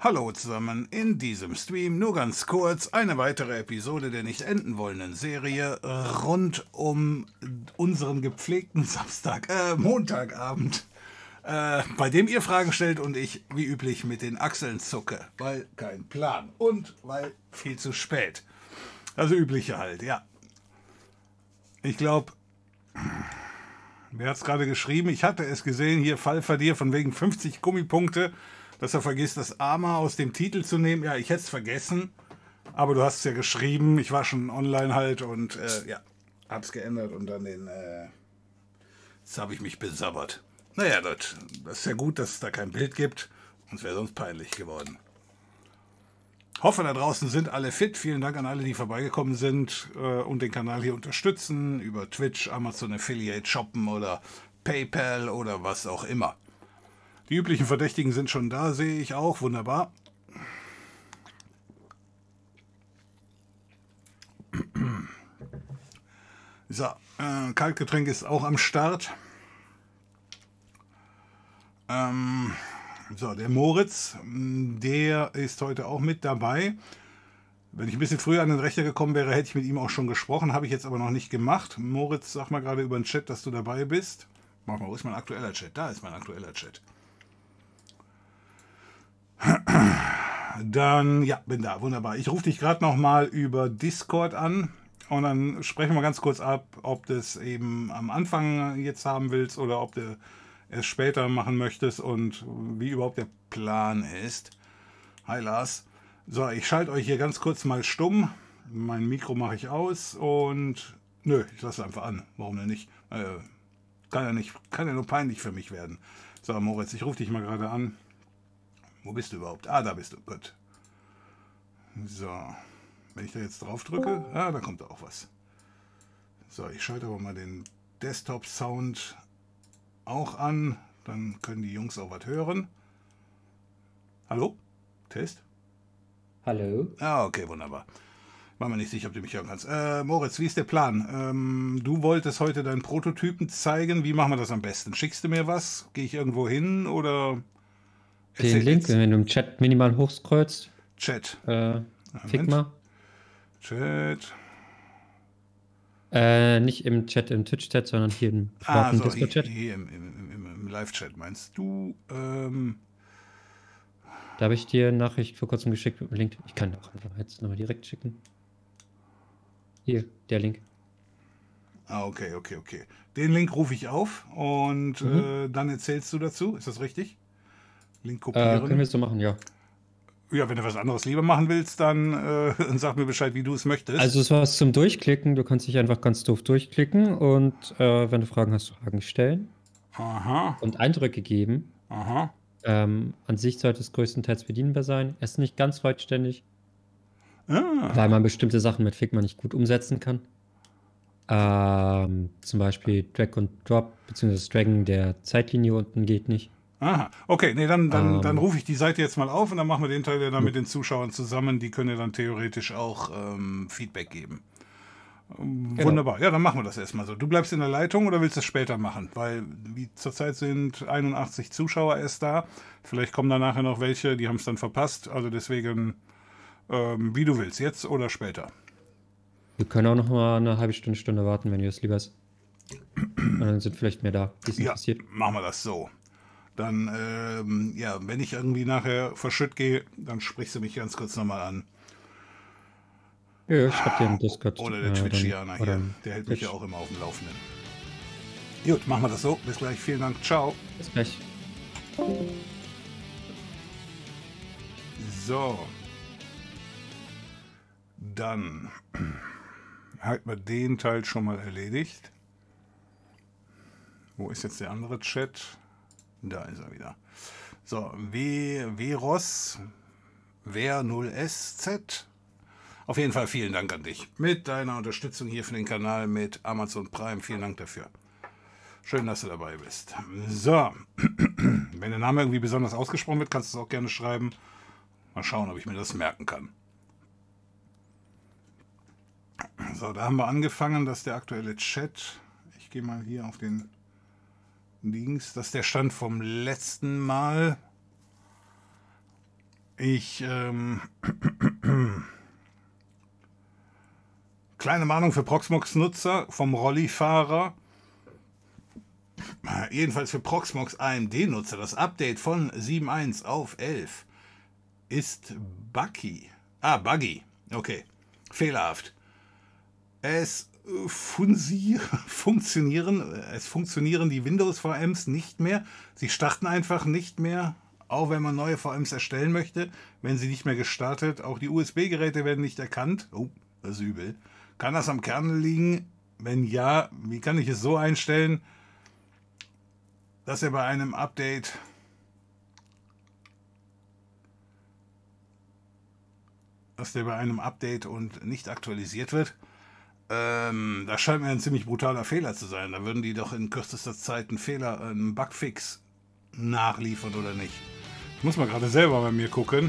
Hallo zusammen, in diesem Stream nur ganz kurz eine weitere Episode der nicht enden wollenden Serie rund um unseren gepflegten Montagabend, bei dem ihr Fragen stellt und ich wie üblich mit den Achseln zucke, weil kein Plan und weil viel zu spät. Also übliche halt, ja. Ich glaube, wer hat es gerade geschrieben? Ich hatte es gesehen, hier Fall für dir von wegen 50 Gummipunkte, dass er vergisst, das Arma aus dem Titel zu nehmen. Ja, ich hätte es vergessen, aber du hast es ja geschrieben. Ich war schon online halt und ja, hab's geändert und dann jetzt habe ich mich besabbert. Naja, das ist ja gut, dass es da kein Bild gibt, sonst wäre sonst peinlich geworden. Hoffe, da draußen sind alle fit. Vielen Dank an alle, die vorbeigekommen sind und den Kanal hier unterstützen. Über Twitch, Amazon Affiliate, Shoppen oder PayPal oder was auch immer. Die üblichen Verdächtigen sind schon da, sehe ich auch. Wunderbar. So, Kaltgetränk ist auch am Start. So, der Moritz, der ist heute auch mit dabei. Wenn ich ein bisschen früher an den Rechner gekommen wäre, hätte ich mit ihm auch schon gesprochen. Habe ich jetzt aber noch nicht gemacht. Moritz, sag mal gerade über den Chat, dass du dabei bist. Mach mal, wo ist mein aktueller Chat? Da ist mein aktueller Chat. Dann, ja, bin da, wunderbar. Ich rufe dich gerade nochmal über Discord an und dann sprechen wir ganz kurz ab, ob du es eben am Anfang jetzt haben willst oder ob du es später machen möchtest und wie überhaupt der Plan ist. Hi Lars. So, ich schalte euch hier ganz kurz mal stumm. Mein Mikro mache ich aus und nö, ich lasse es einfach an. Warum denn nicht? Kann ja nur peinlich für mich werden. So, Moritz, ich rufe dich mal gerade an. Wo bist du überhaupt? Ah, da bist du. Gut. So. Wenn ich da jetzt drauf drücke, da kommt auch was. So, ich schalte aber mal den Desktop-Sound auch an. Dann können die Jungs auch was hören. Hallo? Test? Hallo? Ah, okay, wunderbar. War mir nicht sicher, ob du mich hören kannst. Moritz, wie ist der Plan? Du wolltest heute deinen Prototypen zeigen. Wie machen wir das am besten? Schickst du mir was? Gehe ich irgendwo hin oder... Den Link, wenn du im Chat minimal hochscrollst. Chat. Figma. Chat. Nicht im Chat, im Twitch-Chat, sondern hier im privaten Discord-Chat. Hier im Live-Chat meinst du? Da habe ich dir eine Nachricht vor kurzem geschickt mit dem Link. Ich kann auch einfach jetzt nochmal direkt schicken. Hier, der Link. Ah, okay. Den Link rufe ich auf und dann erzählst du dazu. Ist das richtig? Link kopieren. Können wir so machen, ja. Ja, wenn du was anderes lieber machen willst, dann sag mir Bescheid, wie du es möchtest. Also es war was zum Durchklicken. Du kannst dich einfach ganz doof durchklicken und wenn du Fragen hast, Fragen stellen. Aha. Und Eindrücke geben. Aha. An sich sollte es größtenteils bedienbar sein. Er ist nicht ganz vollständig. Weil man bestimmte Sachen mit Figma nicht gut umsetzen kann. Zum Beispiel Drag und Drop, beziehungsweise Draggen der Zeitlinie unten geht nicht. Aha, okay, nee, dann rufe ich die Seite jetzt mal auf und dann machen wir den Teil ja dann mit den Zuschauern zusammen. Die können ja dann theoretisch auch Feedback geben. Genau. Wunderbar, ja, dann machen wir das erstmal so. Du bleibst in der Leitung oder willst du es später machen? Weil wie zurzeit sind 81 Zuschauer erst da. Vielleicht kommen da nachher noch welche, die haben es dann verpasst. Also deswegen, wie du willst, jetzt oder später. Wir können auch noch mal eine halbe Stunde warten, wenn ihr es lieber ist. Und dann sind vielleicht mehr da, die es interessiert. Machen wir das so. Dann, ja, wenn ich irgendwie nachher verschütt gehe, dann sprichst du mich ganz kurz nochmal an. Ja, ich schreib dir im Discord. Oder der Twitchianer hier, der hält mich ja auch immer auf dem Laufenden. Gut, machen wir das so. Bis gleich, vielen Dank, ciao. Bis gleich. So. Dann halten wir den Teil schon mal erledigt. Wo ist jetzt der andere Chat? Da ist er wieder. So, Veros, Ver0SZ. Auf jeden Fall vielen Dank an dich. Mit deiner Unterstützung hier für den Kanal mit Amazon Prime. Vielen Dank dafür. Schön, dass du dabei bist. So, wenn der Name irgendwie besonders ausgesprochen wird, kannst du es auch gerne schreiben. Mal schauen, ob ich mir das merken kann. So, da haben wir angefangen, dass der aktuelle Chat, ich gehe mal hier auf den Links, das ist der Stand vom letzten Mal. Kleine Mahnung für Proxmox-Nutzer vom Rollifahrer. Jedenfalls für Proxmox AMD-Nutzer. Das Update von 7.1 auf 11 ist buggy. Buggy. Okay. Fehlerhaft. Es funktionieren die Windows-VMs nicht mehr. Sie starten einfach nicht mehr, auch wenn man neue VMs erstellen möchte. Wenn sie nicht mehr gestartet, auch die USB-Geräte werden nicht erkannt. Oh, das ist übel. Kann das am Kernel liegen? Wenn ja, wie kann ich es so einstellen, dass er bei einem Update und nicht aktualisiert wird? Das scheint mir ein ziemlich brutaler Fehler zu sein. Da würden die doch in kürzester Zeit einen Bugfix nachliefern, oder nicht? Ich muss mal gerade selber bei mir gucken.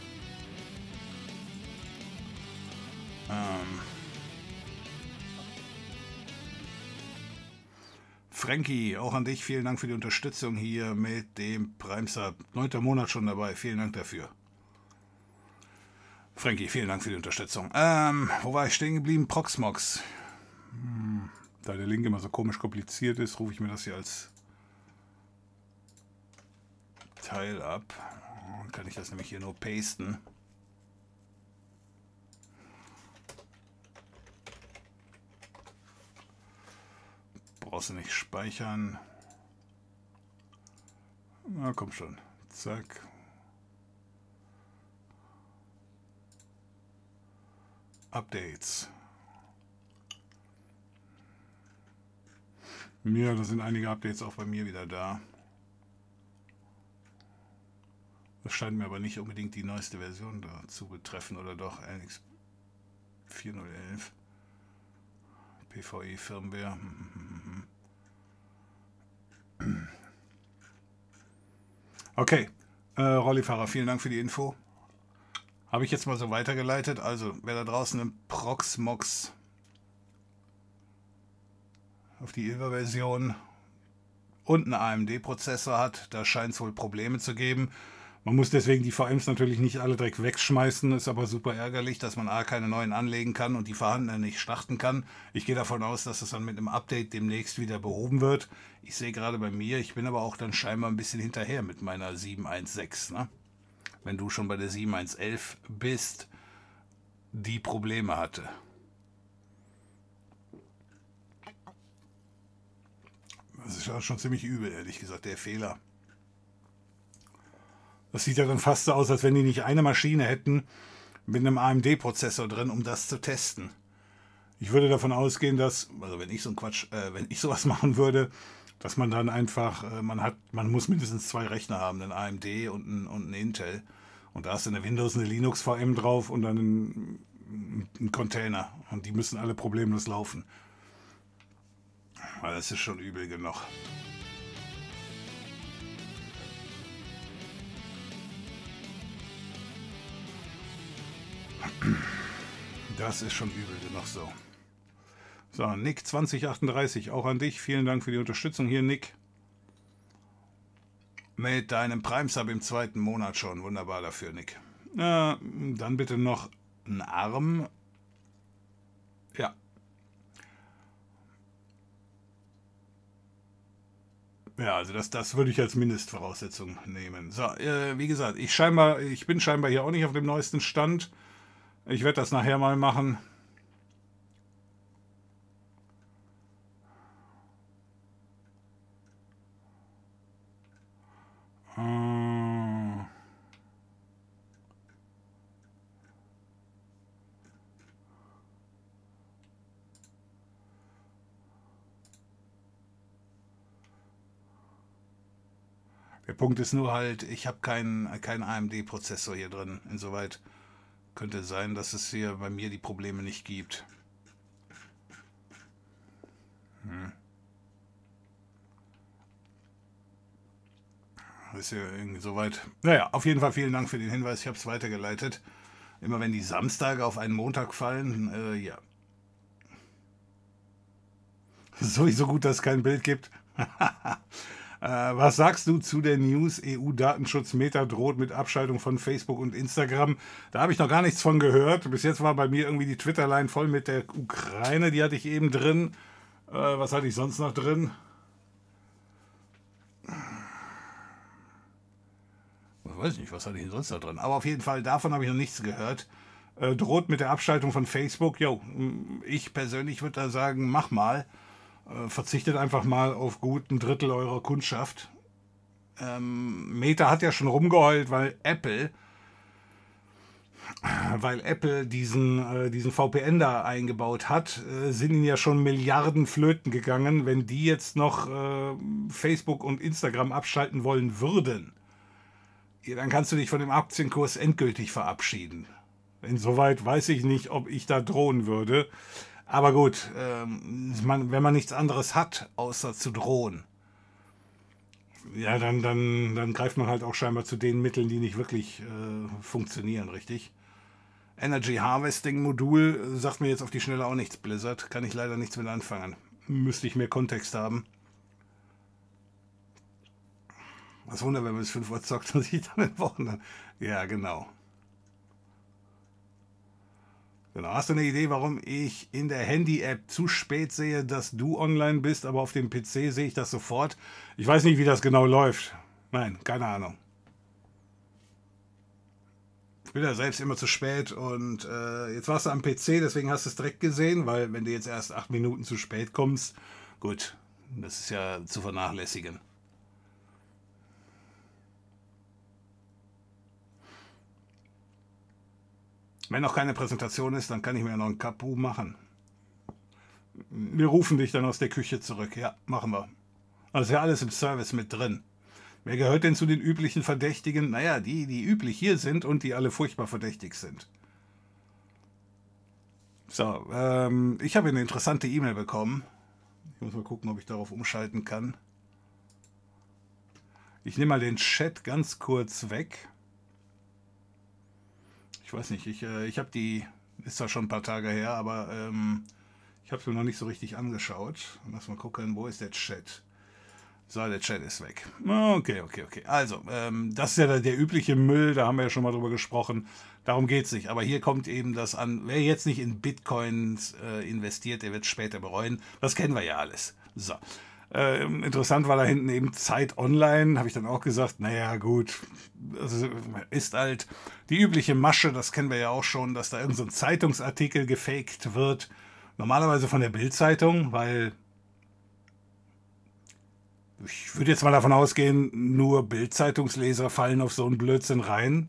Frankie, auch an dich, vielen Dank für die Unterstützung hier mit dem Prime-Sub. 9. Monat schon dabei, vielen Dank dafür. Frankie, vielen Dank für die Unterstützung. Wo war ich stehen geblieben? Proxmox. Da der Link immer so komisch kompliziert ist, rufe ich mir das hier als Teil ab. Dann kann ich das nämlich hier nur pasten. Brauchst du nicht speichern. Na komm schon. Zack. Updates. Ja, da sind einige Updates auch bei mir wieder da. Das scheint mir aber nicht unbedingt die neueste Version da zu betreffen, oder doch? NX 4.0.11 PVE Firmware. Okay, Rollifahrer, vielen Dank für die Info. Habe ich jetzt mal so weitergeleitet. Also, wer da draußen einen Proxmox auf die Ilva-Version und einen AMD-Prozessor hat, da scheint es wohl Probleme zu geben. Man muss deswegen die VMs natürlich nicht alle direkt wegschmeißen. Ist aber super ärgerlich, dass man keine neuen anlegen kann und die vorhandenen nicht starten kann. Ich gehe davon aus, dass das dann mit einem Update demnächst wieder behoben wird. Ich sehe gerade bei mir, ich bin aber auch dann scheinbar ein bisschen hinterher mit meiner 7.1.6, ne? Wenn du schon bei der 7.1.11 bist, die Probleme hatte. Das ist ja schon ziemlich übel, ehrlich gesagt, der Fehler. Das sieht ja dann fast so aus, als wenn die nicht eine Maschine hätten mit einem AMD-Prozessor drin, um das zu testen. Ich würde davon ausgehen, dass, also wenn ich sowas machen würde, dass man dann einfach, man muss mindestens 2 Rechner haben, einen AMD und einen Intel. Und da ist eine Windows, eine Linux VM drauf und dann ein Container. Und die müssen alle problemlos laufen. Weil das ist schon übel genug. Das ist schon übel genug so. So, Nick 2038, auch an dich. Vielen Dank für die Unterstützung hier, Nick. Mit deinem Prime-Sub im 2. Monat schon. Wunderbar dafür, Nick. Dann bitte noch ein Arm. Ja. Ja, also das würde ich als Mindestvoraussetzung nehmen. So, wie gesagt, ich bin scheinbar hier auch nicht auf dem neuesten Stand. Ich werde das nachher mal machen. Der Punkt ist nur halt, ich habe keinen AMD-Prozessor hier drin. Insoweit könnte es sein, dass es hier bei mir die Probleme nicht gibt. Ist ja irgendwie soweit. Naja, auf jeden Fall vielen Dank für den Hinweis. Ich habe es weitergeleitet. Immer wenn die Samstage auf einen Montag fallen, ja. Sowieso gut, dass es kein Bild gibt. Was sagst du zu der News, EU-Datenschutz Meta droht mit Abschaltung von Facebook und Instagram? Da habe ich noch gar nichts von gehört. Bis jetzt war bei mir irgendwie die Twitter-Line voll mit der Ukraine, die hatte ich eben drin. Was hatte ich sonst noch drin? Ich weiß nicht, was hatte ich denn sonst noch drin? Aber auf jeden Fall, davon habe ich noch nichts gehört. Droht mit der Abschaltung von Facebook. Jo, ich persönlich würde da sagen, mach mal. Verzichtet einfach mal auf gut ein Drittel eurer Kundschaft. Meta hat ja schon rumgeheult, weil Apple diesen VPN da eingebaut hat, sind ihnen ja schon Milliarden flöten gegangen, wenn die jetzt noch Facebook und Instagram abschalten wollen würden. Ja, dann kannst du dich von dem Aktienkurs endgültig verabschieden. Insoweit weiß ich nicht, ob ich da drohen würde. Aber gut, wenn man nichts anderes hat, außer zu drohen, ja, dann greift man halt auch scheinbar zu den Mitteln, die nicht wirklich funktionieren, richtig? Energy Harvesting Modul sagt mir jetzt auf die Schnelle auch nichts, Blizzard. Kann ich leider nichts mit anfangen. Müsste ich mehr Kontext haben. Was Wunder, wenn man bis 5 Uhr zockt und sich dann in Wochen. Ja, genau. Genau. Hast du eine Idee, warum ich in der Handy-App zu spät sehe, dass du online bist, aber auf dem PC sehe ich das sofort? Ich weiß nicht, wie das genau läuft. Nein, keine Ahnung. Ich bin ja selbst immer zu spät und jetzt warst du am PC, deswegen hast du es direkt gesehen, weil wenn du jetzt erst 8 Minuten zu spät kommst, gut, das ist ja zu vernachlässigen. Wenn noch keine Präsentation ist, dann kann ich mir noch einen Kapu machen. Wir rufen dich dann aus der Küche zurück. Ja, machen wir. Also ist ja alles im Service mit drin. Wer gehört denn zu den üblichen Verdächtigen? Naja, die üblich hier sind und die alle furchtbar verdächtig sind. So, ich habe eine interessante E-Mail bekommen. Ich muss mal gucken, ob ich darauf umschalten kann. Ich nehme mal den Chat ganz kurz weg. Ich weiß nicht, ich habe die, ist zwar schon ein paar Tage her, aber ich habe es mir noch nicht so richtig angeschaut. Lass mal gucken, wo ist der Chat? So, der Chat ist weg. Okay. Also, das ist ja der übliche Müll, da haben wir ja schon mal drüber gesprochen. Darum geht es nicht. Aber hier kommt eben das an, wer jetzt nicht in Bitcoins investiert, der wird es später bereuen. Das kennen wir ja alles. So. Interessant war da hinten eben Zeit Online, habe ich dann auch gesagt, naja gut, also ist halt die übliche Masche, das kennen wir ja auch schon, dass da irgend so ein Zeitungsartikel gefaked wird. Normalerweise von der Bild-Zeitung, weil ich würde jetzt mal davon ausgehen, nur Bild-Zeitungsleser fallen auf so einen Blödsinn rein.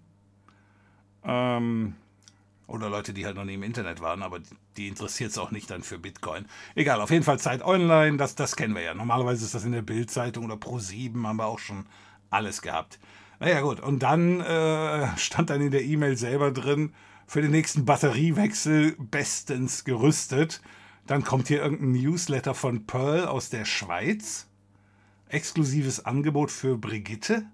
Oder Leute, die halt noch nie im Internet waren, aber die interessiert es auch nicht dann für Bitcoin. Egal, auf jeden Fall Zeit Online, das kennen wir ja. Normalerweise ist das in der Bild-Zeitung oder Pro7, haben wir auch schon alles gehabt. Naja gut, und dann stand dann in der E-Mail selber drin, für den nächsten Batteriewechsel bestens gerüstet. Dann kommt hier irgendein Newsletter von Pearl aus der Schweiz. Exklusives Angebot für Brigitte.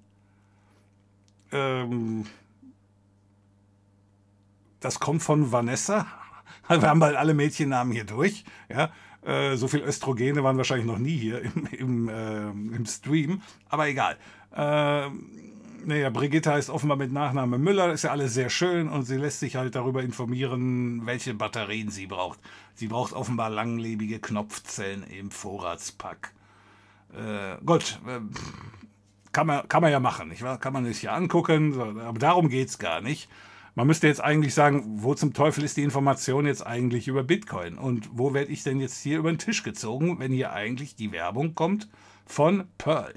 Das kommt von Vanessa. Wir haben bald alle Mädchennamen hier durch. Ja, so viel Östrogene waren wahrscheinlich noch nie hier im Stream. Aber egal. Naja, Brigitte heißt offenbar mit Nachname Müller. Ist ja alles sehr schön und sie lässt sich halt darüber informieren, welche Batterien sie braucht. Sie braucht offenbar langlebige Knopfzellen im Vorratspack. Gut, kann man ja machen, nicht wahr? Kann man sich ja angucken, aber darum geht es gar nicht. Man müsste jetzt eigentlich sagen, wo zum Teufel ist die Information jetzt eigentlich über Bitcoin? Und wo werde ich denn jetzt hier über den Tisch gezogen, wenn hier eigentlich die Werbung kommt von Pearl?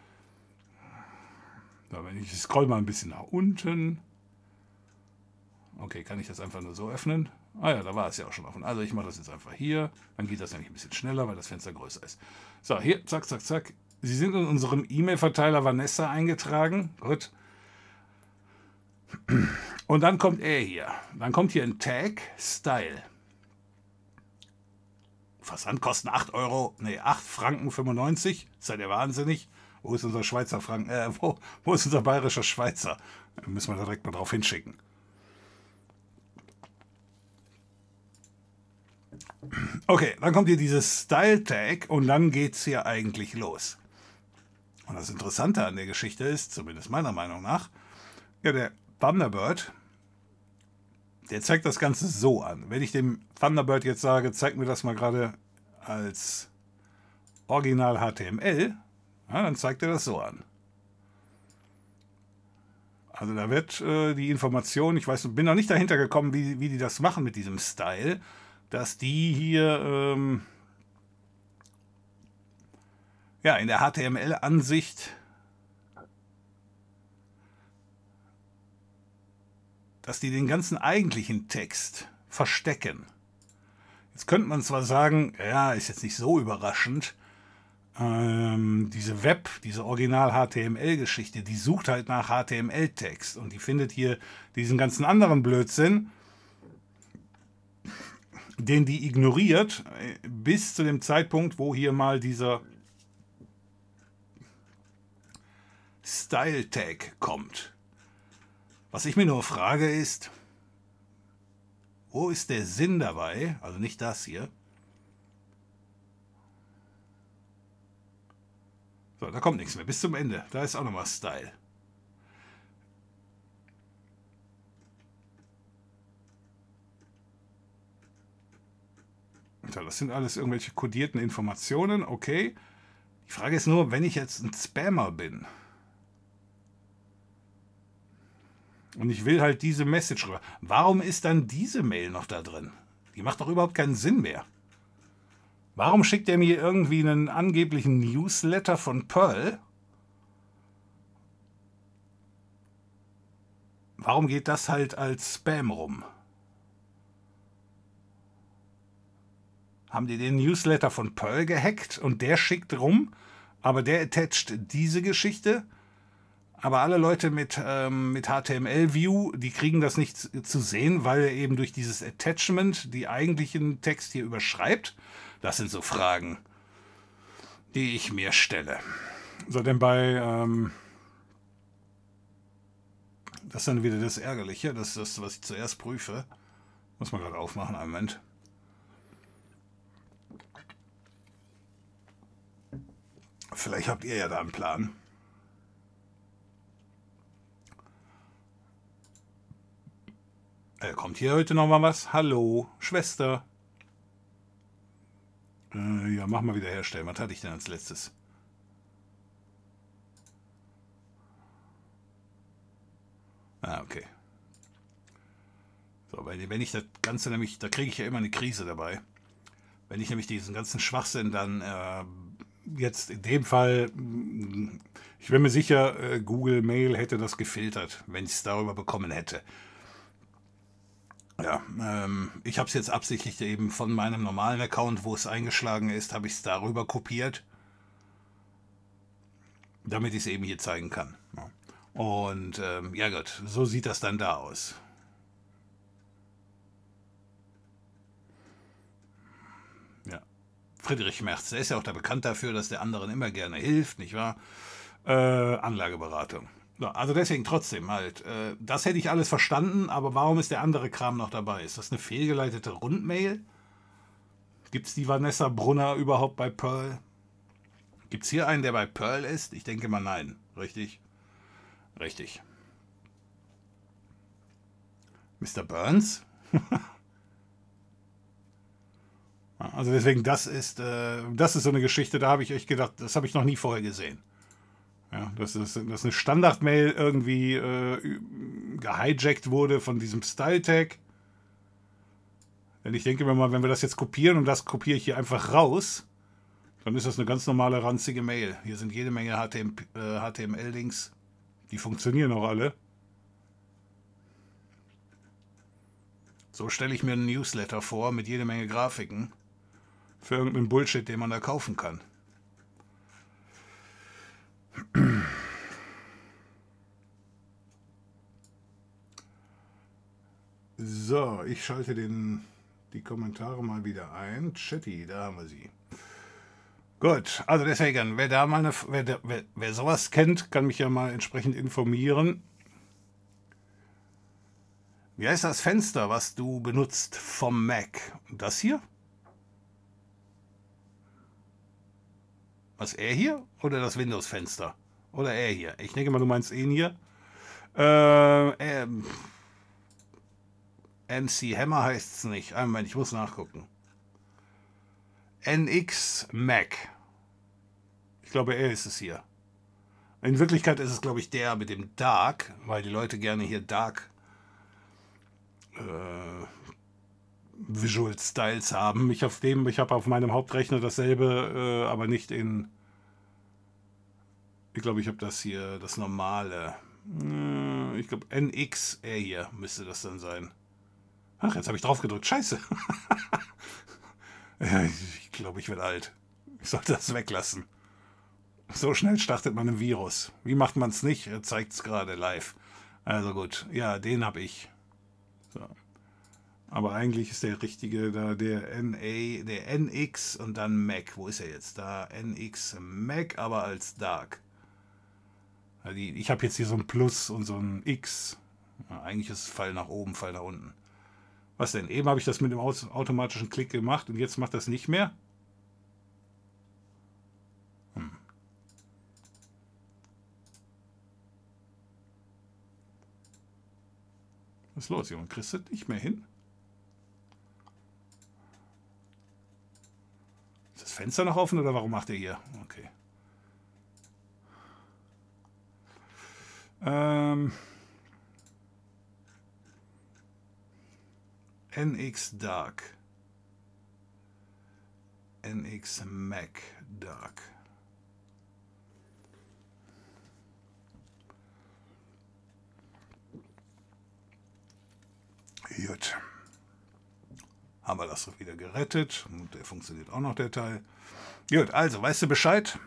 So, wenn ich scroll mal ein bisschen nach unten. Okay, kann ich das einfach nur so öffnen? Ah ja, da war es ja auch schon offen. Also ich mache das jetzt einfach hier. Dann geht das nämlich ein bisschen schneller, weil das Fenster größer ist. So, hier, zack. Sie sind in unserem E-Mail-Verteiler Vanessa eingetragen. Gut. Und dann kommt er hier. Dann kommt hier ein Tag, Style. Versandkosten 8 Franken 95. Seid ihr wahnsinnig? Wo ist unser Schweizer Franken? Wo ist unser bayerischer Schweizer? Da müssen wir da direkt mal drauf hinschicken. Okay, dann kommt hier dieses Style-Tag und dann geht's hier eigentlich los. Und das Interessante an der Geschichte ist, zumindest meiner Meinung nach, ja, der Thunderbird, der zeigt das Ganze so an. Wenn ich dem Thunderbird jetzt sage, zeig mir das mal gerade als Original HTML, ja, dann zeigt er das so an. Also da wird die Information, ich weiß, bin noch nicht dahinter gekommen, wie die das machen mit diesem Style, dass die hier in der HTML-Ansicht dass die den ganzen eigentlichen Text verstecken. Jetzt könnte man zwar sagen, ja, ist jetzt nicht so überraschend, diese Original-HTML-Geschichte, die sucht halt nach HTML-Text und die findet hier diesen ganzen anderen Blödsinn, den die ignoriert, bis zu dem Zeitpunkt, wo hier mal dieser Style-Tag kommt. Was ich mir nur frage ist, wo ist der Sinn dabei? Also nicht das hier. So, da kommt nichts mehr. Bis zum Ende. Da ist auch nochmal Style. So, das sind alles irgendwelche kodierten Informationen. Okay. Die Frage ist nur, wenn ich jetzt ein Spammer bin und ich will halt diese Message rüber. Warum ist dann diese Mail noch da drin? Die macht doch überhaupt keinen Sinn mehr. Warum schickt er mir irgendwie einen angeblichen Newsletter von Perl? Warum geht das halt als Spam rum? Haben die den Newsletter von Perl gehackt und der schickt rum, aber der attached diese Geschichte? Aber alle Leute mit HTML-View, die kriegen das nicht zu sehen, weil er eben durch dieses Attachment die eigentlichen Text hier überschreibt. Das sind so Fragen, die ich mir stelle. So, denn das ist dann wieder das Ärgerliche, das ist das, was ich zuerst prüfe. Muss man gerade aufmachen, einen Moment. Vielleicht habt ihr ja da einen Plan. Kommt hier heute noch mal was? Hallo, Schwester. Ja, mach mal wieder herstellen. Was hatte ich denn als letztes? Okay. So, weil wenn ich das Ganze nämlich, da kriege ich ja immer eine Krise dabei. Wenn ich nämlich diesen ganzen Schwachsinn dann jetzt in dem Fall, ich bin mir sicher, Google Mail hätte das gefiltert, wenn ich es darüber bekommen hätte. Ja, ich habe es jetzt absichtlich eben von meinem normalen Account, wo es eingeschlagen ist, habe ich es darüber kopiert, damit ich es eben hier zeigen kann. Ja. Und ja gut, so sieht das dann da aus. Ja, Friedrich Merz, der ist ja auch da bekannt dafür, dass der anderen immer gerne hilft, nicht wahr? Anlageberatung. Ja, also deswegen trotzdem halt, das hätte ich alles verstanden, aber warum ist der andere Kram noch dabei? Ist das eine fehlgeleitete Rundmail? Gibt es die Vanessa Brunner überhaupt bei Perl? Gibt es hier einen, der bei Perl ist? Ich denke mal nein. Richtig? Richtig. Mr. Burns? Also deswegen, das ist so eine Geschichte, da habe ich echt gedacht, das habe ich noch nie vorher gesehen. Ja, dass eine Standard-Mail irgendwie gehijackt wurde von diesem Style-Tag. Denn ich denke mir mal, wenn wir das jetzt kopieren und das kopiere ich hier einfach raus, dann ist das eine ganz normale, ranzige Mail. Hier sind jede Menge HTML-Links. Die funktionieren auch alle. So stelle ich mir einen Newsletter vor mit jede Menge Grafiken für irgendeinen Bullshit, den man da kaufen kann. So, ich schalte die Kommentare mal wieder ein. Chatty, da haben wir sie. Gut, also deswegen, wer sowas kennt, kann mich ja mal entsprechend informieren. Wie heißt das Fenster, was du benutzt vom Mac? Das hier? Was, er hier? Oder das Windows-Fenster? Oder er hier? Ich denke mal, du meinst ihn hier. MC Hammer heißt es nicht. Einen Moment, ich muss nachgucken. NX Mac. Ich glaube, er ist es hier. In Wirklichkeit ist es, glaube ich, der mit dem Dark, weil die Leute gerne hier Dark Visual Styles haben. Ich habe auf meinem Hauptrechner dasselbe, aber nicht in. Ich glaube, ich habe das hier, das normale. Ich glaube, NX, er hier müsste das dann sein. Ach, jetzt habe ich drauf gedrückt. Scheiße. Ja, ich glaube, ich werde alt. Ich sollte das weglassen. So schnell startet man ein Virus. Wie macht man es nicht? Er zeigt es gerade live. Also gut, ja, den habe ich. So. Aber eigentlich ist der richtige da der NX und dann Mac. Wo ist er jetzt? Da NX Mac, aber als Dark. Ich habe jetzt hier so ein Plus und so ein X. Ja, eigentlich ist es Pfeil nach oben, Pfeil nach unten. Was denn? Eben habe ich das mit dem automatischen Klick gemacht und jetzt macht das nicht mehr? Was ist los, Junge? Kriegst du das nicht mehr hin? Ist das Fenster noch offen oder warum macht er hier? Okay. NX Dark. NX Mac Dark. Gut. Haben wir das wieder gerettet. Und der funktioniert auch noch, der Teil. Gut, also, weißt du Bescheid?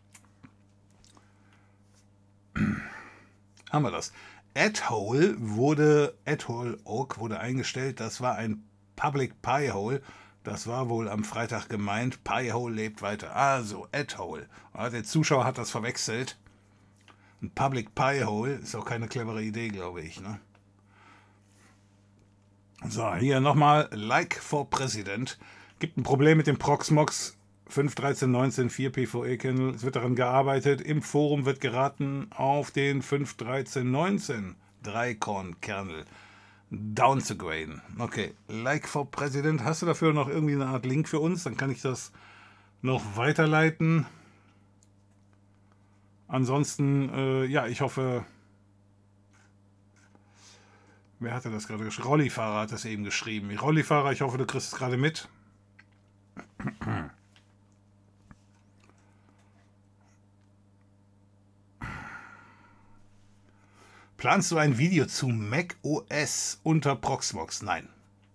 Haben wir das. AdHole Oak wurde eingestellt. Das war ein Public Pi-Hole. Das war wohl am Freitag gemeint. Pi-Hole lebt weiter. Also, AdHole. Der Zuschauer hat das verwechselt. Ein Public Pi-Hole ist auch keine clevere Idee, glaube ich, ne? So, hier nochmal Like for President. Gibt ein Problem mit dem Proxmox 5.13.19 4 PvE-Kernel. Es wird daran gearbeitet. Im Forum wird geraten, auf den 5.13.19 3-Korn-Kernel down zu graden. Okay, Like for President. Hast du dafür noch irgendwie eine Art Link für uns? Dann kann ich das noch weiterleiten. Ansonsten, ja, ich hoffe... Wer hatte das gerade geschrieben? Rollifahrer hat das eben geschrieben. Rollifahrer, ich hoffe, du kriegst es gerade mit. Planst du ein Video zu Mac OS unter Proxmox? Nein.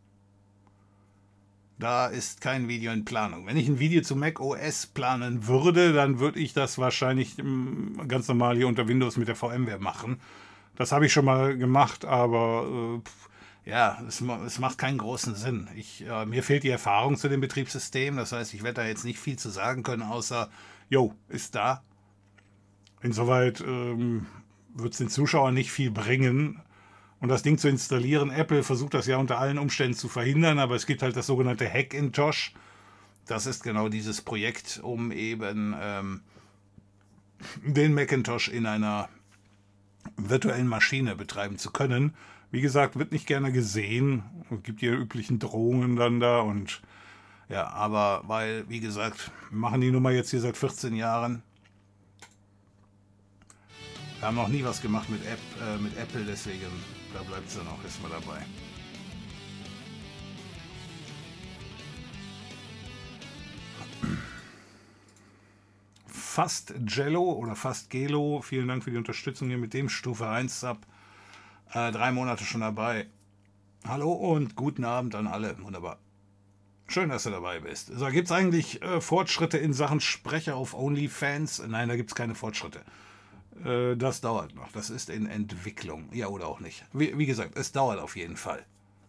Da ist kein Video in Planung. Wenn ich ein Video zu Mac OS planen würde, dann würde ich das wahrscheinlich ganz normal hier unter Windows mit der VMware machen. Das habe ich schon mal gemacht, aber ja, es macht keinen großen Sinn. Mir fehlt die Erfahrung zu dem Betriebssystem. Das heißt, ich werde da jetzt nicht viel zu sagen können, außer, jo, ist da. Insoweit wird es den Zuschauern nicht viel bringen. Und das Ding zu installieren, Apple versucht das ja unter allen Umständen zu verhindern, aber es gibt halt das sogenannte Hackintosh. Das ist genau dieses Projekt, um eben den Macintosh in einer virtuellen Maschine betreiben zu können. Wie gesagt, wird nicht gerne gesehen. Es gibt die üblichen Drohungen dann da und ja, aber weil, wie gesagt, wir machen die Nummer jetzt hier seit 14 Jahren. Wir haben noch nie was gemacht mit Apple, deswegen da bleibt es dann auch erstmal dabei. Fast Jello oder Fast Gelo, vielen Dank für die Unterstützung hier mit dem Stufe 1 Sub. 3 Monate schon dabei. Hallo und guten Abend an alle. Wunderbar. Schön, dass du dabei bist. So, gibt es eigentlich Fortschritte in Sachen Sprecher auf OnlyFans? Nein, da gibt es keine Fortschritte. Das dauert noch. Das ist in Entwicklung. Ja, oder auch nicht. Wie gesagt, es dauert auf jeden Fall.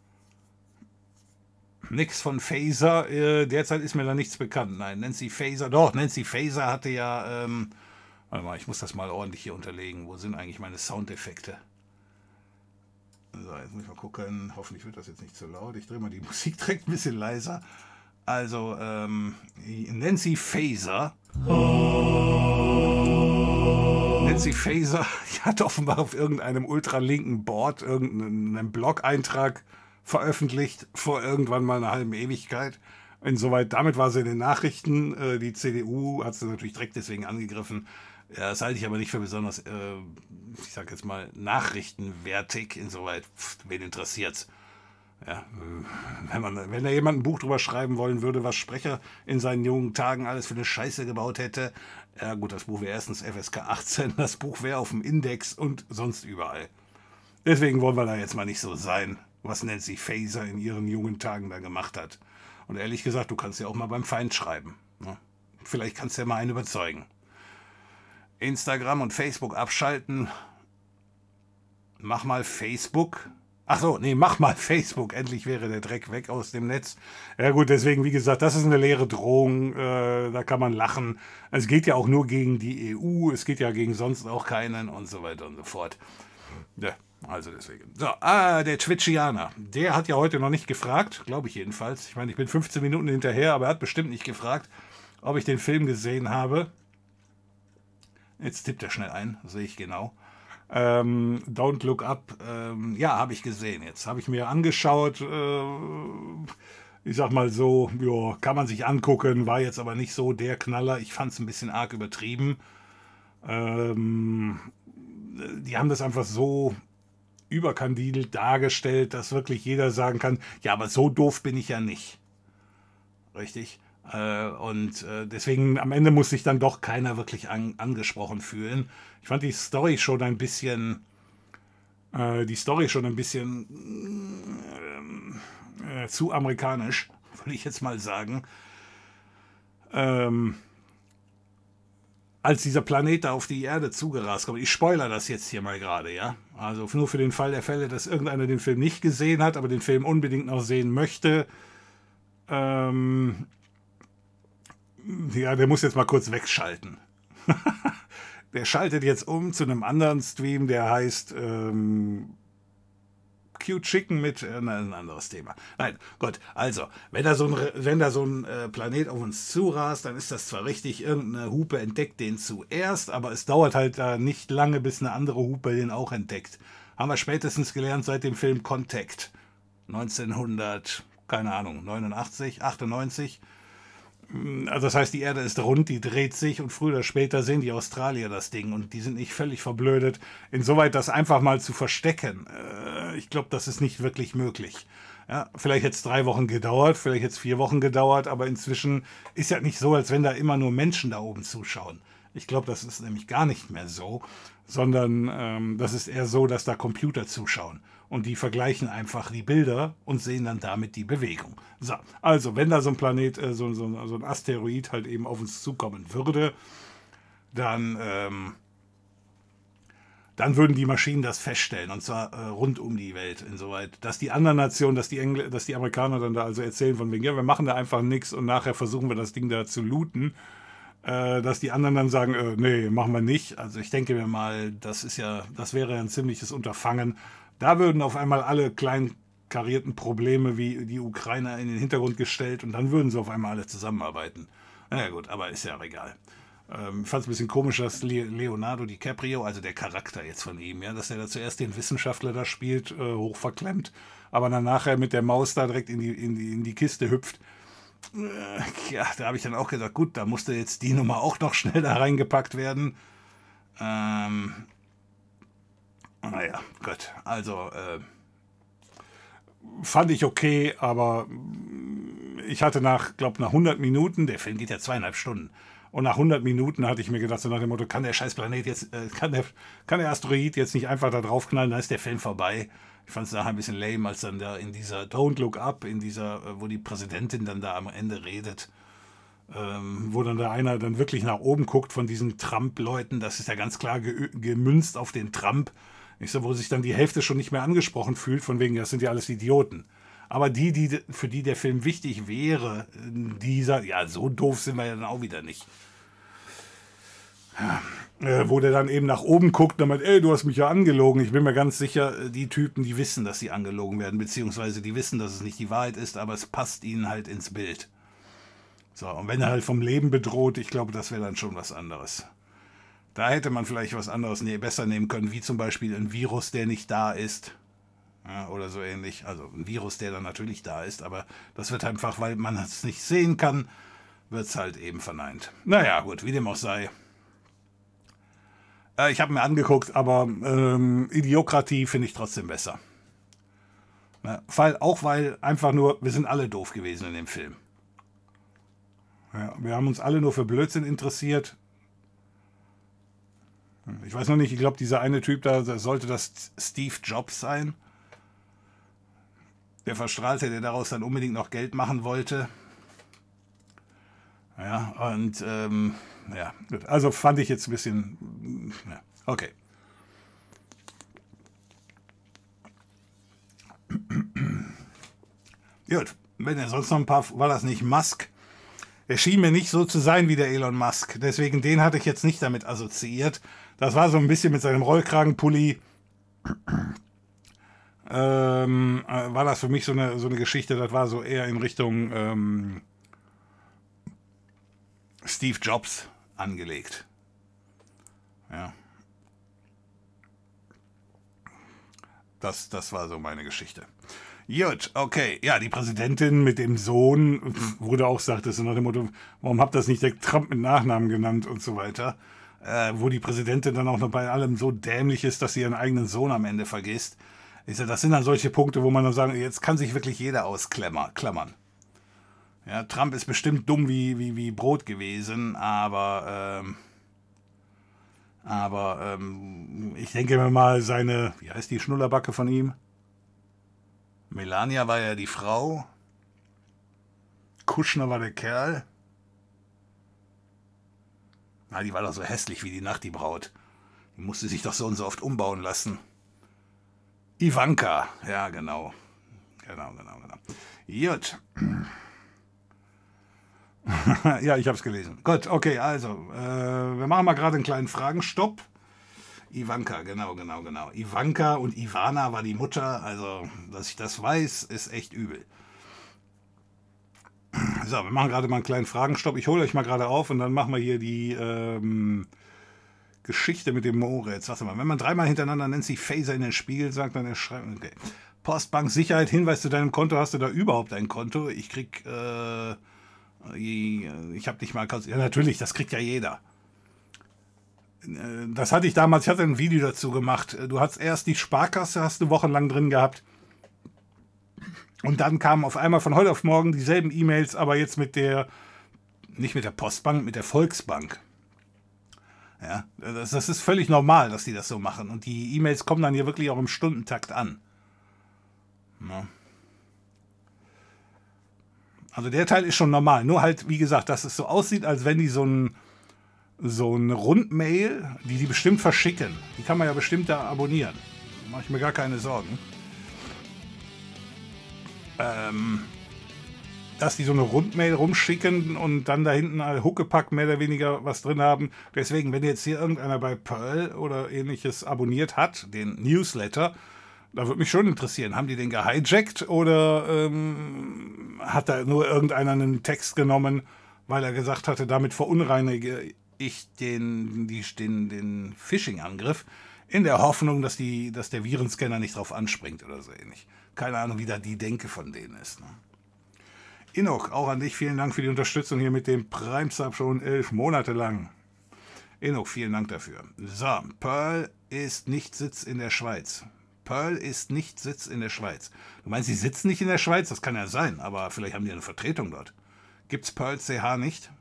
Nix von Phaser. Derzeit ist mir da nichts bekannt. Nein, Nancy Phaser. Doch, Nancy Phaser hatte ja... warte mal, ich muss das mal ordentlich hier unterlegen. Wo sind eigentlich meine Soundeffekte? So, jetzt muss ich mal gucken. Hoffentlich wird das jetzt nicht zu laut. Ich drehe mal die Musik direkt ein bisschen leiser. Also Nancy Faeser. Nancy Faeser, die hat offenbar auf irgendeinem ultralinken Board irgendeinen Blog-Eintrag veröffentlicht vor irgendwann mal einer halben Ewigkeit. Insoweit, damit war sie in den Nachrichten. Die CDU hat sie natürlich direkt deswegen angegriffen. Ja, das halte ich aber nicht für besonders, ich sag jetzt mal, nachrichtenwertig. Insoweit, wen interessiert's? Ja, wenn da jemand ein Buch drüber schreiben wollen würde, was Sprecher in seinen jungen Tagen alles für eine Scheiße gebaut hätte, ja gut, das Buch wäre erstens FSK 18, das Buch wäre auf dem Index und sonst überall. Deswegen wollen wir da jetzt mal nicht so sein, was Nancy Faeser in ihren jungen Tagen da gemacht hat. Und ehrlich gesagt, du kannst ja auch mal beim Feind schreiben. Ne? Vielleicht kannst du ja mal einen überzeugen. Instagram und Facebook abschalten. Mach mal Facebook. Ach so, nee, mach mal Facebook. Endlich wäre der Dreck weg aus dem Netz. Ja gut, deswegen, wie gesagt, das ist eine leere Drohung. Da kann man lachen. Es geht ja auch nur gegen die EU. Es geht ja gegen sonst auch keinen und so weiter und so fort. Ja, also deswegen. So, der Twitchianer. Der hat ja heute noch nicht gefragt, glaube ich jedenfalls. Ich meine, ich bin 15 Minuten hinterher, aber er hat bestimmt nicht gefragt, ob ich den Film gesehen habe. Jetzt tippt er schnell ein, sehe ich genau. Don't Look Up, ja, habe ich gesehen. Jetzt habe ich mir angeschaut, ich sag mal so, ja, kann man sich angucken, war jetzt aber nicht so der Knaller. Ich fand es ein bisschen arg übertrieben. Die haben das einfach so überkandidelt dargestellt, dass wirklich jeder sagen kann, ja, aber so doof bin ich ja nicht. Richtig? Und deswegen am Ende muss sich dann doch keiner wirklich angesprochen fühlen. Ich fand die Story schon ein bisschen zu amerikanisch, würde ich jetzt mal sagen. Als dieser Planet da auf die Erde zugerast kommt. Ich spoilere das jetzt hier mal gerade, ja. Also nur für den Fall der Fälle, dass irgendeiner den Film nicht gesehen hat, aber den Film unbedingt noch sehen möchte. Ja, der muss jetzt mal kurz wegschalten. Der schaltet jetzt um zu einem anderen Stream, der heißt Cute Chicken mit ein anderes Thema. Nein, gut, also, wenn da so ein Planet auf uns zurast, dann ist das zwar richtig, irgendeine Hupe entdeckt den zuerst, aber es dauert halt da nicht lange, bis eine andere Hupe den auch entdeckt. Haben wir spätestens gelernt seit dem Film Contact. 1900, keine Ahnung, 89, 98. Also das heißt, die Erde ist rund, die dreht sich und früher oder später sehen die Australier das Ding und die sind nicht völlig verblödet. Insoweit das einfach mal zu verstecken, ich glaube, das ist nicht wirklich möglich. Ja, vielleicht hätte es 3 Wochen gedauert, vielleicht hätte es 4 Wochen gedauert, aber inzwischen ist ja nicht so, als wenn da immer nur Menschen da oben zuschauen. Ich glaube, das ist nämlich gar nicht mehr so, sondern das ist eher so, dass da Computer zuschauen. Und die vergleichen einfach die Bilder und sehen dann damit die Bewegung. So, also, wenn da so ein Planet, so ein Asteroid halt eben auf uns zukommen würde, dann würden die Maschinen das feststellen. Und zwar rund um die Welt. Insoweit, dass die anderen Nationen, dass die Amerikaner dann da also erzählen von wegen, ja, wir machen da einfach nichts und nachher versuchen wir das Ding da zu looten. Dass die anderen dann sagen, nee, machen wir nicht. Also ich denke mir mal, das wäre ein ziemliches Unterfangen. Da würden auf einmal alle kleinkarierten Probleme wie die Ukrainer in den Hintergrund gestellt und dann würden sie auf einmal alle zusammenarbeiten. Naja gut, aber ist ja auch egal. Ich fand es ein bisschen komisch, dass Leonardo DiCaprio, also der Charakter jetzt von ihm, ja, dass er da zuerst den Wissenschaftler da spielt, hochverklemmt, aber dann nachher mit der Maus da direkt in die Kiste hüpft. Ja, da habe ich dann auch gesagt, gut, da musste jetzt die Nummer auch noch schnell da reingepackt werden. Naja, gut, also fand ich okay, aber ich hatte nach 100 Minuten, der Film geht ja 2,5 Stunden, und nach 100 Minuten hatte ich mir gedacht, so nach dem Motto, kann der scheiß Planet jetzt, kann der Asteroid jetzt nicht einfach da draufknallen, dann ist der Film vorbei. Ich fand es nachher ein bisschen lame, als dann da in dieser Don't Look Up, wo die Präsidentin dann da am Ende redet, wo dann da einer dann wirklich nach oben guckt von diesen Trump-Leuten, das ist ja ganz klar gemünzt auf den Trump, wo sich dann die Hälfte schon nicht mehr angesprochen fühlt, von wegen, das sind ja alles Idioten. Aber für die der Film wichtig wäre, ja, so doof sind wir ja dann auch wieder nicht. Wo der dann eben nach oben guckt und meint, ey, du hast mich ja angelogen. Ich bin mir ganz sicher, die Typen, die wissen, dass sie angelogen werden, beziehungsweise die wissen, dass es nicht die Wahrheit ist, aber es passt ihnen halt ins Bild. So, und wenn er halt vom Leben bedroht, ich glaube, das wäre dann schon was anderes. Da hätte man vielleicht was anderes besser nehmen können, wie zum Beispiel ein Virus, der nicht da ist. Ja, oder so ähnlich. Also ein Virus, der dann natürlich da ist, aber das wird einfach, weil man es nicht sehen kann, wird es halt eben verneint. Naja, gut, wie dem auch sei. Ich habe mir angeguckt, aber Idiokratie finde ich trotzdem besser. Ja, auch weil einfach nur, wir sind alle doof gewesen in dem Film. Ja, wir haben uns alle nur für Blödsinn interessiert. Ich weiß noch nicht, ich glaube, dieser eine Typ da, sollte das Steve Jobs sein. Der Verstrahlte, der daraus dann unbedingt noch Geld machen wollte. Ja, und ja, gut. Also fand ich jetzt ein bisschen. Ja, okay. Gut, wenn er sonst noch ein paar. War das nicht Musk? Er schien mir nicht so zu sein wie der Elon Musk. Deswegen den hatte ich jetzt nicht damit assoziiert. Das war so ein bisschen mit seinem Rollkragenpulli. War das für mich so eine Geschichte, das war so eher in Richtung Steve Jobs angelegt. Ja. Das war so meine Geschichte. Gut, okay. Ja, die Präsidentin mit dem Sohn, wo du auch sagtest, nach dem Motto, warum habt ihr das nicht der Trump mit Nachnamen genannt und so weiter. Wo die Präsidentin dann auch noch bei allem so dämlich ist, dass sie ihren eigenen Sohn am Ende vergisst. Das sind dann solche Punkte, wo man dann sagen, jetzt kann sich wirklich jeder ausklammern. Ja, Trump ist bestimmt dumm wie Brot gewesen, aber ich denke mir mal, wie heißt die Schnullerbacke von ihm? Melania war ja die Frau. Kushner war der Kerl. Na, die war doch so hässlich wie die Nacht, die Braut. Die musste sich doch so und so oft umbauen lassen. Ivanka, ja, genau. Genau. Gut. Ja, ich habe es gelesen. Gut, okay, also, wir machen mal gerade einen kleinen Fragenstopp. Ivanka, genau. Ivanka und Ivana war die Mutter, also, dass ich das weiß, ist echt übel. So, wir machen gerade mal einen kleinen Fragenstopp. Ich hole euch mal gerade auf und dann machen wir hier die Geschichte mit dem Moritz. Warte mal, wenn man dreimal hintereinander nennt sich Phaser in den Spiegel sagt, dann schreibt man, okay. Postbank Sicherheit, Hinweis zu deinem Konto, hast du da überhaupt ein Konto? Ich krieg, ich habe nicht mal, ja natürlich, das kriegt ja jeder. Das hatte ich damals, ich hatte ein Video dazu gemacht. Du hast erst die Sparkasse, hast du wochenlang drin gehabt. Und dann kamen auf einmal von heute auf morgen dieselben E-Mails, aber jetzt nicht mit der Postbank, mit der Volksbank. Ja, das ist völlig normal, dass die das so machen. Und die E-Mails kommen dann hier wirklich auch im Stundentakt an. Ja. Also der Teil ist schon normal. Nur halt, wie gesagt, dass es so aussieht, als wenn die so eine Rundmail, die bestimmt verschicken. Die kann man ja bestimmt da abonnieren. Da mache ich mir gar keine Sorgen. Dass die so eine Rundmail rumschicken und dann da hinten Huckepack mehr oder weniger was drin haben. Deswegen, wenn jetzt hier irgendeiner bei Pearl oder ähnliches abonniert hat, den Newsletter, da würde mich schon interessieren, haben die den gehijackt oder hat da nur irgendeiner einen Text genommen, weil er gesagt hatte, damit verunreinige ich den Phishing-Angriff in der Hoffnung, dass der Virenscanner nicht drauf anspringt oder so ähnlich. Keine Ahnung, wie da die Denke von denen ist. Ne? Inok, auch an dich vielen Dank für die Unterstützung hier mit dem Prime-Sub schon 11 Monate lang. Inok, vielen Dank dafür. So, Pearl ist nicht Sitz in der Schweiz. Pearl ist nicht Sitz in der Schweiz. Du meinst, sie sitzen nicht in der Schweiz? Das kann ja sein, aber vielleicht haben die eine Vertretung dort. Gibt's Pearl CH nicht?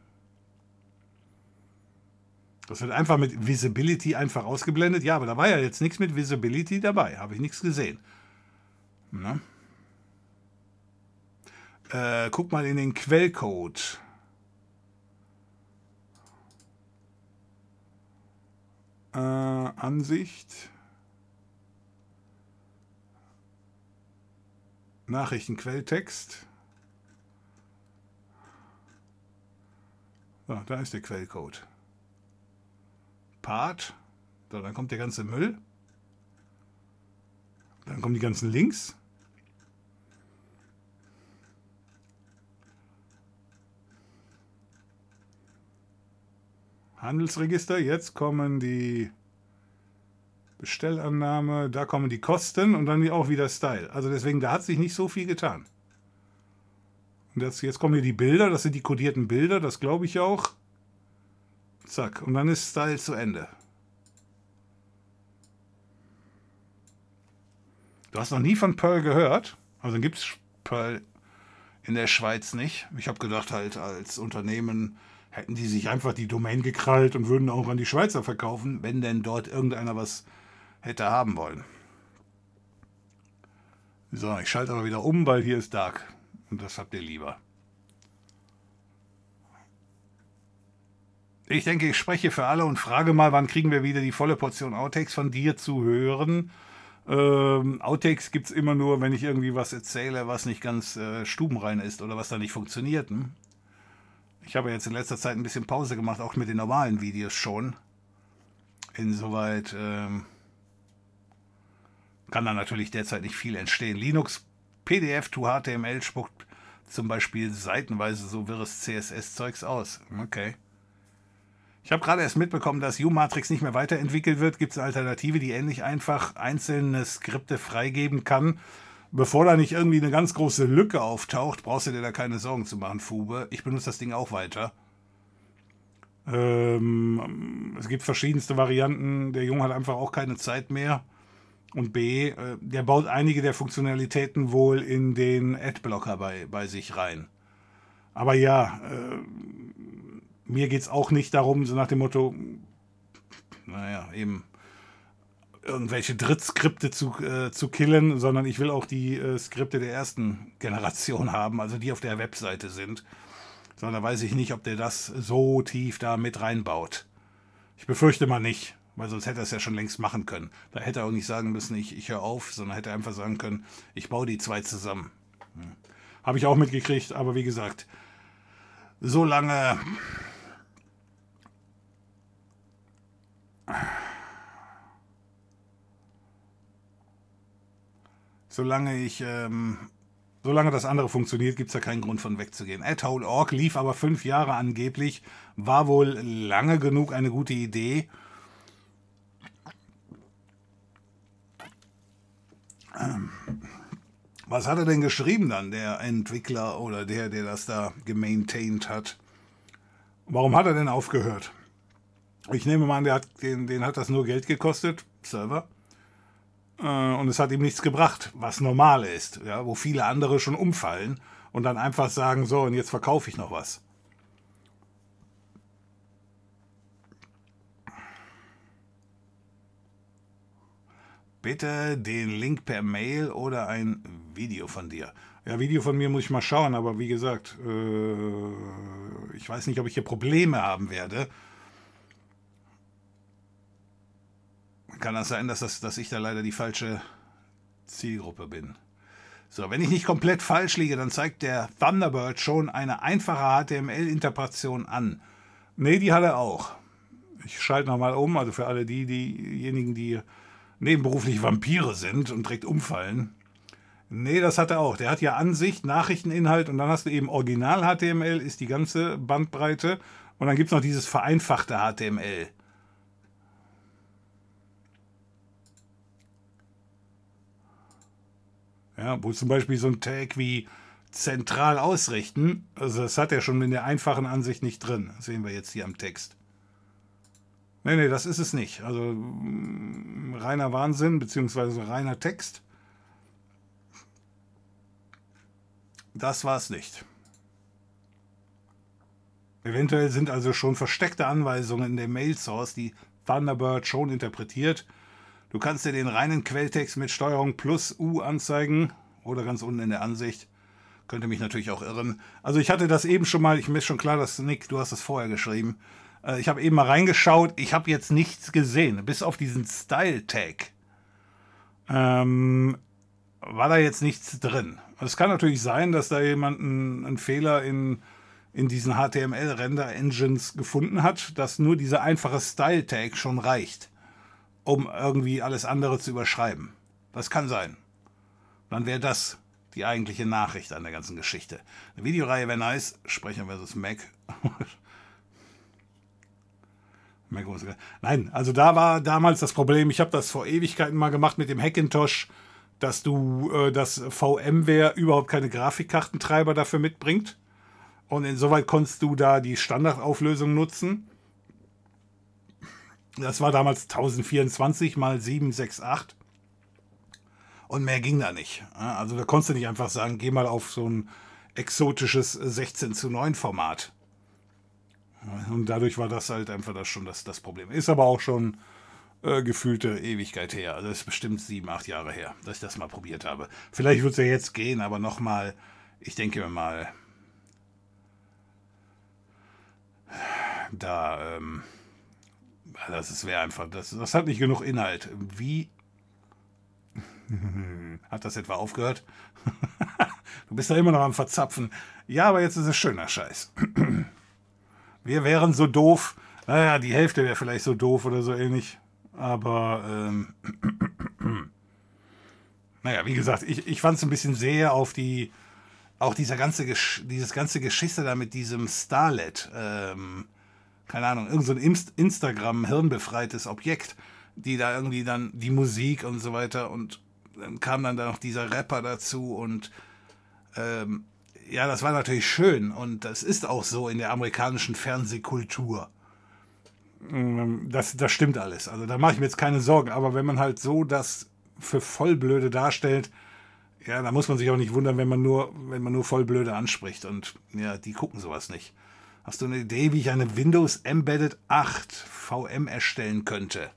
Das wird einfach mit Visibility einfach ausgeblendet. Ja, aber da war ja jetzt nichts mit Visibility dabei. Habe ich nichts gesehen. Na? Guck mal in den Quellcode. Ansicht. Nachrichtenquelltext. So, da ist der Quellcode. Part. So, dann kommt der ganze Müll. Dann kommen die ganzen Links. Handelsregister, jetzt kommen die Bestellannahme, da kommen die Kosten und dann auch wieder Style. Also deswegen, da hat sich nicht so viel getan. Und jetzt kommen hier die Bilder, das sind die kodierten Bilder, das glaube ich auch. Zack, und dann ist Style zu Ende. Du hast noch nie von Pearl gehört? Also gibt es Pearl in der Schweiz nicht. Ich habe gedacht, halt als Unternehmen hätten die sich einfach die Domain gekrallt und würden auch an die Schweizer verkaufen, wenn denn dort irgendeiner was hätte haben wollen. So, ich schalte aber wieder um, weil hier ist Dark. Und das habt ihr lieber. Ich denke, ich spreche für alle und frage mal, wann kriegen wir wieder die volle Portion Outtakes von dir zu hören. Outtakes gibt es immer nur, wenn ich irgendwie was erzähle, was nicht ganz stubenrein ist oder was da nicht funktioniert. Hm? Ich habe jetzt in letzter Zeit ein bisschen Pause gemacht, auch mit den normalen Videos schon. Insoweit kann da natürlich derzeit nicht viel entstehen. Linux PDF to HTML spuckt zum Beispiel seitenweise so wirres CSS-Zeugs aus. Okay. Ich habe gerade erst mitbekommen, dass Umatrix nicht mehr weiterentwickelt wird. Gibt es eine Alternative, die ähnlich einfach einzelne Skripte freigeben kann? Bevor da nicht irgendwie eine ganz große Lücke auftaucht, brauchst du dir da keine Sorgen zu machen, Fube. Ich benutze das Ding auch weiter. Es gibt verschiedenste Varianten. Der Junge hat einfach auch keine Zeit mehr. Und B, der baut einige der Funktionalitäten wohl in den Adblocker bei sich rein. Aber ja, mir geht es auch nicht darum, so nach dem Motto, naja, eben irgendwelche Drittskripte zu killen, sondern ich will auch die Skripte der ersten Generation haben, also die auf der Webseite sind. Sondern weiß ich nicht, ob der das so tief da mit reinbaut. Ich befürchte mal nicht, weil sonst hätte er es ja schon längst machen können. Da hätte er auch nicht sagen müssen, ich höre auf, sondern hätte einfach sagen können, ich baue die zwei zusammen. Habe ich auch mitgekriegt, aber wie gesagt, solange das andere funktioniert, gibt es ja keinen Grund von wegzugehen. @hole.org lief aber 5 Jahre angeblich, war wohl lange genug eine gute Idee. Was hat er denn geschrieben dann, der Entwickler oder der das da gemaintained hat? Warum hat er denn aufgehört? Ich nehme mal an, den hat das nur Geld gekostet, Server. Und es hat ihm nichts gebracht, was normal ist, ja, wo viele andere schon umfallen und dann einfach sagen, so, und jetzt verkaufe ich noch was. Bitte den Link per Mail oder ein Video von dir. Ja, Video von mir muss ich mal schauen, aber wie gesagt, ich weiß nicht, ob ich hier Probleme haben werde. Kann das sein, dass ich da leider die falsche Zielgruppe bin. So, wenn ich nicht komplett falsch liege, dann zeigt der Thunderbird schon eine einfache HTML-Interpretation an. Ne, die hat er auch. Ich schalte nochmal um, also für alle diejenigen, die nebenberuflich Vampire sind und direkt umfallen. Ne, das hat er auch. Der hat ja Ansicht, Nachrichteninhalt und dann hast du eben Original-HTML, ist die ganze Bandbreite und dann gibt es noch dieses vereinfachte HTML. Ja, wo zum Beispiel so ein Tag wie zentral ausrichten, also das hat er schon in der einfachen Ansicht nicht drin. Das sehen wir jetzt hier am Text. Nee, das ist es nicht. Also reiner Wahnsinn, beziehungsweise reiner Text. Das war es nicht. Eventuell sind also schon versteckte Anweisungen in der Mail-Source, die Thunderbird schon interpretiert. Du kannst dir den reinen Quelltext mit Steuerung plus U anzeigen oder ganz unten in der Ansicht. Könnte mich natürlich auch irren. Also ich hatte das eben schon mal, mir ist schon klar, dass Nick, du hast das vorher geschrieben. Ich habe eben mal reingeschaut, ich habe jetzt nichts gesehen, bis auf diesen Style-Tag. War da jetzt nichts drin. Es kann natürlich sein, dass da jemand einen Fehler in diesen HTML-Render-Engines gefunden hat, dass nur dieser einfache Style-Tag schon reicht, um irgendwie alles andere zu überschreiben. Das kann sein. Dann wäre das die eigentliche Nachricht an der ganzen Geschichte. Eine Videoreihe wäre nice. Sprecher versus Mac. Nein, also da war damals das Problem, ich habe das vor Ewigkeiten mal gemacht mit dem Hackintosh, dass dass VMware überhaupt keine Grafikkartentreiber dafür mitbringt. Und insoweit konntest du da die Standardauflösung nutzen. Das war damals 1024 mal 768. Und mehr ging da nicht. Also da konntest du nicht einfach sagen, geh mal auf so ein exotisches 16:9 Format. Und dadurch war das halt einfach das Problem. Ist aber auch schon gefühlte Ewigkeit her. Also das ist bestimmt 7, 8 Jahre her, dass ich das mal probiert habe. Vielleicht wird es ja jetzt gehen, aber nochmal, ich denke mir mal, das wäre einfach, das hat nicht genug Inhalt. Wie hat das etwa aufgehört? Du bist da immer noch am Verzapfen. Ja, aber jetzt ist es schöner Scheiß. Wir wären so doof. Naja, die Hälfte wäre vielleicht so doof oder so ähnlich. Aber, naja, wie gesagt, ich fand es ein bisschen sehr auf auch dieses ganze Geschisse da mit diesem Starlet. Keine Ahnung, irgend so ein Instagram-hirnbefreites Objekt, die da irgendwie dann die Musik und so weiter und dann kam dann da noch dieser Rapper dazu und ja, das war natürlich schön und das ist auch so in der amerikanischen Fernsehkultur. Das stimmt alles. Also da mache ich mir jetzt keine Sorgen. Aber wenn man halt so das für Vollblöde darstellt, ja, da muss man sich auch nicht wundern, wenn man nur Vollblöde anspricht. Und ja, die gucken sowas nicht. Hast du eine Idee, wie ich eine Windows Embedded 8 VM erstellen könnte?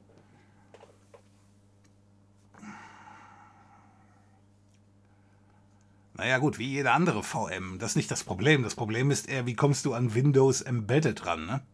Naja gut, wie jede andere VM. Das ist nicht das Problem. Das Problem ist eher, wie kommst du an Windows Embedded ran, ne?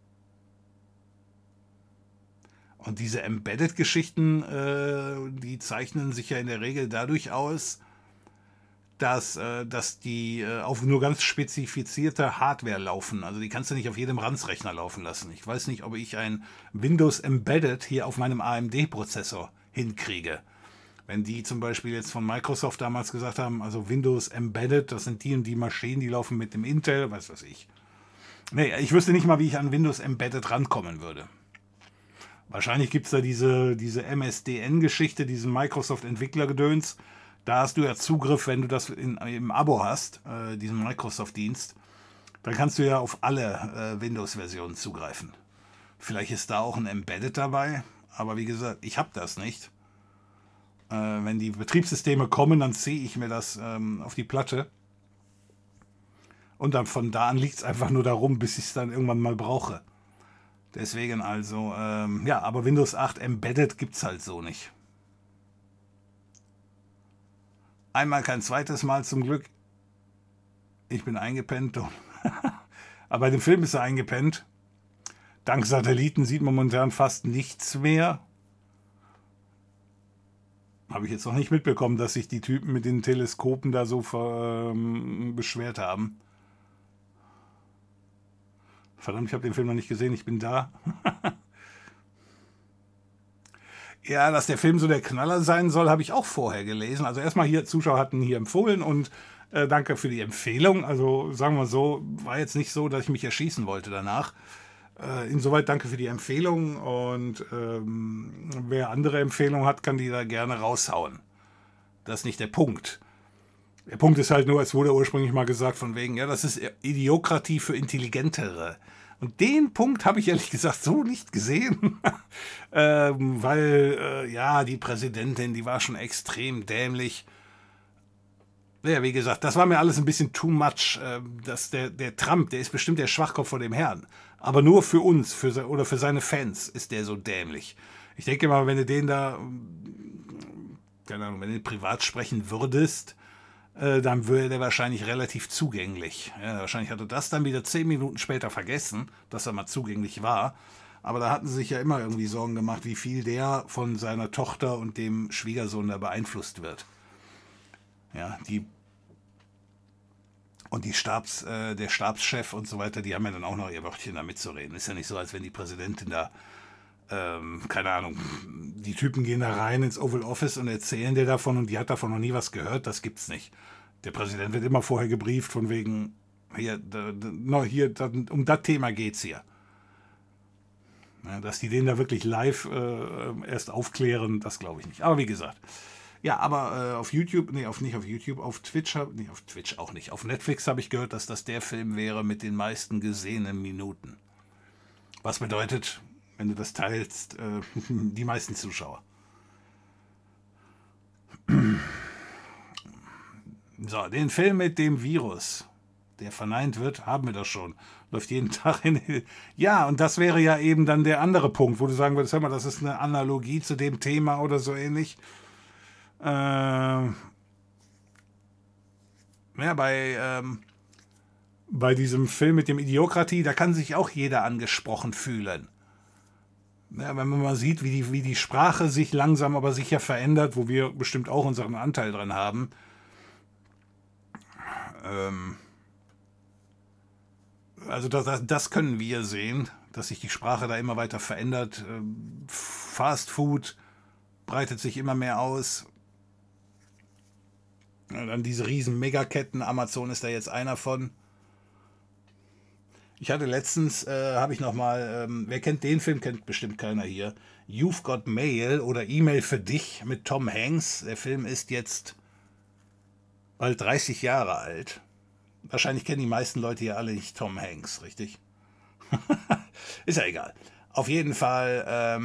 Und diese Embedded-Geschichten, die zeichnen sich ja in der Regel dadurch aus, dass die auf nur ganz spezifizierte Hardware laufen. Also die kannst du nicht auf jedem RAND-Rechner laufen lassen. Ich weiß nicht, ob ich ein Windows Embedded hier auf meinem AMD-Prozessor hinkriege. Wenn die zum Beispiel jetzt von Microsoft damals gesagt haben, also Windows Embedded, das sind die und die Maschinen, die laufen mit dem Intel, was ich. Nee, ich wüsste nicht mal, wie ich an Windows Embedded rankommen würde. Wahrscheinlich gibt es da diese MSDN-Geschichte, diesen Microsoft-Entwicklergedöns. Da hast du ja Zugriff, wenn du das im Abo hast, diesen Microsoft-Dienst. Dann kannst du ja auf alle Windows-Versionen zugreifen. Vielleicht ist da auch ein Embedded dabei, aber wie gesagt, ich habe das nicht. Wenn die Betriebssysteme kommen, dann ziehe ich mir das auf die Platte. Und dann von da an liegt es einfach nur darum, bis ich es dann irgendwann mal brauche. Deswegen also, ja, aber Windows 8 Embedded gibt es halt so nicht. Einmal kein zweites Mal zum Glück. Ich bin eingepennt. Aber bei dem Film ist er eingepennt. Dank Satelliten sieht man momentan fast nichts mehr. Habe ich jetzt noch nicht mitbekommen, dass sich die Typen mit den Teleskopen da so beschwert haben. Verdammt, ich habe den Film noch nicht gesehen, ich bin da. Ja, dass der Film so der Knaller sein soll, habe ich auch vorher gelesen. Also erstmal hier, Zuschauer hatten hier empfohlen und danke für die Empfehlung. Also sagen wir so, war jetzt nicht so, dass ich mich erschießen wollte danach. Insoweit danke für die Empfehlung und wer andere Empfehlungen hat, kann die da gerne raushauen. Das ist nicht der Punkt. Der Punkt ist halt nur, es wurde ursprünglich mal gesagt von wegen, ja, das ist Idiokratie für Intelligentere. Und den Punkt habe ich ehrlich gesagt so nicht gesehen, weil, ja, die Präsidentin, die war schon extrem dämlich. Ja, wie gesagt, das war mir alles ein bisschen too much. Der Trump, der ist bestimmt der Schwachkopf vor dem Herrn. Aber nur für uns oder für seine Fans ist der so dämlich. Ich denke mal, wenn du den da, keine Ahnung, wenn du privat sprechen würdest, dann wäre der wahrscheinlich relativ zugänglich. Ja, wahrscheinlich hat er das dann wieder 10 Minuten später vergessen, dass er mal zugänglich war. Aber da hatten sie sich ja immer irgendwie Sorgen gemacht, wie viel der von seiner Tochter und dem Schwiegersohn da beeinflusst wird. Ja, der Stabschef und so weiter, die haben ja dann auch noch ihr Wörtchen da mitzureden. Ist ja nicht so, als wenn die Präsidentin da, keine Ahnung, die Typen gehen da rein ins Oval Office und erzählen der davon und die hat davon noch nie was gehört, das gibt's nicht. Der Präsident wird immer vorher gebrieft von wegen, um das Thema geht's hier. Ja, dass die den da wirklich live erst aufklären, das glaube ich nicht. Aber wie gesagt. Ja, aber auf YouTube, nicht auf YouTube, auf Twitch, auf Twitch auch nicht. Auf Netflix habe ich gehört, dass das der Film wäre mit den meisten gesehenen Minuten. Was bedeutet, wenn du das teilst, die meisten Zuschauer. So, den Film mit dem Virus, der verneint wird, haben wir das schon. Läuft jeden Tag in. Ja, und das wäre ja eben dann der andere Punkt, wo du sagen würdest, hör mal, das ist eine Analogie zu dem Thema oder so ähnlich. Ja, bei diesem Film mit dem Idiokratie, da kann sich auch jeder angesprochen fühlen. Ja, wenn man mal sieht, wie die Sprache sich langsam aber sicher verändert, wo wir bestimmt auch unseren Anteil dran haben. Also das können wir sehen, dass sich die Sprache da immer weiter verändert. Fast Food breitet sich immer mehr aus. Dann diese riesen Megaketten, Amazon ist da jetzt einer von. Ich hatte letztens, habe ich nochmal, wer kennt den Film, kennt bestimmt keiner hier, You've Got Mail oder E-Mail für dich mit Tom Hanks. Der Film ist jetzt bald 30 Jahre alt. Wahrscheinlich kennen die meisten Leute hier alle nicht Tom Hanks, richtig? Ist ja egal. Auf jeden Fall,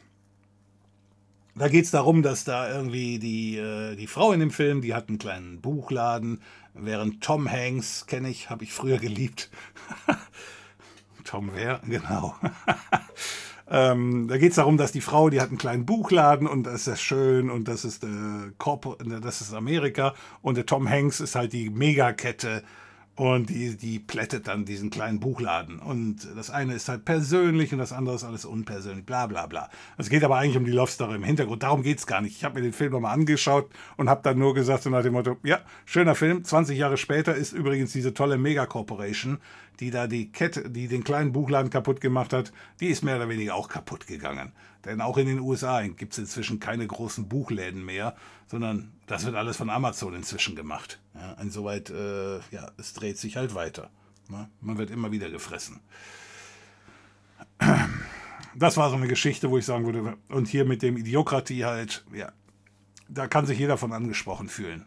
da geht es darum, dass da irgendwie die Frau in dem Film, die hat einen kleinen Buchladen, während Tom Hanks, kenne ich, habe ich früher geliebt. Tom wer? Genau. Da geht es darum, dass die Frau, die hat einen kleinen Buchladen und das ist schön und das ist Amerika und der Tom Hanks ist halt die Megakette und die plättet dann diesen kleinen Buchladen. Und das eine ist halt persönlich und das andere ist alles unpersönlich, bla bla bla. Es geht aber eigentlich um die Love Story im Hintergrund. Darum geht es gar nicht. Ich habe mir den Film nochmal angeschaut und habe dann nur gesagt, so nach dem Motto, ja, schöner Film. 20 Jahre später ist übrigens diese tolle Mega-Corporation, die da die Kette, die den kleinen Buchladen kaputt gemacht hat, die ist mehr oder weniger auch kaputt gegangen. Denn auch in den USA gibt es inzwischen keine großen Buchläden mehr, sondern das wird alles von Amazon inzwischen gemacht. Ja, insoweit, ja, es dreht sich halt weiter. Ja, man wird immer wieder gefressen. Das war so eine Geschichte, wo ich sagen würde, und hier mit dem Idiokratie halt, ja, da kann sich jeder von angesprochen fühlen.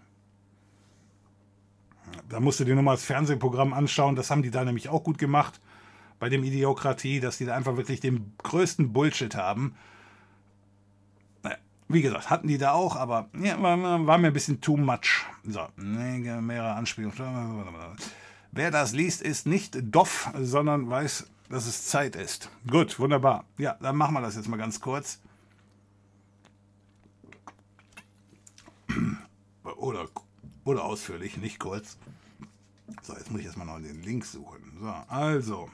Da musst du dir nochmal das Fernsehprogramm anschauen, das haben die da nämlich auch gut gemacht, bei dem Idiokratie, dass die da einfach wirklich den größten Bullshit haben. Naja, wie gesagt, hatten die da auch, aber ja, war mir ein bisschen too much. So, mehrere Anspielungen. Wer das liest, ist nicht doof, sondern weiß, dass es Zeit ist. Gut, wunderbar. Ja, dann machen wir das jetzt mal ganz kurz. Oder ausführlich, nicht kurz. So, jetzt muss ich erstmal noch den Link suchen. So, also.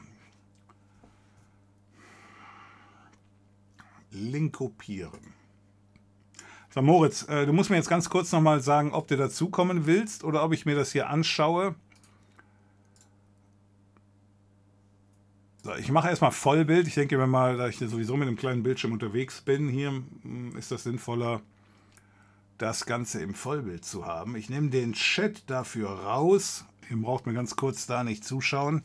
Link kopieren. So, Moritz, du musst mir jetzt ganz kurz nochmal sagen, ob du dazukommen willst oder ob ich mir das hier anschaue. So, ich mache erstmal Vollbild. Ich denke mir mal, da ich sowieso mit einem kleinen Bildschirm unterwegs bin, hier ist das sinnvoller, das Ganze im Vollbild zu haben. Ich nehme den Chat dafür raus. Ihr braucht mir ganz kurz da nicht zuschauen.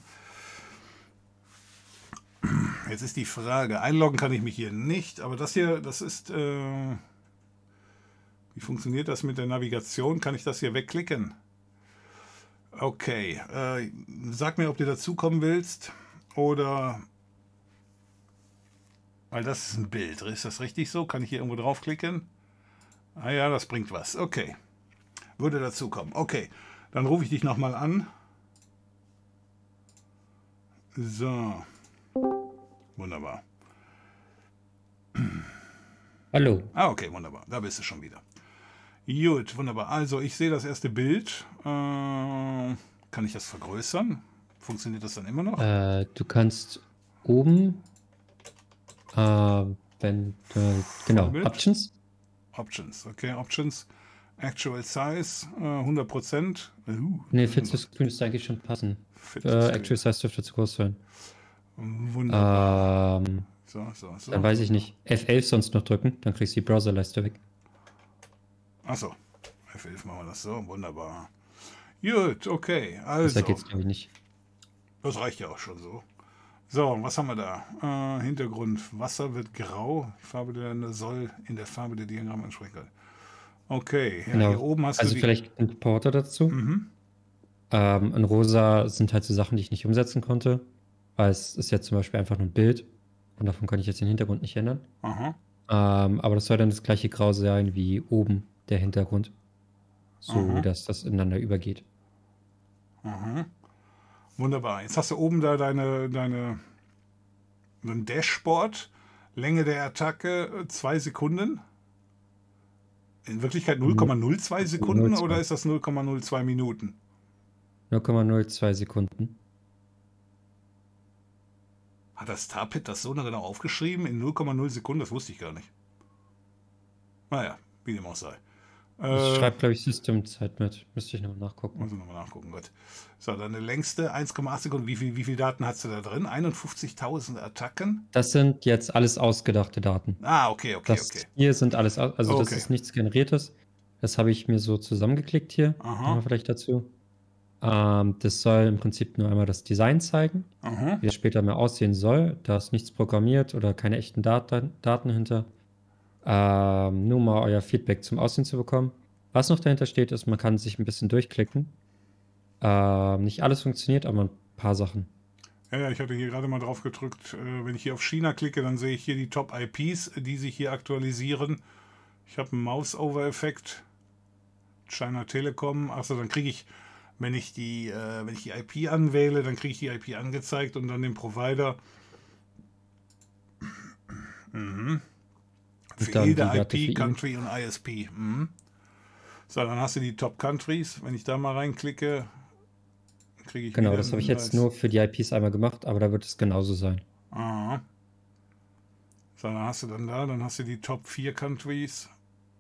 Jetzt ist die Frage, einloggen kann ich mich hier nicht, aber das hier, das ist, wie funktioniert das mit der Navigation? Kann ich das hier wegklicken? Okay, sag mir, ob du dazukommen willst oder, weil das ist ein Bild, ist das richtig so? Kann ich hier irgendwo draufklicken? Ah ja, das bringt was, okay, würde dazukommen, okay, dann rufe ich dich nochmal an. So. Wunderbar. Hallo. Ah, okay, wunderbar. Da bist du schon wieder. Gut, wunderbar. Also, ich sehe das erste Bild. Kann ich das vergrößern? Funktioniert das dann immer noch? Du kannst oben, genau, Options. Options, okay, Options. Actual Size, 100%. Ne, Fit to Screen ist eigentlich schon passen. Actual Size dürfte zu groß sein. Wunderbar. So. Dann weiß ich nicht. F11 sonst noch drücken, dann kriegst du die Browserleiste weg. Achso, F11 machen wir das so, wunderbar. Gut, okay, also. Besser geht's, glaube ich, nicht. Das reicht ja auch schon so. So, was haben wir da? Hintergrund. Wasser wird grau. Die Farbe der Länder soll in der Farbe der Diagramme entsprechen. Okay, ja, Genau. hier oben hast du Also die... vielleicht ein Porter dazu. Mhm. In rosa sind halt so Sachen, die ich nicht umsetzen konnte, weil es ist jetzt zum Beispiel einfach nur ein Bild und davon kann ich jetzt den Hintergrund nicht ändern. Aha. Aber das soll dann das gleiche Grau sein wie oben der Hintergrund, so dass das ineinander übergeht. Aha. Wunderbar. Jetzt hast du oben da dein Dashboard, Länge der Attacke 2 Sekunden. In Wirklichkeit 0,02 Sekunden 0,02. oder ist das 0,02 Minuten? 0,02 Sekunden. Hat das Starpit das so genau aufgeschrieben? In 0,0 Sekunden? Das wusste ich gar nicht. Naja, wie dem auch sei. Ich schreibe, glaube ich, Systemzeit mit. Müsste ich nochmal nachgucken. Muss ich nochmal nachgucken, gut. So, deine längste 1,8 Sekunden. Wie viel Daten hast du da drin? 51.000 Attacken? Das sind jetzt alles ausgedachte Daten. Ah, okay. Das hier sind alles, also das Okay. ist nichts Generiertes. Das habe ich mir so zusammengeklickt hier. Kommen wir vielleicht dazu. Das soll im Prinzip nur einmal das Design zeigen, wie es später mehr aussehen soll. Da ist nichts programmiert oder keine echten Daten hinter. Nur mal euer Feedback zum Aussehen zu bekommen. Was noch dahinter steht, ist, man kann sich ein bisschen durchklicken. Nicht alles funktioniert, aber ein paar Sachen. Ja, ich hatte hier gerade mal drauf gedrückt. Wenn ich hier auf China klicke, dann sehe ich hier die Top-IPs, die sich hier aktualisieren. Ich habe einen Mouse-Over-Effekt. China Telekom. Achso, dann kriege ich, wenn ich die IP anwähle, dann kriege ich die IP angezeigt und dann den Provider. Für jede IP, Country und ISP. So, dann hast du die Top Countries. Wenn ich da mal reinklicke, kriege ich Genau, wieder das habe ich jetzt nur für die IPs einmal gemacht, aber da wird es genauso sein. Aha. So, dann hast du die Top 4 Countries.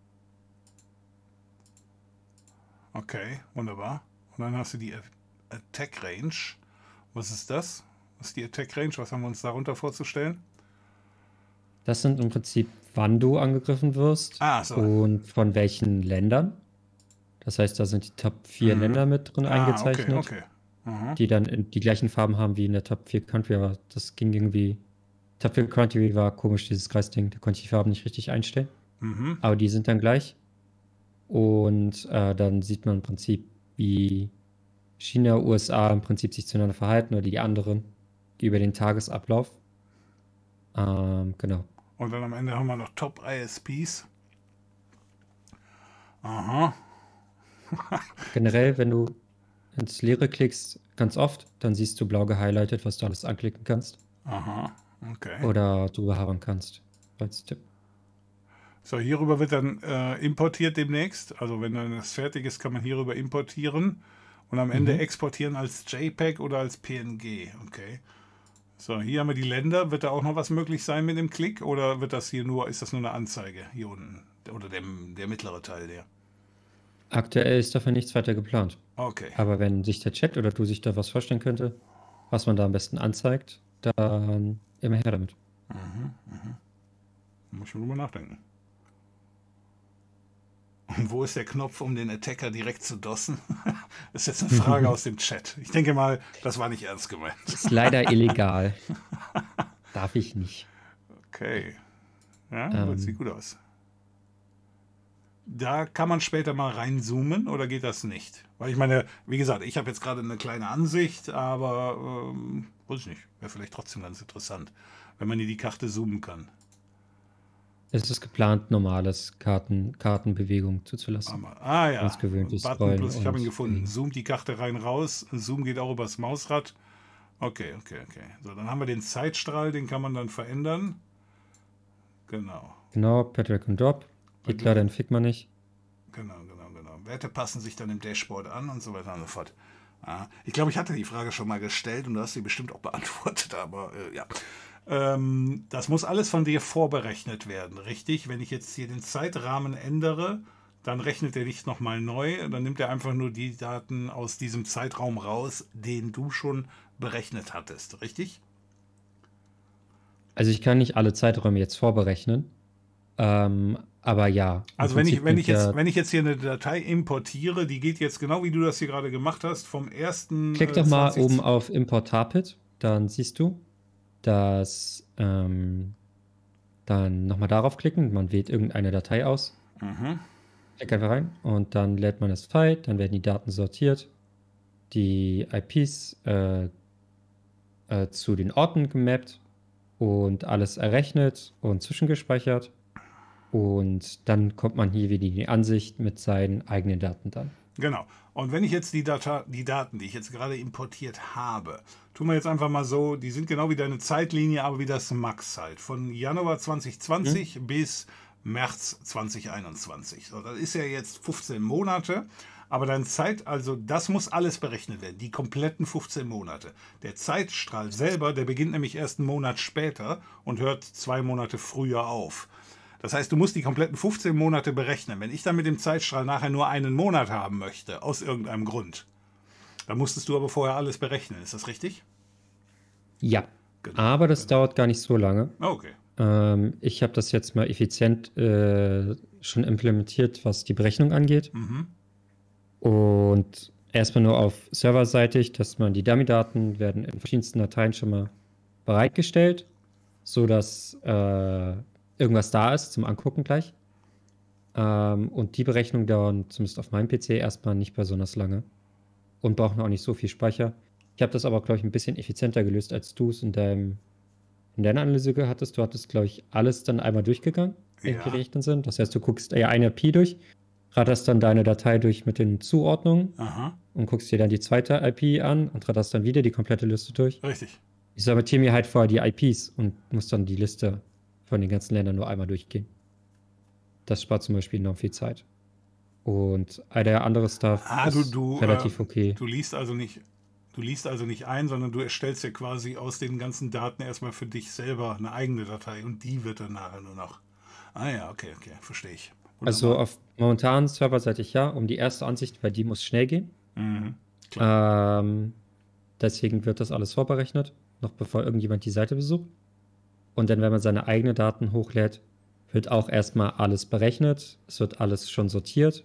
Okay, wunderbar. Und dann hast du die Attack Range. Was ist das? Was ist die Attack Range? Was haben wir uns darunter vorzustellen? Das sind im Prinzip, wann du angegriffen wirst und von welchen Ländern. Das heißt, da sind die Top 4 Länder mit drin eingezeichnet, Okay. Die dann die gleichen Farben haben wie in der Top 4 Country, aber das ging irgendwie. Top 4 Country war komisch, dieses Kreisding, da konnte ich die Farben nicht richtig einstellen. Aber die sind dann gleich. Und dann sieht man im Prinzip, wie China, USA im Prinzip sich zueinander verhalten oder die anderen über den Tagesablauf. Genau. Und dann am Ende haben wir noch Top ISPs. Aha. Generell, wenn du ins Leere klickst, ganz oft, dann siehst du blau gehighlightet, was du alles anklicken kannst. Aha, okay. Oder drüber havern kannst, als Tipp. So, hierüber wird dann importiert demnächst. Also wenn dann das fertig ist, kann man hierüber importieren und am Ende exportieren als JPEG oder als PNG. Okay. So, hier haben wir die Länder. Wird da auch noch was möglich sein mit dem Klick oder ist das nur eine Anzeige hier unten? Oder der mittlere Teil der? Aktuell ist dafür nichts weiter geplant. Okay. Aber wenn sich der Chat oder du sich da was vorstellen könnte, was man da am besten anzeigt, dann immer her damit. Muss ich schon drüber nachdenken. Und wo ist der Knopf, um den Attacker direkt zu dossen? Das ist jetzt eine Frage aus dem Chat. Ich denke mal, das war nicht ernst gemeint. Ist leider illegal. Darf ich nicht. Okay. Ja, das sieht gut aus. Da kann man später mal reinzoomen oder geht das nicht? Weil ich meine, wie gesagt, ich habe jetzt gerade eine kleine Ansicht, aber weiß ich nicht. Wäre vielleicht trotzdem ganz interessant, wenn man hier die Karte zoomen kann. Es ist geplant, normales Kartenbewegung zuzulassen. Ja. Ganz gewöhntes Button plus, ich habe ihn gefunden. Zoom die Karte rein, raus. Zoom geht auch übers Mausrad. Okay. So, dann haben wir den Zeitstrahl, den kann man dann verändern. Genau, per Drag and Drop. Geht leider in Figma nicht. Genau. Werte passen sich dann im Dashboard an und so weiter und so fort. Ich glaube, ich hatte die Frage schon mal gestellt und du hast sie bestimmt auch beantwortet, aber ja. Das muss alles von dir vorberechnet werden, richtig? Wenn ich jetzt hier den Zeitrahmen ändere, dann rechnet er nicht nochmal neu, dann nimmt er einfach nur die Daten aus diesem Zeitraum raus, den du schon berechnet hattest, richtig? Also ich kann nicht alle Zeiträume jetzt vorberechnen, aber ja. Also wenn ich jetzt hier eine Datei importiere, die geht jetzt genau wie du das hier gerade gemacht hast, vom ersten... Klick doch mal oben auf Import Tarpit, dann siehst du, dass dann nochmal darauf klicken, man wählt irgendeine Datei aus, klickt einfach rein und dann lädt man das File, dann werden die Daten sortiert, die IPs zu den Orten gemappt und alles errechnet und zwischengespeichert. Und dann kommt man hier wieder in die Ansicht mit seinen eigenen Daten dann. Genau. Und wenn ich jetzt die Daten, die ich jetzt gerade importiert habe, tun wir jetzt einfach mal so, die sind genau wie deine Zeitlinie, aber wie das Max halt. Von Januar 2020 bis März 2021. So, das ist ja jetzt 15 Monate. Aber deine Zeit, also das muss alles berechnet werden, die kompletten 15 Monate. Der Zeitstrahl selber, der beginnt nämlich erst einen Monat später und hört 2 Monate früher auf. Das heißt, du musst die kompletten 15 Monate berechnen. Wenn ich dann mit dem Zeitstrahl nachher nur einen Monat haben möchte, aus irgendeinem Grund, dann musstest du aber vorher alles berechnen. Ist das richtig? Ja, genau. Aber das dauert gar nicht so lange. Okay. Ich habe das jetzt mal effizient schon implementiert, was die Berechnung angeht. Und erstmal nur auf serverseitig, dass man die Dummy-Daten werden in verschiedensten Dateien schon mal bereitgestellt, sodass irgendwas da ist zum Angucken gleich. Und die Berechnungen dauern zumindest auf meinem PC erstmal nicht besonders lange und brauchen auch nicht so viel Speicher. Ich habe das aber, glaube ich, ein bisschen effizienter gelöst, als du es in deiner Analyse hattest. Du hattest, glaube ich, alles dann einmal durchgegangen, die gerechnet sind. Das heißt, du guckst eine IP durch, ratterst dann deine Datei durch mit den Zuordnungen und guckst dir dann die zweite IP an und ratterst dann wieder die komplette Liste durch. Richtig. Ich sortiere mir halt vorher die IPs und muss dann die Liste von den ganzen Ländern nur einmal durchgehen. Das spart zum Beispiel enorm viel Zeit. Und all der andere Stuff ist relativ okay. Du liest also nicht ein, sondern du erstellst ja quasi aus den ganzen Daten erstmal für dich selber eine eigene Datei und die wird dann nachher nur noch. Ah ja, okay, verstehe ich. Wunderbar. Also auf momentan serverseitig ja, um die erste Ansicht, weil die muss schnell gehen. Klar. Deswegen wird das alles vorberechnet, noch bevor irgendjemand die Seite besucht. Und dann, wenn man seine eigenen Daten hochlädt, wird auch erstmal alles berechnet. Es wird alles schon sortiert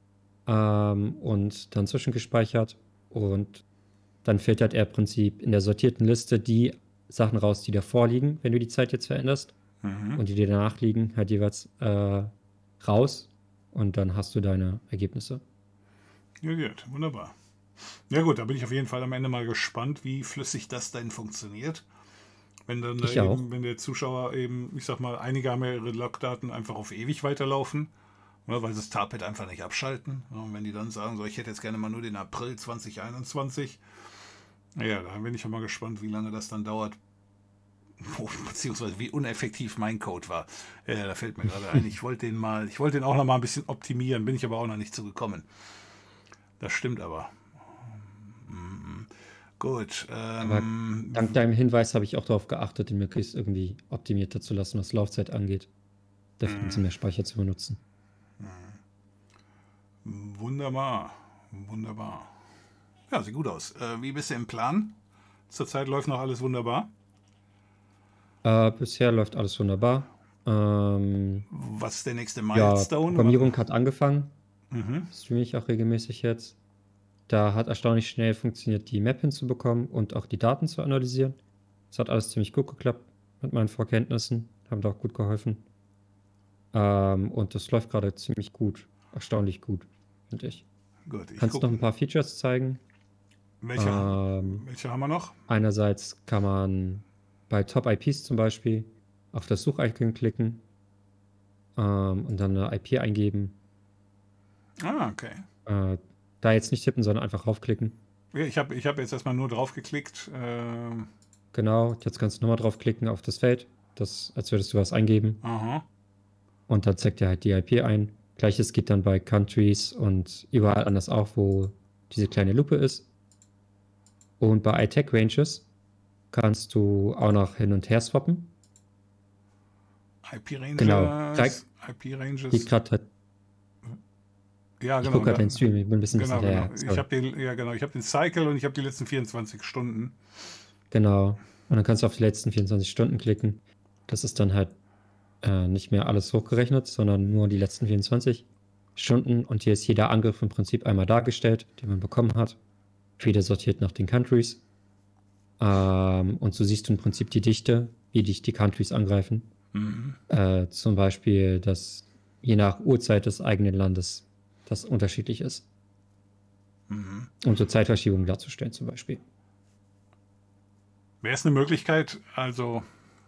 und dann zwischengespeichert. Und dann filtert er im Prinzip in der sortierten Liste die Sachen raus, die davor liegen, wenn du die Zeit jetzt veränderst. Und die danach liegen, halt jeweils raus. Und dann hast du deine Ergebnisse. Ja, gut, wunderbar. Ja gut, da bin ich auf jeden Fall am Ende mal gespannt, wie flüssig das denn funktioniert. Wenn dann wenn der Zuschauer eben, ich sag mal, einige haben ja ihre Logdaten einfach auf ewig weiterlaufen, weil sie das Tarpad einfach nicht abschalten. Und wenn die dann sagen, so, ich hätte jetzt gerne mal nur den April 2021, naja, da bin ich ja mal gespannt, wie lange das dann dauert, beziehungsweise wie uneffektiv mein Code war. Da fällt mir gerade ein, ich wollte den auch noch mal ein bisschen optimieren, bin ich aber auch noch nicht zugekommen. Das stimmt aber. Gut. Aber dank deinem Hinweis habe ich auch darauf geachtet, den möglichst irgendwie optimierter zu lassen, was Laufzeit angeht. Dafür ein bisschen mehr Speicher zu benutzen. Wunderbar. Ja, sieht gut aus. Wie bist du im Plan? Zurzeit läuft noch alles wunderbar? Bisher läuft alles wunderbar. Was ist der nächste Milestone? Ja, Programmierung hat angefangen. Streame ich auch regelmäßig jetzt. Da hat erstaunlich schnell funktioniert, die Map hinzubekommen und auch die Daten zu analysieren. Das hat alles ziemlich gut geklappt mit meinen Vorkenntnissen. Haben da auch gut geholfen. Und das läuft gerade ziemlich gut. Erstaunlich gut, finde ich. Gut, Kannst noch ein paar Features zeigen? Welche haben wir noch? Einerseits kann man bei Top-IPs zum Beispiel auf das Such-Icon klicken und dann eine IP eingeben. Okay. Da jetzt nicht tippen, sondern einfach raufklicken. Ja, ich hab jetzt erstmal nur draufgeklickt. Genau, jetzt kannst du nochmal draufklicken auf das Feld, als würdest du was eingeben. Und dann zeigt er halt die IP ein. Gleiches geht dann bei Countries und überall anders auch, wo diese kleine Lupe ist. Und bei iTag Ranges kannst du auch noch hin und her swappen. IP-Ranges. Genau. IP-Ranges. Die gerade halt. Ja, genau. Ich gucke gerade den Stream, ich bin ein bisschen hinterher. Genau. Ich habe den Cycle und ich habe die letzten 24 Stunden. Genau. Und dann kannst du auf die letzten 24 Stunden klicken. Das ist dann halt nicht mehr alles hochgerechnet, sondern nur die letzten 24 Stunden. Und hier ist jeder Angriff im Prinzip einmal dargestellt, den man bekommen hat. Wieder sortiert nach den Countries. Und so siehst du im Prinzip die Dichte, wie dich die Countries angreifen. Zum Beispiel, dass je nach Uhrzeit des eigenen Landes das unterschiedlich ist. Um so Zeitverschiebungen darzustellen zum Beispiel. Wäre es eine Möglichkeit, also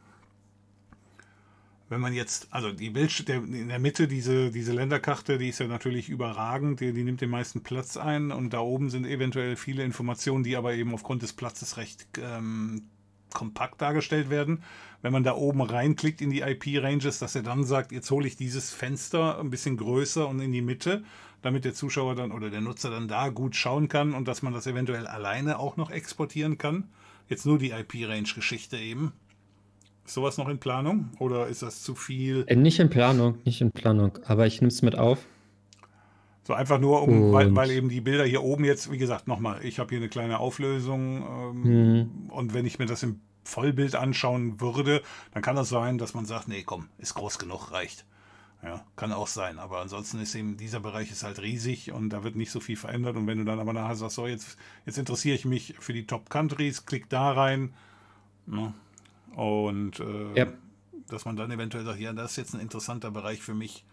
wenn man jetzt, also die in der Mitte, diese Länderkarte, die ist ja natürlich überragend, die nimmt den meisten Platz ein und da oben sind eventuell viele Informationen, die aber eben aufgrund des Platzes recht kompakt dargestellt werden. Wenn man da oben reinklickt in die IP-Ranges, dass er dann sagt, jetzt hole ich dieses Fenster ein bisschen größer und in die Mitte, damit der Zuschauer dann oder der Nutzer dann da gut schauen kann und dass man das eventuell alleine auch noch exportieren kann. Jetzt nur die IP-Range-Geschichte eben. Ist sowas noch in Planung oder ist das zu viel? Nicht in Planung, aber ich nehme es mit auf. So einfach nur, weil eben die Bilder hier oben jetzt, wie gesagt, nochmal, ich habe hier eine kleine Auflösung und wenn ich mir das im Vollbild anschauen würde, dann kann das sein, dass man sagt, nee, komm, ist groß genug, reicht. Ja, kann auch sein, aber ansonsten ist eben, dieser Bereich ist halt riesig und da wird nicht so viel verändert und wenn du dann aber nachher sagst, so, jetzt interessiere ich mich für die Top Countries, klick da rein, ne? Und dass man dann eventuell sagt, ja, das ist jetzt ein interessanter Bereich für mich.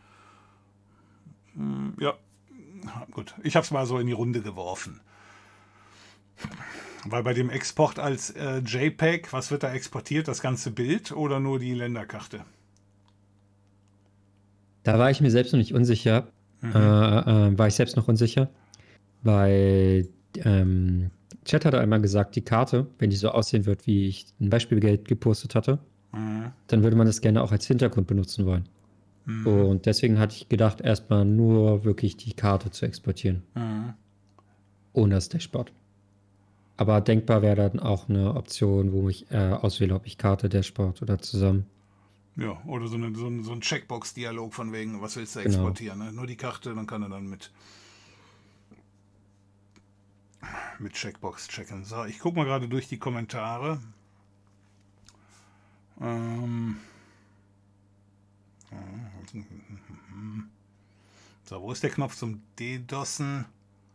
Ja, gut. Ich habe es mal so in die Runde geworfen. Weil bei dem Export als JPEG, was wird da exportiert? Das ganze Bild oder nur die Länderkarte? Da war ich mir selbst noch nicht unsicher. Weil Chat hatte einmal gesagt, die Karte, wenn die so aussehen wird, wie ich ein Beispielbild gepostet hatte, dann würde man das gerne auch als Hintergrund benutzen wollen. Und deswegen hatte ich gedacht, erstmal nur wirklich die Karte zu exportieren. Ohne das Dashboard. Aber denkbar wäre dann auch eine Option, wo ich auswähle, ob ich Karte, Dashboard oder zusammen. Ja, oder so ein Checkbox-Dialog von wegen, was willst du exportieren? Ne? Nur die Karte, dann kann er dann mit Checkbox checken. So, ich gucke mal gerade durch die Kommentare. So, wo ist der Knopf zum DDoSen?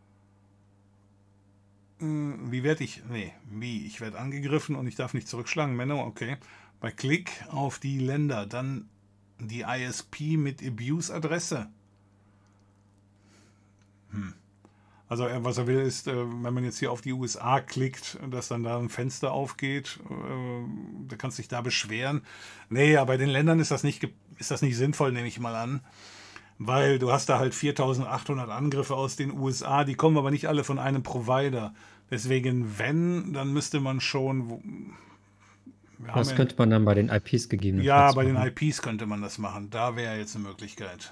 Wie werde ich... Nee, wie? Ich werde angegriffen und ich darf nicht zurückschlagen. Menno, okay. Bei Klick auf die Länder, dann die ISP mit Abuse-Adresse. Also was er will ist, wenn man jetzt hier auf die USA klickt, dass dann da ein Fenster aufgeht, da kannst du dich da beschweren. Nee, aber bei den Ländern ist das nicht sinnvoll, nehme ich mal an. Weil du hast da halt 4800 Angriffe aus den USA, die kommen aber nicht alle von einem Provider. Deswegen, wenn, dann müsste man schon... Das könnte man dann bei den IPs gegebenenfalls Ja, bei den IPs könnte man das machen. Da wäre jetzt eine Möglichkeit.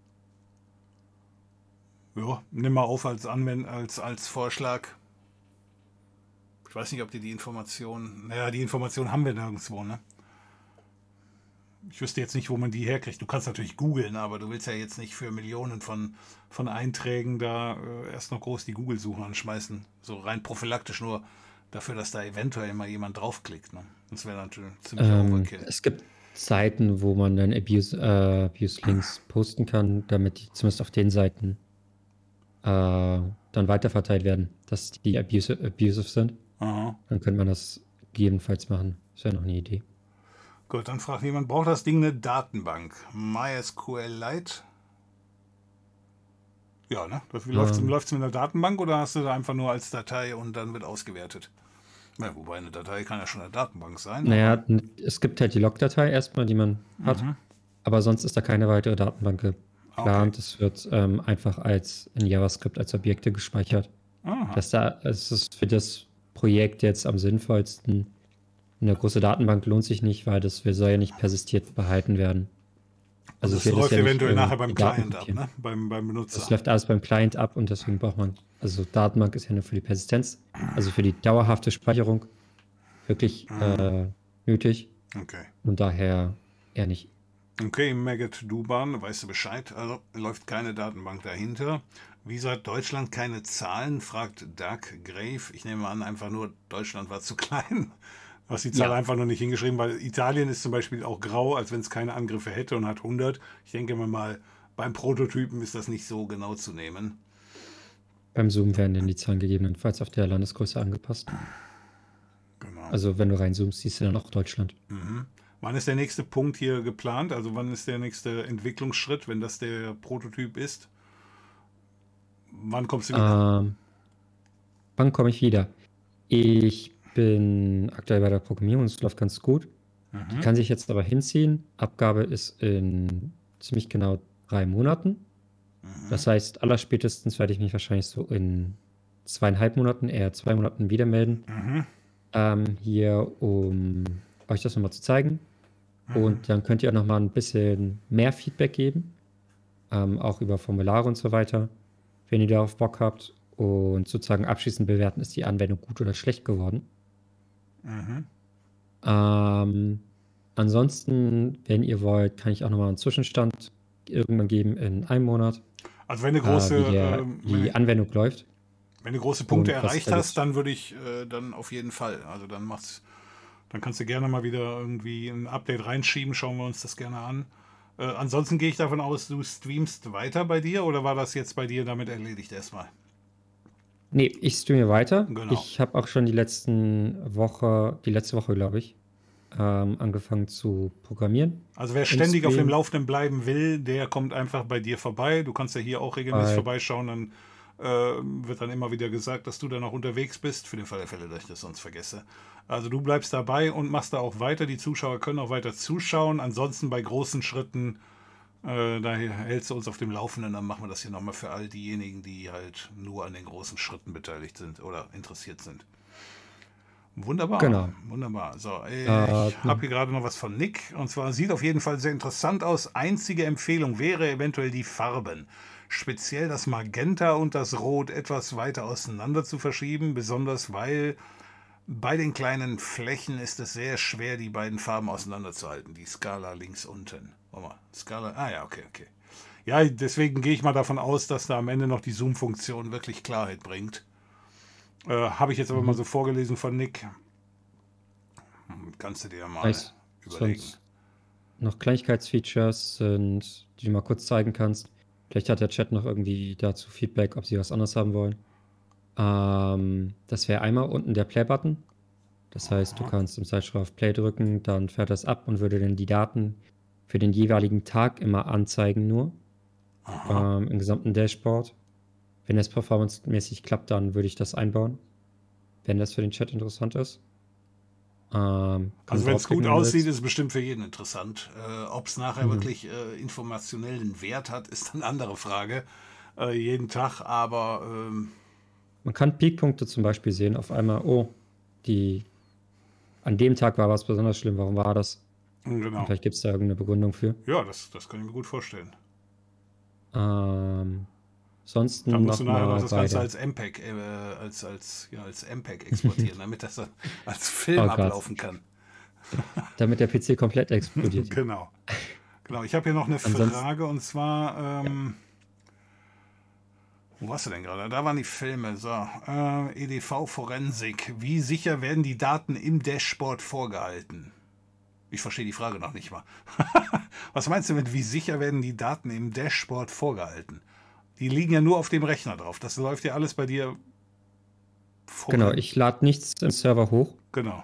Ja, nimm mal auf als Vorschlag. Ich weiß nicht, ob die Informationen... Naja, die Informationen haben wir nirgendwo, ne? Ich wüsste jetzt nicht, wo man die herkriegt. Du kannst natürlich googeln, aber du willst ja jetzt nicht für Millionen von Einträgen da erst noch groß die Google-Suche anschmeißen. So rein prophylaktisch nur dafür, dass da eventuell mal jemand draufklickt. Ne? Das wäre natürlich ziemlich Overkill. Es gibt Seiten, wo man dann Abuse-Links posten kann, damit die zumindest auf den Seiten dann weiterverteilt werden, dass die abusive sind. Aha. Dann könnte man das gegebenenfalls machen. Das wäre noch eine Idee. Gut, dann fragt jemand, braucht das Ding eine Datenbank? MySQLite? Ja, ne? Läuft es mit einer Datenbank oder hast du da einfach nur als Datei und dann wird ausgewertet? Ja, wobei eine Datei kann ja schon eine Datenbank sein. Naja, es gibt halt die Log-Datei erstmal, die man hat, aber sonst ist da keine weitere Datenbank geplant. Es wird einfach in JavaScript als Objekte gespeichert. Es ist für das Projekt jetzt am sinnvollsten. Eine große Datenbank lohnt sich nicht, weil das soll ja nicht persistiert behalten werden. Also das läuft ja eventuell nachher beim Client ab, ne? Beim Benutzer. Das läuft alles beim Client ab und deswegen braucht man, also Datenbank ist ja nur für die Persistenz, also für die dauerhafte Speicherung wirklich nötig. Okay. Und daher eher nicht. Okay, Maggot Duban, weißt du Bescheid? Also läuft keine Datenbank dahinter. Wieso hat Deutschland keine Zahlen? Fragt Doug Grave. Ich nehme an, einfach nur Deutschland war zu klein. Du hast die Zahl einfach noch nicht hingeschrieben, weil Italien ist zum Beispiel auch grau, als wenn es keine Angriffe hätte und hat 100. Ich denke mal, beim Prototypen ist das nicht so genau zu nehmen. Beim Zoom werden dann die Zahlen gegebenenfalls auf der Landesgröße angepasst. Genau. Also wenn du reinzoomst, siehst du dann auch Deutschland. Wann ist der nächste Punkt hier geplant? Also wann ist der nächste Entwicklungsschritt, wenn das der Prototyp ist? Wann kommst du wieder? Wann komme ich wieder? Ich bin aktuell bei der Programmierung, es läuft ganz gut. Die kann sich jetzt aber hinziehen. Abgabe ist in ziemlich genau 3 Monaten. Das heißt, allerspätestens werde ich mich wahrscheinlich so in 2,5 Monaten, eher 2 Monaten wieder melden. Hier, um euch das nochmal zu zeigen. Und dann könnt ihr auch nochmal ein bisschen mehr Feedback geben. Auch über Formulare und so weiter, wenn ihr darauf Bock habt. Und sozusagen abschließend bewerten, ist die Anwendung gut oder schlecht geworden. Ansonsten, wenn ihr wollt, kann ich auch nochmal einen Zwischenstand irgendwann geben in 1 Monat, Also wenn du wie die Anwendung läuft. wenn du große Punkte Und was erreicht da hast, jetzt- dann würde ich dann auf jeden Fall. Also dann kannst du gerne mal wieder irgendwie ein Update reinschieben, schauen wir uns das gerne an. Ansonsten gehe ich davon aus, du streamst weiter bei dir oder war das jetzt bei dir damit erledigt erstmal? Nee, ich streame weiter. Genau. Ich habe auch schon die letzte Woche, glaube ich, angefangen zu programmieren. Also wer ständig auf dem Stream. Laufenden bleiben will, der kommt einfach bei dir vorbei. Du kannst ja hier auch regelmäßig Bei- vorbeischauen. Dann wird dann immer wieder gesagt, dass du da noch unterwegs bist, für den Fall der Fälle, dass ich das sonst vergesse. Also du bleibst dabei und machst da auch weiter. Die Zuschauer können auch weiter zuschauen. Ansonsten bei großen Schritten, da hältst du uns auf dem Laufenden. Dann machen wir das hier nochmal für all diejenigen, die halt nur an den großen Schritten beteiligt sind oder interessiert sind. Wunderbar, Genau. wunderbar. So, ich habe hier gerade noch was von Nick. Und zwar sieht auf jeden Fall sehr interessant aus. Einzige Empfehlung wäre eventuell die Farben. Speziell das Magenta und das Rot etwas weiter auseinander zu verschieben. Besonders weil bei den kleinen Flächen ist es sehr schwer, die beiden Farben auseinanderzuhalten. Die Skala links unten. Warte mal, Skala, ja, okay. Ja, deswegen gehe ich mal davon aus, dass da am Ende noch die Zoom-Funktion wirklich Klarheit bringt. Habe ich jetzt aber mal so vorgelesen von Nick. Kannst du dir mal Nice. überlegen. Sonst noch Kleinigkeitsfeatures sind, die du mal kurz zeigen kannst. Vielleicht hat der Chat noch irgendwie dazu Feedback, ob sie was anderes haben wollen. Das wäre einmal unten der Play-Button. Das heißt, du kannst im Zeitschrift auf Play drücken, dann fährt das ab und würde dann die Daten für den jeweiligen Tag immer anzeigen nur. Im gesamten Dashboard. Wenn das performancemäßig klappt, dann würde ich das einbauen. Wenn das für den Chat interessant ist. Also wenn es gut aussieht, ist es bestimmt für jeden interessant. Ob es nachher wirklich informationellen Wert hat, ist eine andere Frage. Jeden Tag, aber Man kann Peakpunkte zum Beispiel sehen. Auf einmal, an dem Tag war was besonders schlimm. Warum war das? genau. Und vielleicht gibt es da irgendeine Begründung für. Ja, das kann ich mir gut vorstellen. Ansonsten Dann musst du nachher noch nochmal das bei Ganze der, als MPEG, als MPEG exportieren, damit das dann als Film Oh Gott. ablaufen kann. damit der PC komplett explodiert. Genau. Ich habe hier noch eine Ansonsten- Frage und zwar, wo warst du denn gerade? Da waren die Filme. So, EDV-Forensik. Wie sicher werden die Daten im Dashboard vorgehalten? Ich verstehe die Frage noch nicht mal. Was meinst du mit, wie sicher werden die Daten im Dashboard vorgehalten? Die liegen ja nur auf dem Rechner drauf. Das läuft ja alles bei dir vor. Genau, ich lade nichts im Server hoch. Genau.